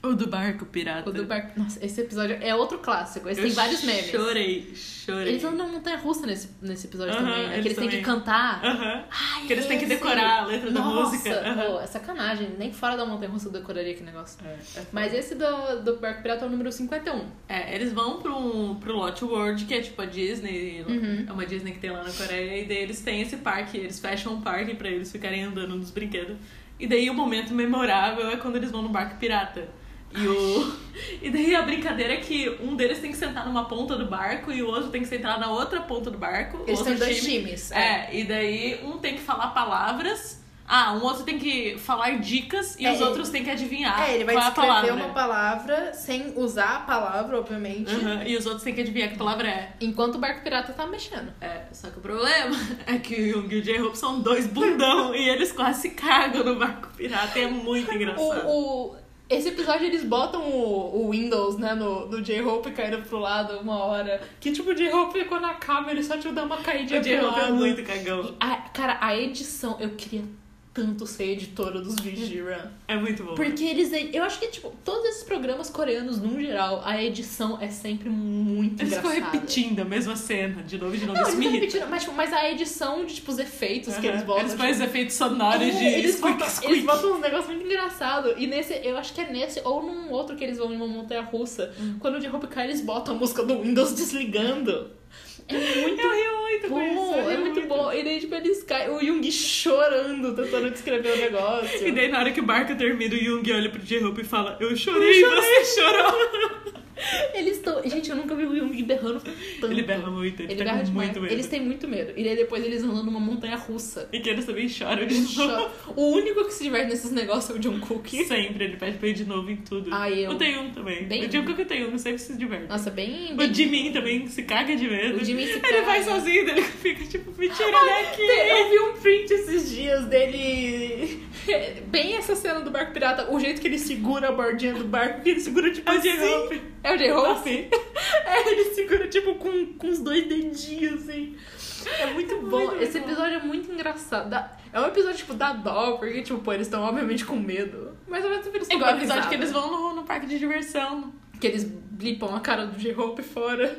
Speaker 1: O do barco pirata.
Speaker 2: O do barco... Nossa, esse episódio é outro clássico. Esse
Speaker 1: Eu
Speaker 2: tem vários memes.
Speaker 1: chorei, chorei.
Speaker 2: Eles andam na montanha-russa nesse, nesse episódio
Speaker 1: Aham,
Speaker 2: também, né?
Speaker 1: eles
Speaker 2: Que eles têm
Speaker 1: também.
Speaker 2: que cantar.
Speaker 1: Aham.
Speaker 2: Ai,
Speaker 1: Que eles têm que
Speaker 2: esse-
Speaker 1: decorar a letra da
Speaker 2: Nossa,
Speaker 1: música. Aham.
Speaker 2: pô, é sacanagem. Nem fora da montanha-russa eu decoraria aquele negócio.
Speaker 1: É, é
Speaker 2: Mas esse do, do Barco Pirata é o número cinquenta e um.
Speaker 1: É, eles vão pro, pro Lot World, que é tipo a Disney,
Speaker 2: Uhum.
Speaker 1: é uma Disney que tem lá na Coreia, e daí eles têm esse parque, eles fecham um parque pra eles ficarem andando nos brinquedos. E daí o momento memorável é quando eles vão no barco pirata. E, o... e daí a brincadeira é que um deles tem que sentar numa ponta do barco e o outro tem que sentar na outra ponta do barco.
Speaker 2: Eles
Speaker 1: o outro
Speaker 2: têm dois
Speaker 1: time.
Speaker 2: times.
Speaker 1: É, e daí um tem que falar palavras. Ah, um outro tem que falar dicas e
Speaker 2: É,
Speaker 1: os
Speaker 2: ele-
Speaker 1: outros têm que adivinhar
Speaker 2: É, ele vai
Speaker 1: qual é a
Speaker 2: descrever
Speaker 1: palavra.
Speaker 2: uma palavra sem usar a palavra, obviamente.
Speaker 1: Uhum, e os outros têm que adivinhar que palavra é.
Speaker 2: Enquanto o Barco Pirata tá mexendo.
Speaker 1: É, só que o problema é que o Young e o J-Hope são dois bundão e eles quase se cagam no barco pirata. É muito engraçado.
Speaker 2: O, o, esse episódio eles botam o, o Windows, né, no, no J-Hope caindo pro lado uma hora. Que tipo, o J-Hope quando acaba ele só te dá uma caidinha
Speaker 1: O
Speaker 2: pro
Speaker 1: J-Hope é
Speaker 2: lado.
Speaker 1: muito cagão.
Speaker 2: A, cara, a edição, eu queria tanto ser editora dos vídeos de Run.
Speaker 1: É muito bom.
Speaker 2: Porque eles. Eu acho que, tipo, todos esses programas coreanos, no geral, a edição é sempre muito
Speaker 1: Eles ficam
Speaker 2: engraçada.
Speaker 1: repetindo a mesma cena de novo e de novo.
Speaker 2: Não,
Speaker 1: Isso
Speaker 2: eles
Speaker 1: me
Speaker 2: estão
Speaker 1: irrita.
Speaker 2: repetindo, mas, tipo, mas a edição de, tipo, os efeitos que
Speaker 1: Uhum.
Speaker 2: eles botam.
Speaker 1: Eles
Speaker 2: tipo,
Speaker 1: põem os efeitos sonoros
Speaker 2: é,
Speaker 1: de
Speaker 2: eles,
Speaker 1: squeak,
Speaker 2: botam,
Speaker 1: squeak.
Speaker 2: eles botam uns negócios muito engraçados. E nesse, eu acho que é nesse, ou num outro que eles vão em uma montanha russa.
Speaker 1: Hum.
Speaker 2: Quando o J-Hope cai, eles botam a música do Windows desligando. É muito
Speaker 1: Eu rio muito com isso.
Speaker 2: bom,
Speaker 1: eu
Speaker 2: é
Speaker 1: rio
Speaker 2: muito bom. E daí, tipo, eles caem, o Jung chorando, tentando descrever o negócio.
Speaker 1: E daí na hora que o barco termina, o Young olha pro J-Hope e fala: Eu chorei, e você chorou.
Speaker 2: Eles estão. Gente, eu nunca vi o Jung berrando tanto.
Speaker 1: Ele berra muito, ele,
Speaker 2: Ele
Speaker 1: tá
Speaker 2: berra
Speaker 1: com
Speaker 2: demais.
Speaker 1: muito medo.
Speaker 2: Eles têm muito medo. E daí depois eles andam numa montanha russa.
Speaker 1: E que eles também choram de
Speaker 2: Eles
Speaker 1: novo.
Speaker 2: choram. O único que se diverte nesses negócios é o Jungkook.
Speaker 1: Sempre, ele pede pra ir de novo em tudo.
Speaker 2: Ah, eu-
Speaker 1: O Taeyong também.
Speaker 2: Bem-
Speaker 1: O Jungkook e o Taeyong sempre se diverte.
Speaker 2: Nossa, bem.
Speaker 1: O Jimin também se caga de medo.
Speaker 2: O Jimin se
Speaker 1: Ele
Speaker 2: caga.
Speaker 1: vai sozinho, ele fica tipo, me tira daqui.
Speaker 2: Eu vi um print esses dias dele. Bem essa cena do barco pirata, o jeito que ele segura a bordinha do barco, que ele segura tipo
Speaker 1: É o
Speaker 2: assim.
Speaker 1: J-Hope.
Speaker 2: É o J-Hope? É, ele segura tipo com, com os dois dedinhos assim. É muito bom.
Speaker 1: muito
Speaker 2: Esse
Speaker 1: bom.
Speaker 2: episódio é muito engraçado. Dá- É um episódio tipo da dó, porque tipo, pô, eles estão obviamente com medo. Mas ao mesmo tempo eles
Speaker 1: É
Speaker 2: estão
Speaker 1: igual o
Speaker 2: com
Speaker 1: episódio que
Speaker 2: risada.
Speaker 1: eles vão no, no parque de diversão.
Speaker 2: Que eles blipam a cara do J-Hope fora.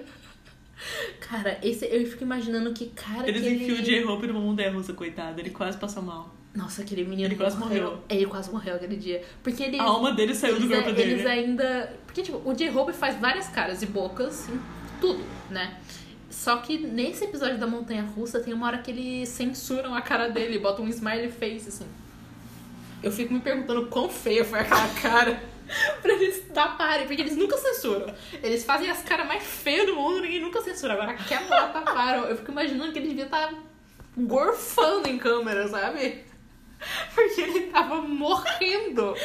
Speaker 2: Cara, esse eu fico imaginando que cara
Speaker 1: Eles
Speaker 2: que ele...
Speaker 1: enfiam o J-Hope numa montanha russa, coitado. Ele quase passou mal.
Speaker 2: Nossa, aquele menino
Speaker 1: Ele quase
Speaker 2: morreu.
Speaker 1: morreu.
Speaker 2: Ele quase morreu aquele dia. Porque ele...
Speaker 1: A alma dele saiu do
Speaker 2: eles,
Speaker 1: corpo
Speaker 2: é-
Speaker 1: dele.
Speaker 2: eles ainda... Porque, tipo, o J-Hope faz várias caras e bocas em tudo, né? Só que nesse episódio da montanha-russa tem uma hora que eles censuram a cara dele, botam um smiley face, assim. Eu fico me perguntando quão feia foi aquela cara pra eles taparem, porque eles nunca censuram. Eles fazem as caras mais feias do mundo, ninguém nunca censura. Agora aquela lá taparam. Eu fico imaginando que ele devia estar gorfando em câmera, sabe? Porque ele tava morrendo.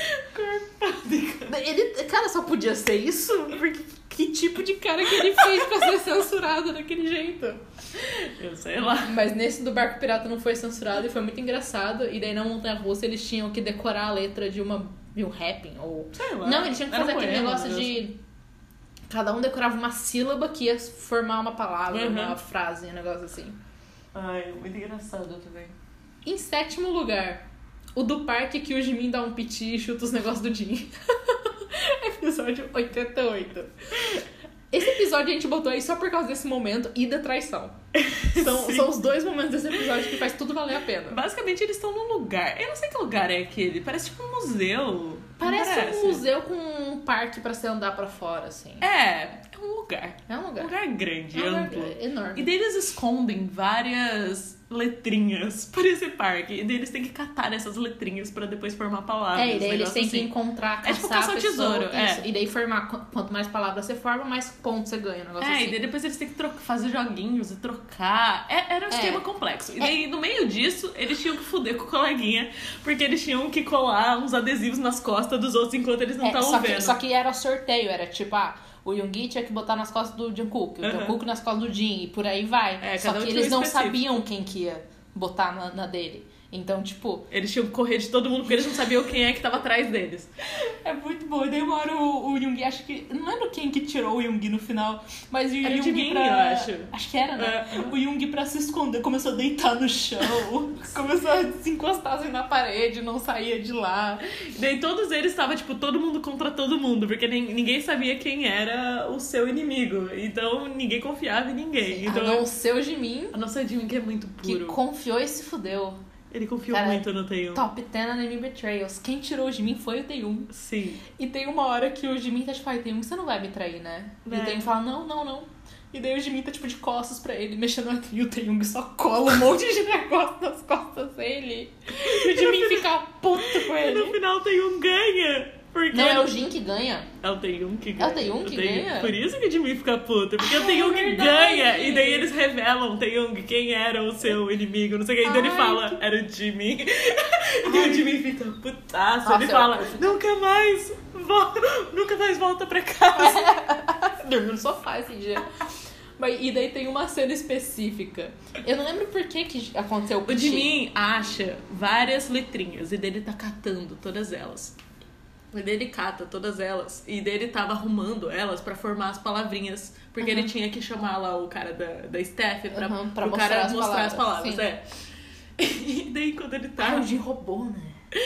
Speaker 2: Ele, cara, só podia ser isso? Porque que tipo de cara que ele fez pra ser censurado daquele jeito?
Speaker 1: Eu sei lá.
Speaker 2: Mas nesse do Barco Pirata não foi censurado e foi muito engraçado. E daí na Montanha Russa eles tinham que decorar a letra de uma de um rapping ou
Speaker 1: Sei lá.
Speaker 2: não, eles tinham que
Speaker 1: Era
Speaker 2: fazer
Speaker 1: um
Speaker 2: aquele
Speaker 1: poema,
Speaker 2: negócio
Speaker 1: né?
Speaker 2: de cada um decorava uma sílaba que ia formar uma palavra,
Speaker 1: Uhum.
Speaker 2: uma frase, um negócio assim.
Speaker 1: Ai, muito engraçado também.
Speaker 2: Em sétimo lugar, o do parque que o Jimin dá um piti e chuta os negócios do Jin. Episódio oitenta e oito. Esse episódio a gente botou aí só por causa desse momento e da traição. São,
Speaker 1: Sim.
Speaker 2: são os dois momentos desse episódio que faz tudo valer a pena.
Speaker 1: Basicamente, eles estão num lugar. Eu não sei que lugar é aquele. Parece tipo um museu. Não
Speaker 2: Parece, um museu com um parque pra você andar pra fora, assim.
Speaker 1: É, é um lugar.
Speaker 2: É um
Speaker 1: Um
Speaker 2: lugar.
Speaker 1: lugar grande,
Speaker 2: É um lugar
Speaker 1: amplo.
Speaker 2: enorme.
Speaker 1: E daí eles escondem várias letrinhas por esse parque. E daí eles têm que catar essas letrinhas pra depois formar palavras.
Speaker 2: É, e daí
Speaker 1: um
Speaker 2: eles
Speaker 1: negócio
Speaker 2: têm que
Speaker 1: assim.
Speaker 2: encontrar,
Speaker 1: É tipo
Speaker 2: caçar
Speaker 1: caça
Speaker 2: a
Speaker 1: ao
Speaker 2: pessoa,
Speaker 1: tesouro, é.
Speaker 2: isso. E daí formar, qu- quanto mais palavras você forma, mais pontos você ganha, um negócio
Speaker 1: É,
Speaker 2: assim.
Speaker 1: e daí depois eles têm que trocar, fazer joguinhos e trocar. É, era um
Speaker 2: É.
Speaker 1: esquema complexo. E daí, no meio disso, eles tinham que fuder com o coleguinha, porque eles tinham que colar uns adesivos nas costas dos outros enquanto eles não
Speaker 2: É,
Speaker 1: estavam
Speaker 2: só,
Speaker 1: vendo.
Speaker 2: que, só que era sorteio, era tipo, ah, o Yoongi tinha que botar nas costas do Jungkook, o
Speaker 1: Uhum.
Speaker 2: Jungkook nas costas do Jin, e por aí vai.
Speaker 1: É,
Speaker 2: Só
Speaker 1: cada um
Speaker 2: que
Speaker 1: tinha
Speaker 2: eles
Speaker 1: um
Speaker 2: não
Speaker 1: específico.
Speaker 2: sabiam quem que ia botar na, na dele. Então, tipo...
Speaker 1: Eles tinham que correr de todo mundo porque eles não sabiam quem é que tava atrás deles.
Speaker 2: É muito bom. E daí uma hora o, o Yoongi, acho que... Não lembro quem que tirou o Yoongi no final, mas o
Speaker 1: era
Speaker 2: Yoongi
Speaker 1: de mim,
Speaker 2: pra...
Speaker 1: eu acho.
Speaker 2: Acho que era, né?
Speaker 1: É.
Speaker 2: O Yoongi pra se esconder começou a deitar no chão, começou a se encostar assim na parede, não saía de lá.
Speaker 1: E daí todos eles estavam, tipo, todo mundo contra todo mundo, porque nem, ninguém sabia quem era o seu inimigo. Então ninguém confiava em ninguém. Então,
Speaker 2: a não ser o Jimin,
Speaker 1: a nossa Jimin, que é muito
Speaker 2: que
Speaker 1: puro.
Speaker 2: confiou e se fudeu.
Speaker 1: Ele confiou
Speaker 2: Cara,
Speaker 1: muito no Taeyong.
Speaker 2: Top dez Anime Betrayals. Quem tirou o Jimin foi o Taeyong.
Speaker 1: Sim.
Speaker 2: E tem uma hora que o Jimin tá tipo, ai, Taeyong, você não vai me trair, né? E
Speaker 1: É.
Speaker 2: o Taeyong fala, não, não, não. E daí o Jimin tá tipo de costas pra ele, mexendo na... E o Taeyong só cola um monte de negócio nas costas dele. E o Jimin fica puto com
Speaker 1: E no
Speaker 2: ele.
Speaker 1: final o Taeyong ganha. Porque
Speaker 2: Não, é o Jin que ganha.
Speaker 1: É o Taeyong que
Speaker 2: É
Speaker 1: ganha.
Speaker 2: o Taeyong que ganha?
Speaker 1: Por isso que o Jimin fica puto. Porque
Speaker 2: Ah,
Speaker 1: o Taeyong
Speaker 2: é verdade.
Speaker 1: ganha. E daí eles revelam, Taeyong, quem era o seu inimigo. Não sei o que. Então ele
Speaker 2: Ai,
Speaker 1: fala,
Speaker 2: que-
Speaker 1: era o Jimin. E daí o Jimin fica putaço.
Speaker 2: Nossa,
Speaker 1: ele
Speaker 2: eu-
Speaker 1: fala,
Speaker 2: eu fico-
Speaker 1: nunca mais volta, nunca mais volta pra casa.
Speaker 2: Dormiu no sofá esse dia. Mas, e daí tem uma cena específica. Eu não lembro por que, que aconteceu o
Speaker 1: O Jimin acha várias letrinhas. E daí ele tá catando todas elas. E daí ele cata todas elas. E daí ele tava arrumando elas pra formar as palavrinhas. Porque
Speaker 2: Uhum.
Speaker 1: ele tinha que chamar lá o cara da, da staff pra,
Speaker 2: Uhum, pra
Speaker 1: pro
Speaker 2: mostrar
Speaker 1: cara
Speaker 2: as
Speaker 1: mostrar as
Speaker 2: palavras,
Speaker 1: palavras.
Speaker 2: sim.
Speaker 1: É. E daí quando ele tá.
Speaker 2: Ah, o Jin roubou, né?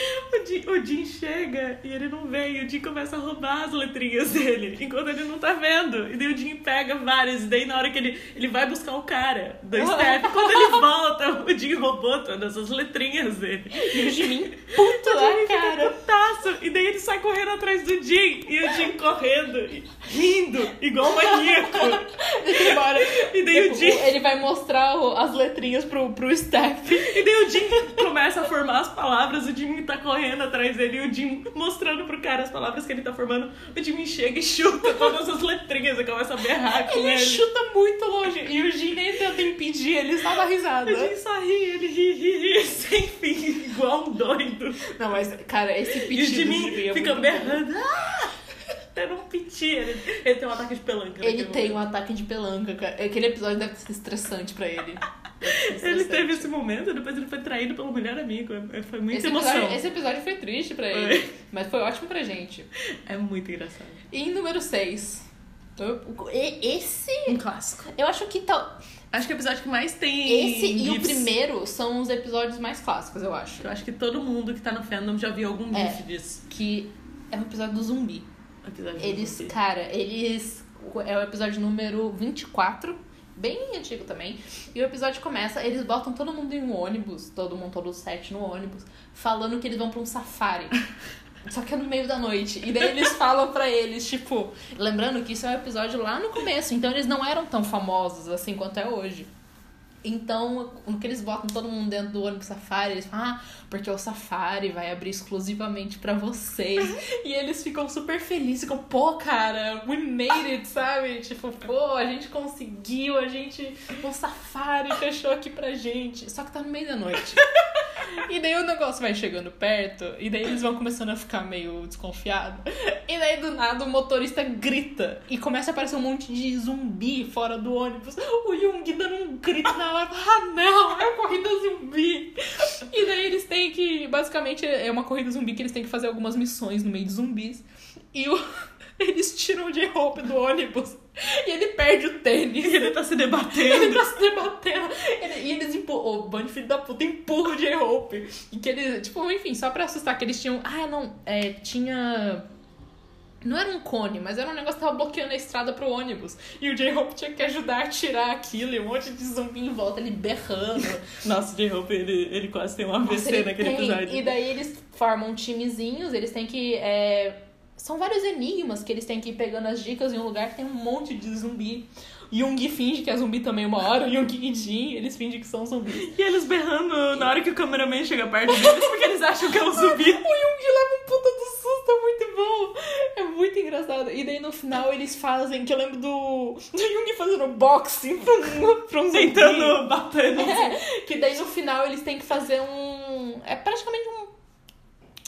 Speaker 1: O Jin, o Jin chega e ele não vem. E o Jin começa a roubar as letrinhas dele. Enquanto ele não tá vendo. E daí o Jin pega várias. E daí na hora que ele, ele vai buscar o cara da staff. Quando ele volta, o Jin roubou todas as letrinhas dele.
Speaker 2: E o Jimin puto
Speaker 1: O
Speaker 2: lá,
Speaker 1: Jin fica
Speaker 2: cara.
Speaker 1: putaço. E daí ele sai correndo atrás do Jin. E o Jin correndo, e rindo, igual um maníaco.
Speaker 2: E uma hora,
Speaker 1: E daí o
Speaker 2: tipo,
Speaker 1: Jin...
Speaker 2: ele vai mostrar o- as letrinhas pro, pro staff.
Speaker 1: E daí o Jin começa a formar as palavras, o Jin tá correndo atrás dele, e o Jin mostrando pro cara as palavras que ele tá formando. O Jin chega e chuta todas as letrinhas e começa a berrar com
Speaker 2: Ele
Speaker 1: ele.
Speaker 2: chuta muito longe. E o Jin nem tenta impedir, ele só dá risada.
Speaker 1: O Jin só ri, ele ri, ri, ri, sem fim, igual um doido.
Speaker 2: Não, mas, cara, esse
Speaker 1: E o
Speaker 2: pitido do
Speaker 1: Jimin
Speaker 2: Jimin é
Speaker 1: fica
Speaker 2: muito bom.
Speaker 1: berrando. Ah! Até não piti. Ele, ele tem um ataque de pelanca.
Speaker 2: Ele
Speaker 1: naquele
Speaker 2: tem um
Speaker 1: momento.
Speaker 2: ataque de pelanca, cara. Aquele episódio deve ser estressante pra ele. Deve ser
Speaker 1: Ele
Speaker 2: estressante.
Speaker 1: teve esse momento, depois ele foi traído pelo melhor amigo. É- Foi muita
Speaker 2: Esse
Speaker 1: emoção.
Speaker 2: episódio, esse episódio foi triste pra ele,
Speaker 1: Foi.
Speaker 2: mas foi ótimo pra gente.
Speaker 1: É muito engraçado.
Speaker 2: E em número seis. Esse.
Speaker 1: Um clássico.
Speaker 2: Eu acho que tal.
Speaker 1: Acho que é o episódio que mais tem
Speaker 2: Esse e o
Speaker 1: gifs.
Speaker 2: primeiro são os episódios mais clássicos, eu acho.
Speaker 1: Eu acho que todo mundo que tá no fandom já viu algum
Speaker 2: É.
Speaker 1: gif disso.
Speaker 2: Que é o episódio do zumbi.
Speaker 1: O episódio do
Speaker 2: Eles,
Speaker 1: zumbi.
Speaker 2: cara, eles. É o episódio número vinte e quatro. Bem antigo também. E o episódio começa, eles botam todo mundo em um ônibus, todo mundo, todos os sete no ônibus, falando que eles vão pra um safari. Só que é no meio da noite. E daí eles falam pra eles, tipo... Lembrando que isso é um episódio lá no começo, então eles não eram tão famosos assim quanto é hoje. Então, no que eles botam todo mundo dentro do ônibus safari, eles falam, ah, porque o safari vai abrir exclusivamente pra vocês. E eles ficam super felizes, ficam, pô, cara, we made it, sabe? Tipo, pô, a gente conseguiu, a gente... O safari fechou aqui pra gente. Só que tá no meio da noite. E daí o negócio vai chegando perto, e daí eles vão começando a ficar meio desconfiados. E daí do nada o motorista grita e começa a aparecer um monte de zumbi fora do ônibus. O Yoongi dando um grito na hora, ah não, é uma corrida zumbi. E daí eles têm que, basicamente é uma corrida zumbi que eles têm que fazer algumas missões no meio de zumbis. E o... eles tiram o J-Hope do ônibus e ele perde o tênis.
Speaker 1: E ele tá se
Speaker 2: Ele
Speaker 1: debatendo.
Speaker 2: tá se debatendo. Ele- E eles empurram. O Bunny, filho da puta, empurra o J-Hope. E que eles. Tipo, enfim, só pra assustar, que eles tinham. Ah, não. É, tinha. Não era um cone, mas era um negócio que tava bloqueando a estrada pro ônibus. E o J-Hope tinha que ajudar a tirar aquilo. E um monte de zumbi em volta, ele berrando.
Speaker 1: Nossa, o J-Hope, ele, ele quase tem um A V
Speaker 2: Nossa,
Speaker 1: C
Speaker 2: ele
Speaker 1: naquele
Speaker 2: tem.
Speaker 1: episódio.
Speaker 2: E daí eles formam timezinhos, eles têm que. É... São vários enigmas que eles têm que ir pegando as dicas em um lugar que tem um monte de zumbi. Yoongi finge que é zumbi também uma hora, o Yoongi e Jin, eles fingem que são zumbis.
Speaker 1: E eles berrando na hora que o cameraman chega perto deles, porque eles acham que é um zumbi.
Speaker 2: O Yoongi leva um puta do susto, é muito bom. É muito engraçado. E daí no final eles fazem, que eu lembro do, do Yoongi fazendo boxing pra um, pra um zumbi.
Speaker 1: Tentando bater no...
Speaker 2: É, que daí no final eles têm que fazer um... É praticamente um...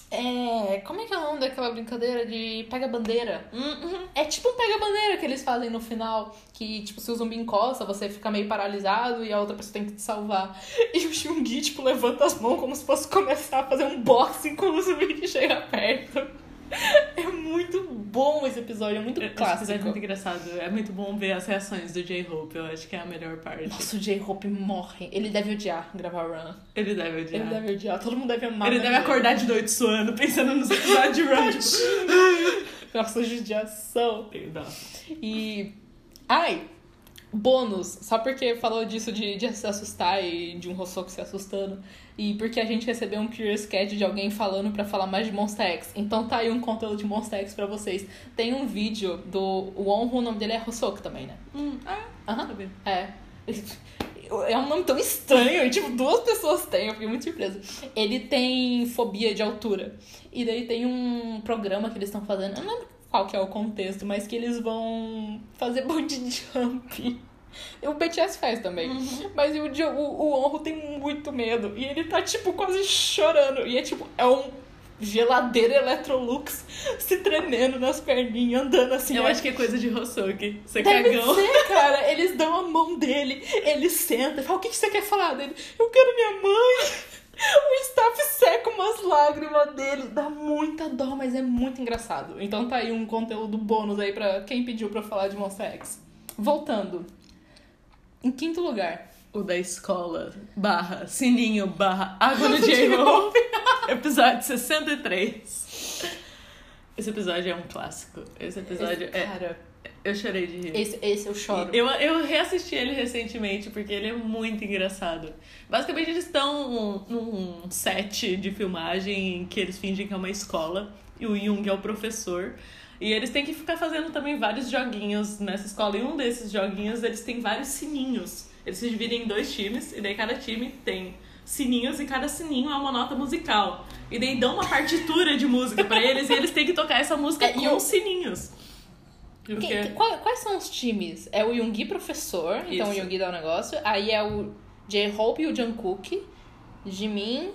Speaker 2: É... Como é que é o nome daquela brincadeira de pega-bandeira?
Speaker 1: Uhum.
Speaker 2: É tipo um pega-bandeira que eles fazem no final. Que, tipo, se o zumbi encosta, você fica meio paralisado e a outra pessoa tem que te salvar. E o Shungi, tipo, levanta as mãos como se fosse começar a fazer um boxing com o zumbi que chega perto. É muito bom esse episódio, é muito
Speaker 1: Esse
Speaker 2: clássico.
Speaker 1: episódio é muito engraçado. É muito bom ver as reações do J-Hope. Eu acho que é a melhor parte.
Speaker 2: Nossa, o J-Hope morre. Ele deve odiar gravar Run.
Speaker 1: Ele deve odiar.
Speaker 2: Ele deve odiar. Todo mundo deve amar.
Speaker 1: Ele deve acordar de noite suando, pensando nos episódios de Run. Tipo...
Speaker 2: Nossa, judiação.
Speaker 1: Tenho dó.
Speaker 2: E... Ai... Bônus, só porque falou disso de, de se assustar e de um Hosoku se assustando. E porque a gente recebeu um Curious Cat de alguém falando pra falar mais de Monster X. Então tá aí um conteúdo de Monster X pra vocês. Tem um vídeo do Wonho, o nome dele é Hosoku também, né?
Speaker 1: Hum, ah,
Speaker 2: Aham.
Speaker 1: sabia.
Speaker 2: É. É um nome tão estranho, e tipo, duas pessoas têm, eu fiquei muito surpresa. Ele tem fobia de altura. E daí tem um programa que eles estão fazendo, eu não lembro qual que é o contexto, mas que eles vão fazer bungee jump. O B T S faz também. Uhum. Mas o, o, o Honro tem muito medo. E ele tá, tipo, quase chorando. E é tipo, é um geladeira Electrolux se tremendo nas perninhas, andando assim.
Speaker 1: Eu
Speaker 2: é...
Speaker 1: acho que é coisa de Hosoki. Você
Speaker 2: Deve
Speaker 1: cagão.
Speaker 2: ser, cara. Eles dão a mão dele, ele senta e fala, o que, que você quer falar dele? Eu quero minha mãe. O staff seca umas lágrimas dele. Dá muita dó, mas é muito engraçado. Então tá aí um conteúdo bônus aí pra quem pediu pra falar de Monster X. Voltando. Em quinto lugar.
Speaker 1: O da escola, barra, sininho, barra, água no J-Hope. Episódio sessenta e três. Esse episódio é um clássico. Esse episódio
Speaker 2: esse,
Speaker 1: é...
Speaker 2: Cara,
Speaker 1: eu chorei de rir.
Speaker 2: Esse, esse eu choro.
Speaker 1: Eu, eu reassisti ele recentemente porque ele é muito engraçado. Basicamente, eles estão num set de filmagem que eles fingem que é uma escola. E o Jung é o professor. E eles têm que ficar fazendo também vários joguinhos nessa escola. E um desses joguinhos, eles têm vários sininhos. Eles se dividem em dois times. E daí cada time tem sininhos e cada sininho é uma nota musical. E daí dão uma partitura de música pra eles. E eles têm que tocar essa música
Speaker 2: É,
Speaker 1: com
Speaker 2: eu-
Speaker 1: os sininhos. E o
Speaker 2: Que-
Speaker 1: quê?
Speaker 2: que- qual- quais são os times? É o Yoongi professor, então
Speaker 1: Isso.
Speaker 2: o Yoongi dá o negócio. Aí é o J-Hope e o Jungkook. Jimin.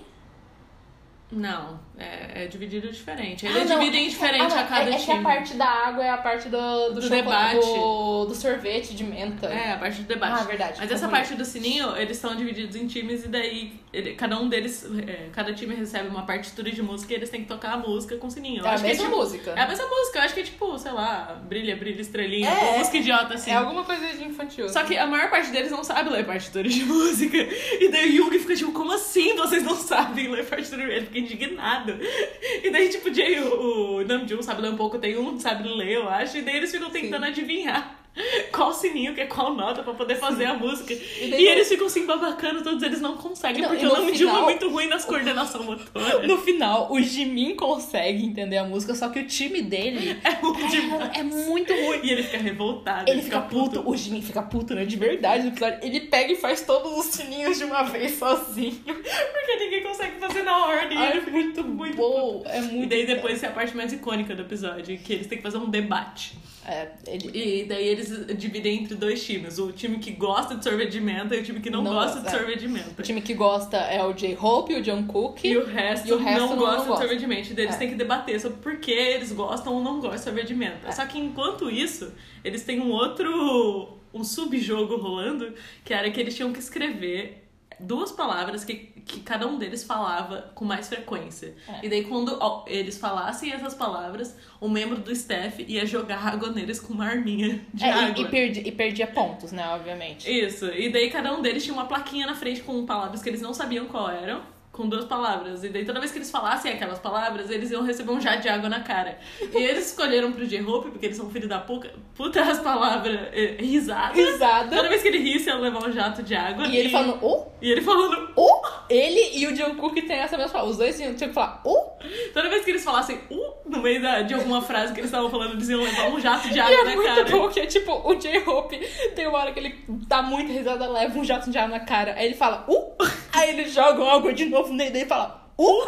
Speaker 1: Não, é, é dividido diferente.
Speaker 2: Ah,
Speaker 1: Eles
Speaker 2: não.
Speaker 1: dividem diferente
Speaker 2: Ah,
Speaker 1: a cada
Speaker 2: é, é
Speaker 1: time.
Speaker 2: que a parte da água é a parte do, do,
Speaker 1: Do
Speaker 2: chocolate-
Speaker 1: debate.
Speaker 2: Do, do sorvete de menta.
Speaker 1: É, a parte do debate.
Speaker 2: Ah, verdade.
Speaker 1: Mas essa
Speaker 2: Confundi.
Speaker 1: parte do sininho, eles são divididos em times e daí ele- cada um deles, é, cada time recebe uma partitura de música e eles têm que tocar a música com sininho. Eu
Speaker 2: É a
Speaker 1: acho que
Speaker 2: mesma
Speaker 1: tipo,
Speaker 2: música.
Speaker 1: É a mesma música, eu acho que é tipo, sei lá, brilha, brilha, estrelinha,
Speaker 2: É,
Speaker 1: uma música idiota assim.
Speaker 2: É alguma coisa de infantil.
Speaker 1: Só que a maior parte deles não sabe ler partituras de música. E daí o Yugi fica tipo, como assim vocês não sabem ler partitura? Ele fica indignado. E daí, tipo, o Jay, o, o Namjoon sabe ler um pouco, tem um que sabe ler, eu acho. E daí eles ficam tentando adivinhar qual sininho, que é qual nota pra poder fazer a música. E,
Speaker 2: daí
Speaker 1: eles ficam assim babacando, todos eles não conseguem,
Speaker 2: Não,
Speaker 1: porque
Speaker 2: e
Speaker 1: o
Speaker 2: no
Speaker 1: Namjoon
Speaker 2: final-
Speaker 1: é muito ruim nas coordenação motora.
Speaker 2: No final, o Jimin consegue entender a música, só que o time dele
Speaker 1: É muito demais.
Speaker 2: é, é muito ruim.
Speaker 1: E ele fica revoltado.
Speaker 2: Ele fica puto, o Jimin fica puto, né? De verdade, no episódio. Ele pega e faz todos os sininhos de uma vez sozinho.
Speaker 1: Porque ninguém consegue fazer na ordem.
Speaker 2: Ai,
Speaker 1: ele fica muito, muito
Speaker 2: Bom, é muito.
Speaker 1: E daí depois é a parte mais icônica do episódio, que eles têm que fazer um debate.
Speaker 2: É, ele.
Speaker 1: E daí eles dividem entre dois times. O time que gosta de sorvete de menta e o time que não,
Speaker 2: Não
Speaker 1: gosta
Speaker 2: gosta,
Speaker 1: de
Speaker 2: é.
Speaker 1: sorvete de menta.
Speaker 2: O time que gosta é o J-Hope, o Jungkook.
Speaker 1: E o resto,
Speaker 2: E o resto
Speaker 1: não,
Speaker 2: não
Speaker 1: gosta
Speaker 2: gosta.
Speaker 1: de sorvete de menta. E daí eles
Speaker 2: É.
Speaker 1: têm que debater sobre por que eles gostam ou não gostam de sorvete de menta.
Speaker 2: É.
Speaker 1: Só que enquanto isso, eles têm um outro... um subjogo rolando, que era que eles tinham que escrever duas palavras que, que cada um deles falava com mais frequência.
Speaker 2: É.
Speaker 1: E daí, quando ó, eles falassem essas palavras, um membro do staff ia jogar água neles com uma arminha de
Speaker 2: É,
Speaker 1: água.
Speaker 2: e, e, perdi, e perdia pontos, né? Obviamente.
Speaker 1: Isso. E daí, cada um deles tinha uma plaquinha na frente com palavras que eles não sabiam qual eram. Com duas palavras. E daí, toda vez que eles falassem aquelas palavras, eles iam receber um jato de água na cara. E eles escolheram pro J-Hope, porque eles são filho da puta, puta as palavras eh, risada.
Speaker 2: Risada.
Speaker 1: Toda vez que ele risse, ia levar um jato de água.
Speaker 2: E ele falando, oh,
Speaker 1: E ele falando...
Speaker 2: oh. Ele e o Jungkook tem essa mesma palavra. Os dois tinham tinham que falar, oh.
Speaker 1: Toda vez que eles falassem uh, no meio da, de alguma frase que eles estavam falando, eles iam levar um jato de
Speaker 2: E
Speaker 1: água
Speaker 2: é
Speaker 1: na
Speaker 2: muito
Speaker 1: cara.
Speaker 2: bom que é tipo, o J-Hope tem uma hora que ele dá muita risada, leva um jato de água na cara. Aí ele fala, uh. Aí eles jogam água de novo nele e fala, uh.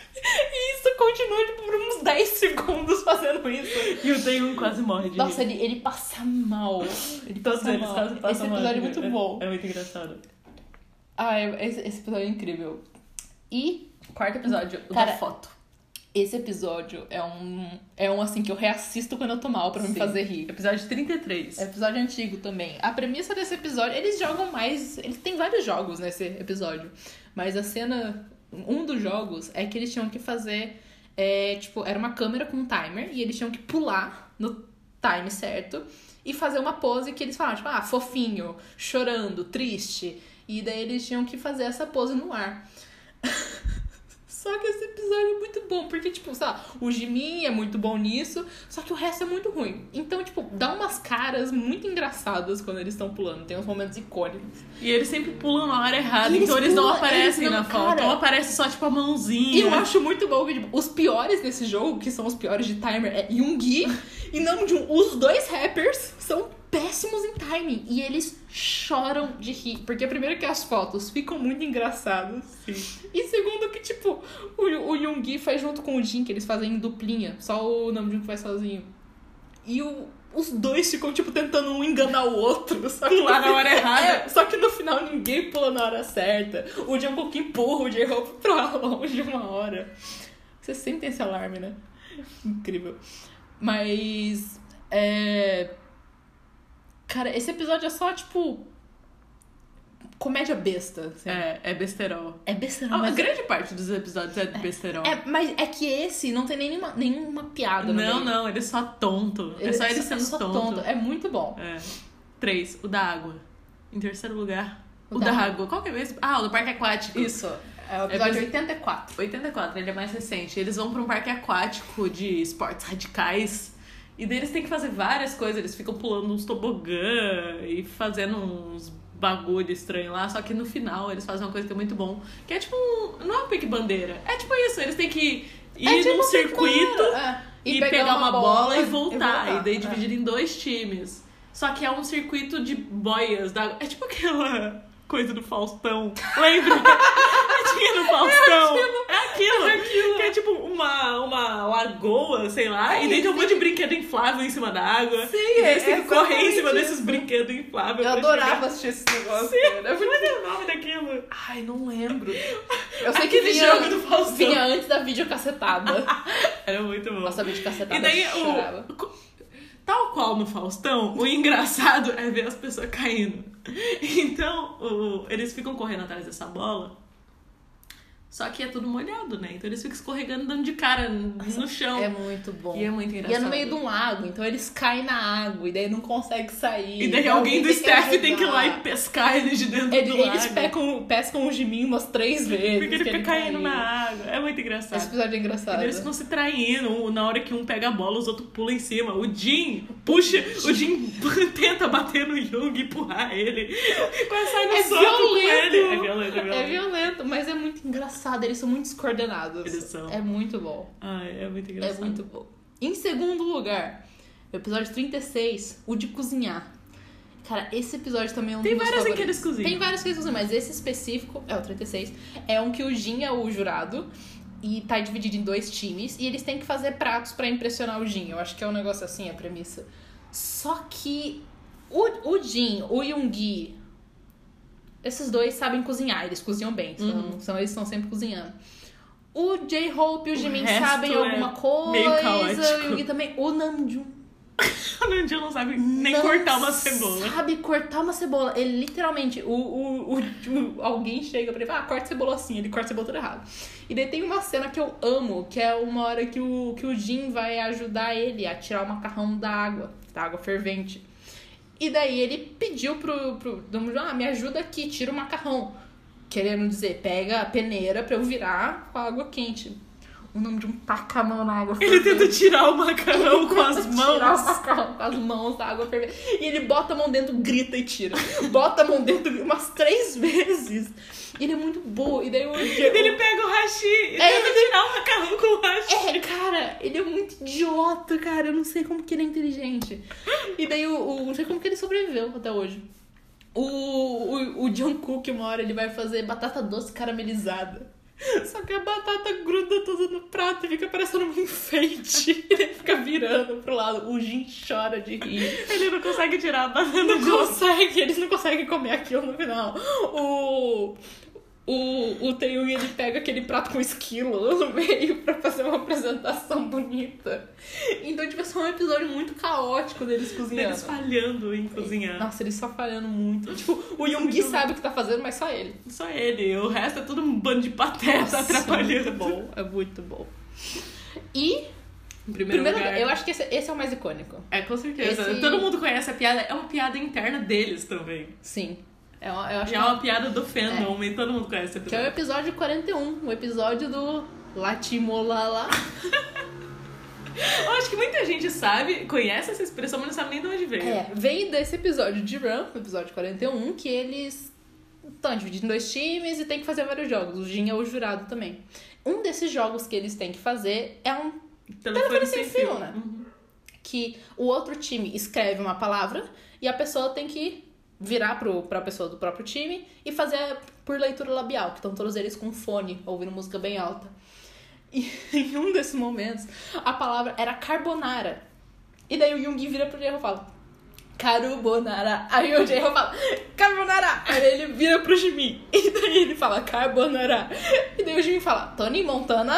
Speaker 2: E isso continua tipo, por uns dez segundos fazendo isso.
Speaker 1: E o Taeyun quase morre de
Speaker 2: Nossa,
Speaker 1: rir.
Speaker 2: ele, ele passa mal. Ele
Speaker 1: Todos
Speaker 2: passa
Speaker 1: eles
Speaker 2: mal.
Speaker 1: quase passam
Speaker 2: Esse
Speaker 1: mal
Speaker 2: episódio é
Speaker 1: de
Speaker 2: muito
Speaker 1: rir.
Speaker 2: bom.
Speaker 1: É, é muito engraçado.
Speaker 2: Ah, esse, esse episódio é incrível. E
Speaker 1: Quarto episódio, o
Speaker 2: Cara,
Speaker 1: da foto.
Speaker 2: Esse episódio é um, é um assim que eu reassisto quando eu tô mal pra me
Speaker 1: Sim.
Speaker 2: fazer rir.
Speaker 1: Episódio trinta e três.
Speaker 2: É episódio antigo também. A premissa desse episódio, eles jogam mais... Eles têm vários jogos nesse episódio. Mas a cena... Um dos jogos é que eles tinham que fazer... É, tipo, era uma câmera com um timer. E eles tinham que pular no time certo. E fazer uma pose que eles falavam, tipo, ah, fofinho, chorando, triste. E daí eles tinham que fazer essa pose no ar. Só que esse episódio é muito bom, porque, tipo, sei lá, o Jimin é muito bom nisso, só que o resto é muito ruim. Então, tipo, dá umas caras muito engraçadas quando eles estão pulando. Tem uns momentos icônicos.
Speaker 1: E eles sempre pulam na hora errada,
Speaker 2: Eles
Speaker 1: então eles não
Speaker 2: pulam-
Speaker 1: aparecem
Speaker 2: eles não-
Speaker 1: na foto.
Speaker 2: cara-
Speaker 1: Então aparece só, tipo, a
Speaker 2: E
Speaker 1: mãozinha.
Speaker 2: eu acho muito bom que, tipo, os piores desse jogo, que são os piores de timer, é Yoongi e Namjoon. Os dois rappers são péssimos em timing. E eles choram de rir. Porque, primeiro, que as fotos ficam muito engraçadas.
Speaker 1: Sim.
Speaker 2: E segundo que, tipo, o, o Yoongi faz junto com o Jin, que eles fazem em duplinha. Só o Namjoon que faz sozinho. E o, os dois ficam, tipo, tentando um enganar o outro. Só que
Speaker 1: Pular
Speaker 2: no
Speaker 1: na hora
Speaker 2: fi-
Speaker 1: errada.
Speaker 2: É, só que no final ninguém pula na hora certa. O Jungkook empurra o J-Hope pra longe uma hora. Você sempre tem esse alarme, né? Incrível. Mas... É... Cara, esse episódio é só, tipo... Comédia besta. Assim.
Speaker 1: É, é besterol.
Speaker 2: É besta,
Speaker 1: A
Speaker 2: mas...
Speaker 1: grande parte dos episódios é de besterol.
Speaker 2: É, mas é que esse não tem nenhuma, nenhuma piada no
Speaker 1: Não,
Speaker 2: meio.
Speaker 1: não, ele é só tonto. É só ele sendo
Speaker 2: só
Speaker 1: tonto.
Speaker 2: É muito bom.
Speaker 1: É. Três, o da água. Em terceiro lugar,
Speaker 2: O
Speaker 1: o,
Speaker 2: da
Speaker 1: da água. Qual que é mesmo? Ah, o do parque aquático.
Speaker 2: Isso. É o episódio
Speaker 1: É,
Speaker 2: oitenta e quatro.
Speaker 1: oitenta e quatro, ele é mais recente. Eles vão pra um parque aquático de esportes radicais. E daí eles têm que fazer várias coisas. Eles ficam pulando uns tobogã e fazendo uns bagulho estranho lá. Só que no final eles fazem uma coisa que é muito bom. Que é tipo um... Não é um pique-bandeira. É tipo isso. Eles têm que ir
Speaker 2: É tipo
Speaker 1: num
Speaker 2: um
Speaker 1: circuito
Speaker 2: é.
Speaker 1: e, pegar, uma bola, e
Speaker 2: e
Speaker 1: voltar. E,
Speaker 2: voltar.
Speaker 1: daí
Speaker 2: É.
Speaker 1: dividir em dois times. Só que é um circuito de boias d'água. É tipo aquela coisa do Faustão. Lembra? Tinha no Faustão. É aquilo. É aquilo. Que é tipo uma, uma lagoa, sei lá.
Speaker 2: É,
Speaker 1: e daí tem um
Speaker 2: sim.
Speaker 1: monte de brinquedo inflável em cima da água.
Speaker 2: Sim,
Speaker 1: e daí
Speaker 2: é
Speaker 1: você tem que correr em
Speaker 2: exatamente
Speaker 1: cima
Speaker 2: isso.
Speaker 1: desses brinquedos infláveis.
Speaker 2: Eu
Speaker 1: pra
Speaker 2: adorava
Speaker 1: chegar.
Speaker 2: assistir esse negócio.
Speaker 1: Sim,
Speaker 2: cara. É
Speaker 1: como
Speaker 2: muito-
Speaker 1: é o nome daquilo?
Speaker 2: Ai, não lembro. Eu sei que
Speaker 1: Aquele
Speaker 2: vinha,
Speaker 1: jogo do Faustão.
Speaker 2: vinha antes da videocassetada.
Speaker 1: Era muito bom.
Speaker 2: Nossa, a videocassetada
Speaker 1: E daí
Speaker 2: eu chorava.
Speaker 1: o... Tal qual no Faustão, o engraçado é ver as pessoas caindo. Então, o... eles ficam correndo atrás dessa bola. Só que é tudo molhado, né? Então eles ficam escorregando, dando de cara no chão.
Speaker 2: É muito bom.
Speaker 1: E é muito
Speaker 2: E
Speaker 1: engraçado.
Speaker 2: é no meio de um lago, então eles caem na água e daí não conseguem sair.
Speaker 1: E daí
Speaker 2: Então
Speaker 1: alguém do
Speaker 2: tem que
Speaker 1: staff tem que ir
Speaker 2: ajudar.
Speaker 1: lá e pescar eles de dentro
Speaker 2: Eles,
Speaker 1: do
Speaker 2: eles
Speaker 1: lago.
Speaker 2: pescam, pescam o Jimin umas três vezes.
Speaker 1: Porque ele
Speaker 2: que
Speaker 1: fica caindo
Speaker 2: caiu.
Speaker 1: na água. É muito engraçado.
Speaker 2: Esse episódio é
Speaker 1: E
Speaker 2: engraçado.
Speaker 1: daí eles ficam se traindo. Um- Na hora que um pega a bola, os outros pulam em cima. O Jin puxa. O Jin tenta bater no Young e empurrar ele. Quase sai no
Speaker 2: É
Speaker 1: soco com
Speaker 2: violento.
Speaker 1: ele. É violento, é violento.
Speaker 2: É violento, mas é muito engraçado. Eles são muito descoordenados.
Speaker 1: Eles são.
Speaker 2: É muito bom.
Speaker 1: Ai, é muito
Speaker 2: É
Speaker 1: engraçado.
Speaker 2: muito bom. Em segundo lugar, o episódio trinta e seis, o de cozinhar. Cara, esse episódio também é um
Speaker 1: Tem
Speaker 2: dos meus
Speaker 1: vários em que
Speaker 2: favoritos.
Speaker 1: eles cozinham.
Speaker 2: Tem vários que eles cozinham, mas esse específico, é o trinta e seis, é um que o Jin é o jurado e tá dividido em dois times e eles têm que fazer pratos pra impressionar o Jin. Eu acho que é um negócio assim, a premissa. Só que o, o Jin, o Yoongi, esses dois sabem cozinhar, eles cozinham bem, são,
Speaker 1: Uhum.
Speaker 2: são, eles estão sempre cozinhando. O J-Hope e o
Speaker 1: O
Speaker 2: Jimin
Speaker 1: resto
Speaker 2: sabem
Speaker 1: é
Speaker 2: alguma
Speaker 1: meio
Speaker 2: coisa,
Speaker 1: caótico.
Speaker 2: o Yoongi também. O Namjoon
Speaker 1: O Nandinho não sabe nem
Speaker 2: não
Speaker 1: cortar uma cebola.
Speaker 2: sabe cortar uma cebola. Ele literalmente, o, o, o, o- alguém chega pra ele e fala, ah, corta cebola assim. Ele corta cebola tudo errado. E daí tem uma cena que eu amo, que é uma hora que o, que o Jin vai ajudar ele a tirar o macarrão da água, da água fervente. E daí ele pediu pro, pro Namjoon, ah, me ajuda aqui, tira o macarrão. Querendo dizer, pega a peneira pra eu virar com a água quente. O Namjoon taca a mão na água
Speaker 1: Ele
Speaker 2: fervente.
Speaker 1: tenta tirar o macarrão com as
Speaker 2: Tirar o
Speaker 1: mãos.
Speaker 2: macarrão com as mãos da água fervente. E ele bota a mão dentro, grita e tira. Bota a mão dentro umas três vezes. Ele é muito bom. E daí o...
Speaker 1: Ele pega o hashi e
Speaker 2: É,
Speaker 1: tenta tirar o macarrão com o hashi.
Speaker 2: É, cara, ele é muito idiota, cara. Eu não sei como que ele é inteligente. E daí o, o não sei como que ele sobreviveu até hoje. O, o, o Jungkook, uma hora, ele vai fazer batata doce caramelizada. Só que a batata gruda toda no prato e fica parecendo um enfeite. Ele fica virando pro lado. O Jin chora de rir.
Speaker 1: Ele não consegue tirar a banana
Speaker 2: Não
Speaker 1: de
Speaker 2: consegue, eles não conseguem comer aquilo no final. O, o, o Taeyong, ele pega aquele prato com esquilo no meio pra fazer uma apresentação bonita. Então, tipo, é um episódio muito caótico deles cozinhando.
Speaker 1: Eles falhando em cozinhar.
Speaker 2: Nossa, eles só falhando muito. Tipo, o Yoongi sabe o que tá fazendo, mas só ele.
Speaker 1: Só ele. O resto é tudo um bando de pateta
Speaker 2: Nossa,
Speaker 1: atrapalhando.
Speaker 2: É muito bom, é muito bom. E...
Speaker 1: Em primeiro,
Speaker 2: primeiro
Speaker 1: lugar...
Speaker 2: eu acho que esse, esse é o mais icônico.
Speaker 1: É, com certeza.
Speaker 2: Esse...
Speaker 1: Todo mundo conhece a piada. É uma piada interna deles também.
Speaker 2: Sim. É uma, eu acho
Speaker 1: é
Speaker 2: que
Speaker 1: uma piada do fandom, é. E todo mundo conhece esse episódio.
Speaker 2: Que é o episódio quarenta e um, o episódio do Latimolala.
Speaker 1: Eu acho que muita gente sabe, conhece essa expressão, mas não sabe nem de onde veio.
Speaker 2: É, veio desse episódio de Run, o episódio quarenta e um, que eles estão divididos em dois times e tem que fazer vários jogos. O Jin é o jurado também. Um desses jogos que eles têm que fazer é um telefone, telefone sem fio, fio né? Uhum. Que o outro time escreve uma palavra e a pessoa tem que virar pro, pra pessoa do próprio time e fazer por leitura labial, que estão todos eles com fone, ouvindo música bem alta. E em um desses momentos, a palavra era carbonara. E daí o Yoongi vira pro J-Ho e fala, carbonara. Aí o J-Ho fala, carbonara. Aí ele vira pro Jimin. E daí ele fala, carbonara. E daí o Jimin fala, Tony Montana.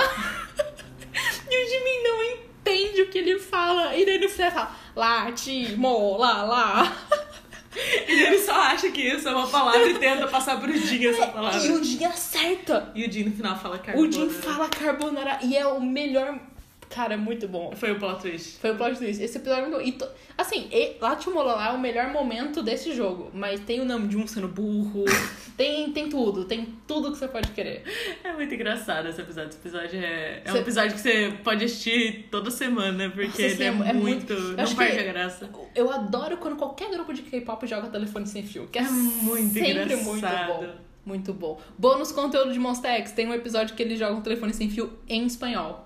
Speaker 2: E o Jimin não entende o que ele fala. E daí no final ele fala, lati, mo, lá, lá.
Speaker 1: E ele só acha que isso é uma palavra e tenta passar pro Jin essa palavra.
Speaker 2: E o Jin acerta.
Speaker 1: E o Jin no final fala carbonara.
Speaker 2: O Jin fala carbonara. E é o melhor... Cara, é muito bom.
Speaker 1: Foi o plot twist.
Speaker 2: Foi o plot twist. Esse episódio é muito bom. E to... Assim, Latimolala é o melhor momento desse jogo. Mas tem o Namjoon sendo burro. tem, tem tudo. Tem tudo que você pode querer.
Speaker 1: É muito engraçado esse episódio. Esse episódio é, é você... um episódio que você pode assistir toda semana. Porque Nossa, ele assim, é, é muito... muito... Não perde a graça.
Speaker 2: Eu adoro quando qualquer grupo de K-pop joga telefone sem fio. Que é,
Speaker 1: é muito
Speaker 2: sempre
Speaker 1: engraçado.
Speaker 2: muito bom. Muito bom. Bônus conteúdo de Monsta X. Tem um episódio que eles jogam telefone sem fio em espanhol.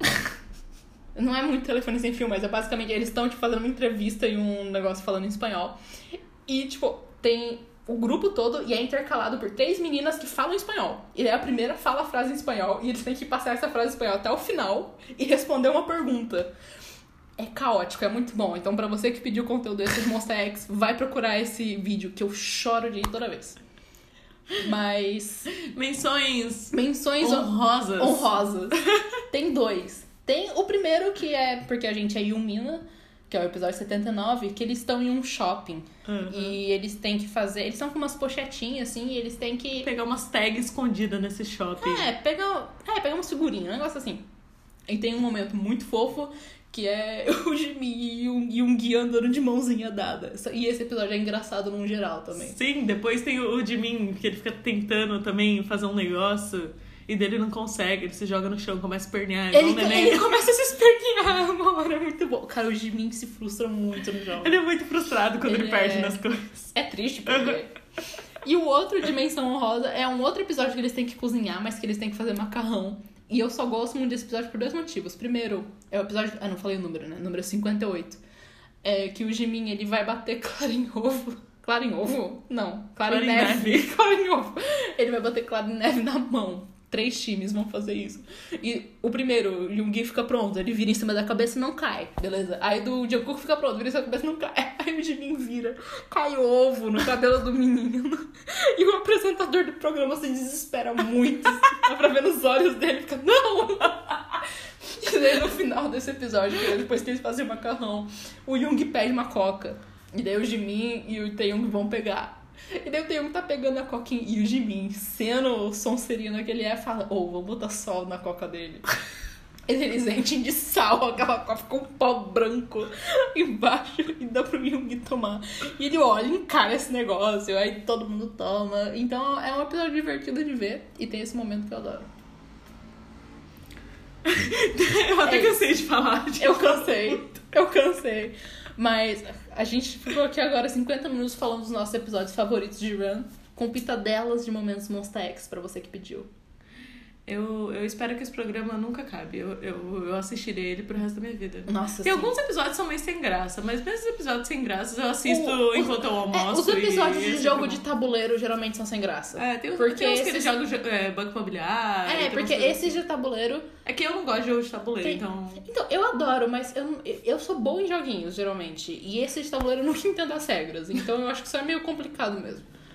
Speaker 2: Não é muito telefone sem fio, mas é basicamente... Eles estão, tipo, fazendo uma entrevista e um negócio falando em espanhol. E, tipo, tem o grupo todo e é intercalado por três meninas que falam espanhol. E daí a primeira fala a frase em espanhol e eles têm que passar essa frase em espanhol até o final e responder uma pergunta. É caótico, é muito bom. Então, pra você que pediu conteúdo desse de Monsta X, vai procurar esse vídeo que eu choro de ir toda vez. Mas...
Speaker 1: Menções...
Speaker 2: Menções
Speaker 1: honrosas.
Speaker 2: Honrosas. Tem dois. Tem o primeiro que é porque a gente é Yumina, que é o episódio setenta e nove, que eles estão em um shopping. Uhum. E eles têm que fazer... Eles estão com umas pochetinhas, assim, e eles têm que...
Speaker 1: Pegar umas tags escondidas nesse shopping.
Speaker 2: É, pegar, é, pegar umas figurinhas, um negócio assim. E tem um momento muito fofo, que é o Jimin e o Yoongi andando de mãozinha dada. E esse episódio é engraçado num geral também.
Speaker 1: Sim, depois tem o Jimin, que ele fica tentando também fazer um negócio... E dele não consegue, ele se joga no chão, começa a espernear.
Speaker 2: Ele, um ele começa a se espernear, uma hora é muito bom. Cara, o Jimin se frustra muito no jogo.
Speaker 1: Ele é muito frustrado quando ele, ele perde
Speaker 2: é...
Speaker 1: nas coisas.
Speaker 2: É triste porque... E o outro, Dimensão Honrosa, é um outro episódio que eles têm que cozinhar, mas que eles têm que fazer macarrão. E eu só gosto muito desse episódio por dois motivos. Primeiro, é o episódio... Ah, não falei o número, né? Número cinquenta e oito. É que o Jimin, ele vai bater clara em ovo. Clara em ovo? Não. Clara, clara em neve. neve. Clara em ovo. Ele vai bater clara em neve na mão. Três times vão fazer isso. E o primeiro, o Yoongi fica pronto, ele vira em cima da cabeça e não cai, beleza? Aí do Jungkook fica pronto, vira em cima da cabeça e não cai. Aí o Jimin vira, cai ovo no cabelo do menino. E o apresentador do programa se desespera muito. Dá pra ver nos olhos dele, fica, não! E daí no final desse episódio, depois que eles fazem o macarrão, o Yoongi pede uma coca. E daí o Jimin e o Taeyong vão pegar. E daí o Taeyong tá pegando a coquinha e o Jimin, sendo o sonserino que ele é, fala, ô, oh, vou botar sal na coca dele. Eles enchem de sal, aquela coca fica um pó branco embaixo e dá pro Yoongi tomar. E ele olha, encara esse negócio, aí todo mundo toma. Então é um episódio divertido de ver e tem esse momento que eu adoro.
Speaker 1: Eu até é cansei de falar. De
Speaker 2: eu cansei, eu cansei. Mas a gente ficou aqui agora cinquenta minutos falando dos nossos episódios favoritos de Run, com pitadelas de momentos Monsta X pra você que pediu.
Speaker 1: Eu, eu espero que esse programa nunca acabe. Eu, eu, eu assistirei ele pro resto da minha vida.
Speaker 2: Nossa,
Speaker 1: Tem
Speaker 2: sim.
Speaker 1: alguns episódios que são meio sem graça, mas mesmo esses episódios sem graça eu assisto o, enquanto eu almoço.
Speaker 2: É, os episódios
Speaker 1: e,
Speaker 2: de jogo é de tabuleiro geralmente são sem graça.
Speaker 1: É, tem,
Speaker 2: porque
Speaker 1: tem uns que
Speaker 2: esses...
Speaker 1: eles jogam é, Banco Imobiliário.
Speaker 2: É, porque esses de tabuleiro...
Speaker 1: É que eu não gosto de jogo de tabuleiro,
Speaker 2: tem...
Speaker 1: então...
Speaker 2: Então, eu adoro, mas eu, eu sou boa em joguinhos, geralmente. E esse de tabuleiro eu nunca entendo as regras. Então eu acho que isso é meio complicado mesmo.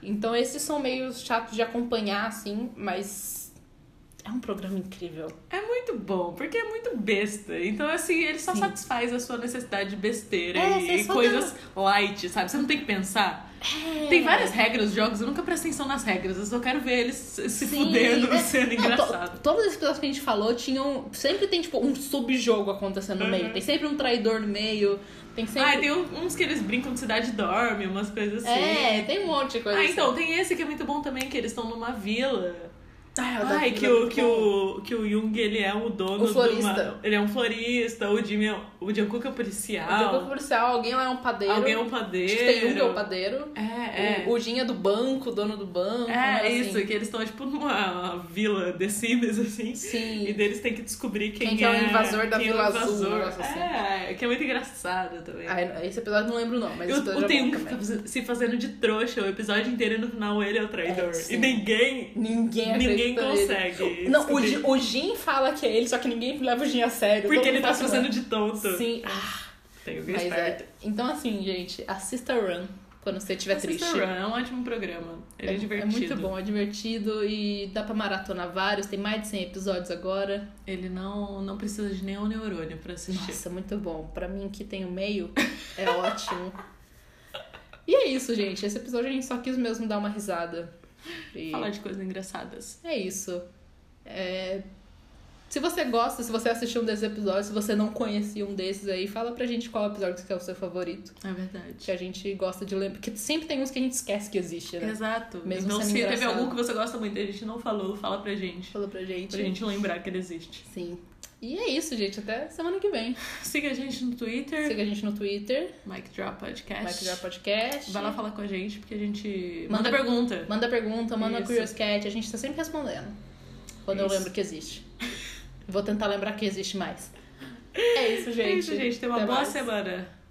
Speaker 2: Então esses são meio chatos de acompanhar, assim, mas é um programa incrível.
Speaker 1: É muito bom, porque é muito besta. Então, assim, ele só Sim. satisfaz a sua necessidade de besteira
Speaker 2: é,
Speaker 1: e coisas dá... light, sabe? Você não tem que pensar. É. Tem várias regras dos jogos, eu nunca presto atenção nas regras, eu só quero ver eles se Sim, fudendo, é. sendo não, engraçado.
Speaker 2: To, todos os episódios que a gente falou tinham. Sempre tem, tipo, um subjogo acontecendo no uhum. meio. Tem sempre um traidor no meio. Tem sempre...
Speaker 1: Ah, tem uns que eles brincam de cidade dorme, umas coisas assim.
Speaker 2: É, tem um monte de coisa
Speaker 1: Ah,
Speaker 2: assim.
Speaker 1: então, tem esse que é muito bom também, que eles estão numa vila.
Speaker 2: Ah,
Speaker 1: Ai, que, o, que, o, que o Jung, ele é o dono
Speaker 2: o florista.
Speaker 1: de uma... Ele é um florista, o Jimmy é, o Jungkook é um policial.
Speaker 2: O Jungkook é um policial, alguém lá é um padeiro.
Speaker 1: Alguém é um padeiro.
Speaker 2: Tem Jung é o padeiro.
Speaker 1: É, é.
Speaker 2: O, o Jin é do banco, dono do banco.
Speaker 1: É,
Speaker 2: assim.
Speaker 1: isso, que eles estão, tipo, numa vila The Sims, assim.
Speaker 2: Sim.
Speaker 1: E deles tem que descobrir quem,
Speaker 2: quem que é, é o invasor da
Speaker 1: quem
Speaker 2: Vila
Speaker 1: é o invasor.
Speaker 2: Azul. Assim.
Speaker 1: É, que é muito engraçado também.
Speaker 2: Ah, esse episódio eu não lembro não, mas esse episódio
Speaker 1: eu,
Speaker 2: é
Speaker 1: tem
Speaker 2: bom
Speaker 1: um que
Speaker 2: também.
Speaker 1: fica se fazendo de trouxa o episódio inteiro e no final ele é o traidor.
Speaker 2: É,
Speaker 1: e ninguém...
Speaker 2: Ninguém
Speaker 1: Ninguém consegue.
Speaker 2: Ele. Não, o, G, o Jin fala que é ele, só que ninguém leva o Jin a sério.
Speaker 1: Porque ele tá se fazendo de tonto.
Speaker 2: Sim. Ah,
Speaker 1: tem alguém
Speaker 2: mas
Speaker 1: esperto.
Speaker 2: é. Então, assim, gente, assista Run quando você estiver triste.
Speaker 1: Assista Run, é um ótimo programa. Ele é, é divertido.
Speaker 2: É muito bom, é divertido e dá pra maratonar vários. Tem mais de cem episódios agora.
Speaker 1: Ele não, não precisa de nenhum neurônio pra assistir.
Speaker 2: Nossa, muito bom. Pra mim, que tem o meio, é ótimo. E é isso, gente. Esse episódio a gente só quis mesmo dar uma risada. E...
Speaker 1: falar de coisas engraçadas.
Speaker 2: É isso. É... Se você gosta, se você assistiu um desses episódios, se você não conhecia um desses aí, fala pra gente qual episódio que é o seu favorito.
Speaker 1: É verdade.
Speaker 2: Que a gente gosta de lembrar. Porque sempre tem uns que a gente esquece que existe, né?
Speaker 1: Exato.
Speaker 2: Mesmo
Speaker 1: então,
Speaker 2: sendo
Speaker 1: se
Speaker 2: engraçado.
Speaker 1: teve algum que você gosta muito e a gente não falou, fala pra gente.
Speaker 2: Fala pra gente.
Speaker 1: Pra gente lembrar que ele existe.
Speaker 2: Sim. E é isso, gente. Até semana que vem.
Speaker 1: Siga a gente no Twitter.
Speaker 2: Siga a gente no Twitter.
Speaker 1: Mic Drop Podcast.
Speaker 2: Mic Drop Podcast.
Speaker 1: Vai lá falar com a gente, porque a gente...
Speaker 2: Manda,
Speaker 1: manda pergunta.
Speaker 2: Manda pergunta, manda uma Curious Cat. A gente tá sempre respondendo. Quando isso. eu lembro que existe. Vou tentar lembrar que existe mais. É isso, gente.
Speaker 1: É isso, gente. Tenha uma
Speaker 2: Até
Speaker 1: boa
Speaker 2: mais.
Speaker 1: semana.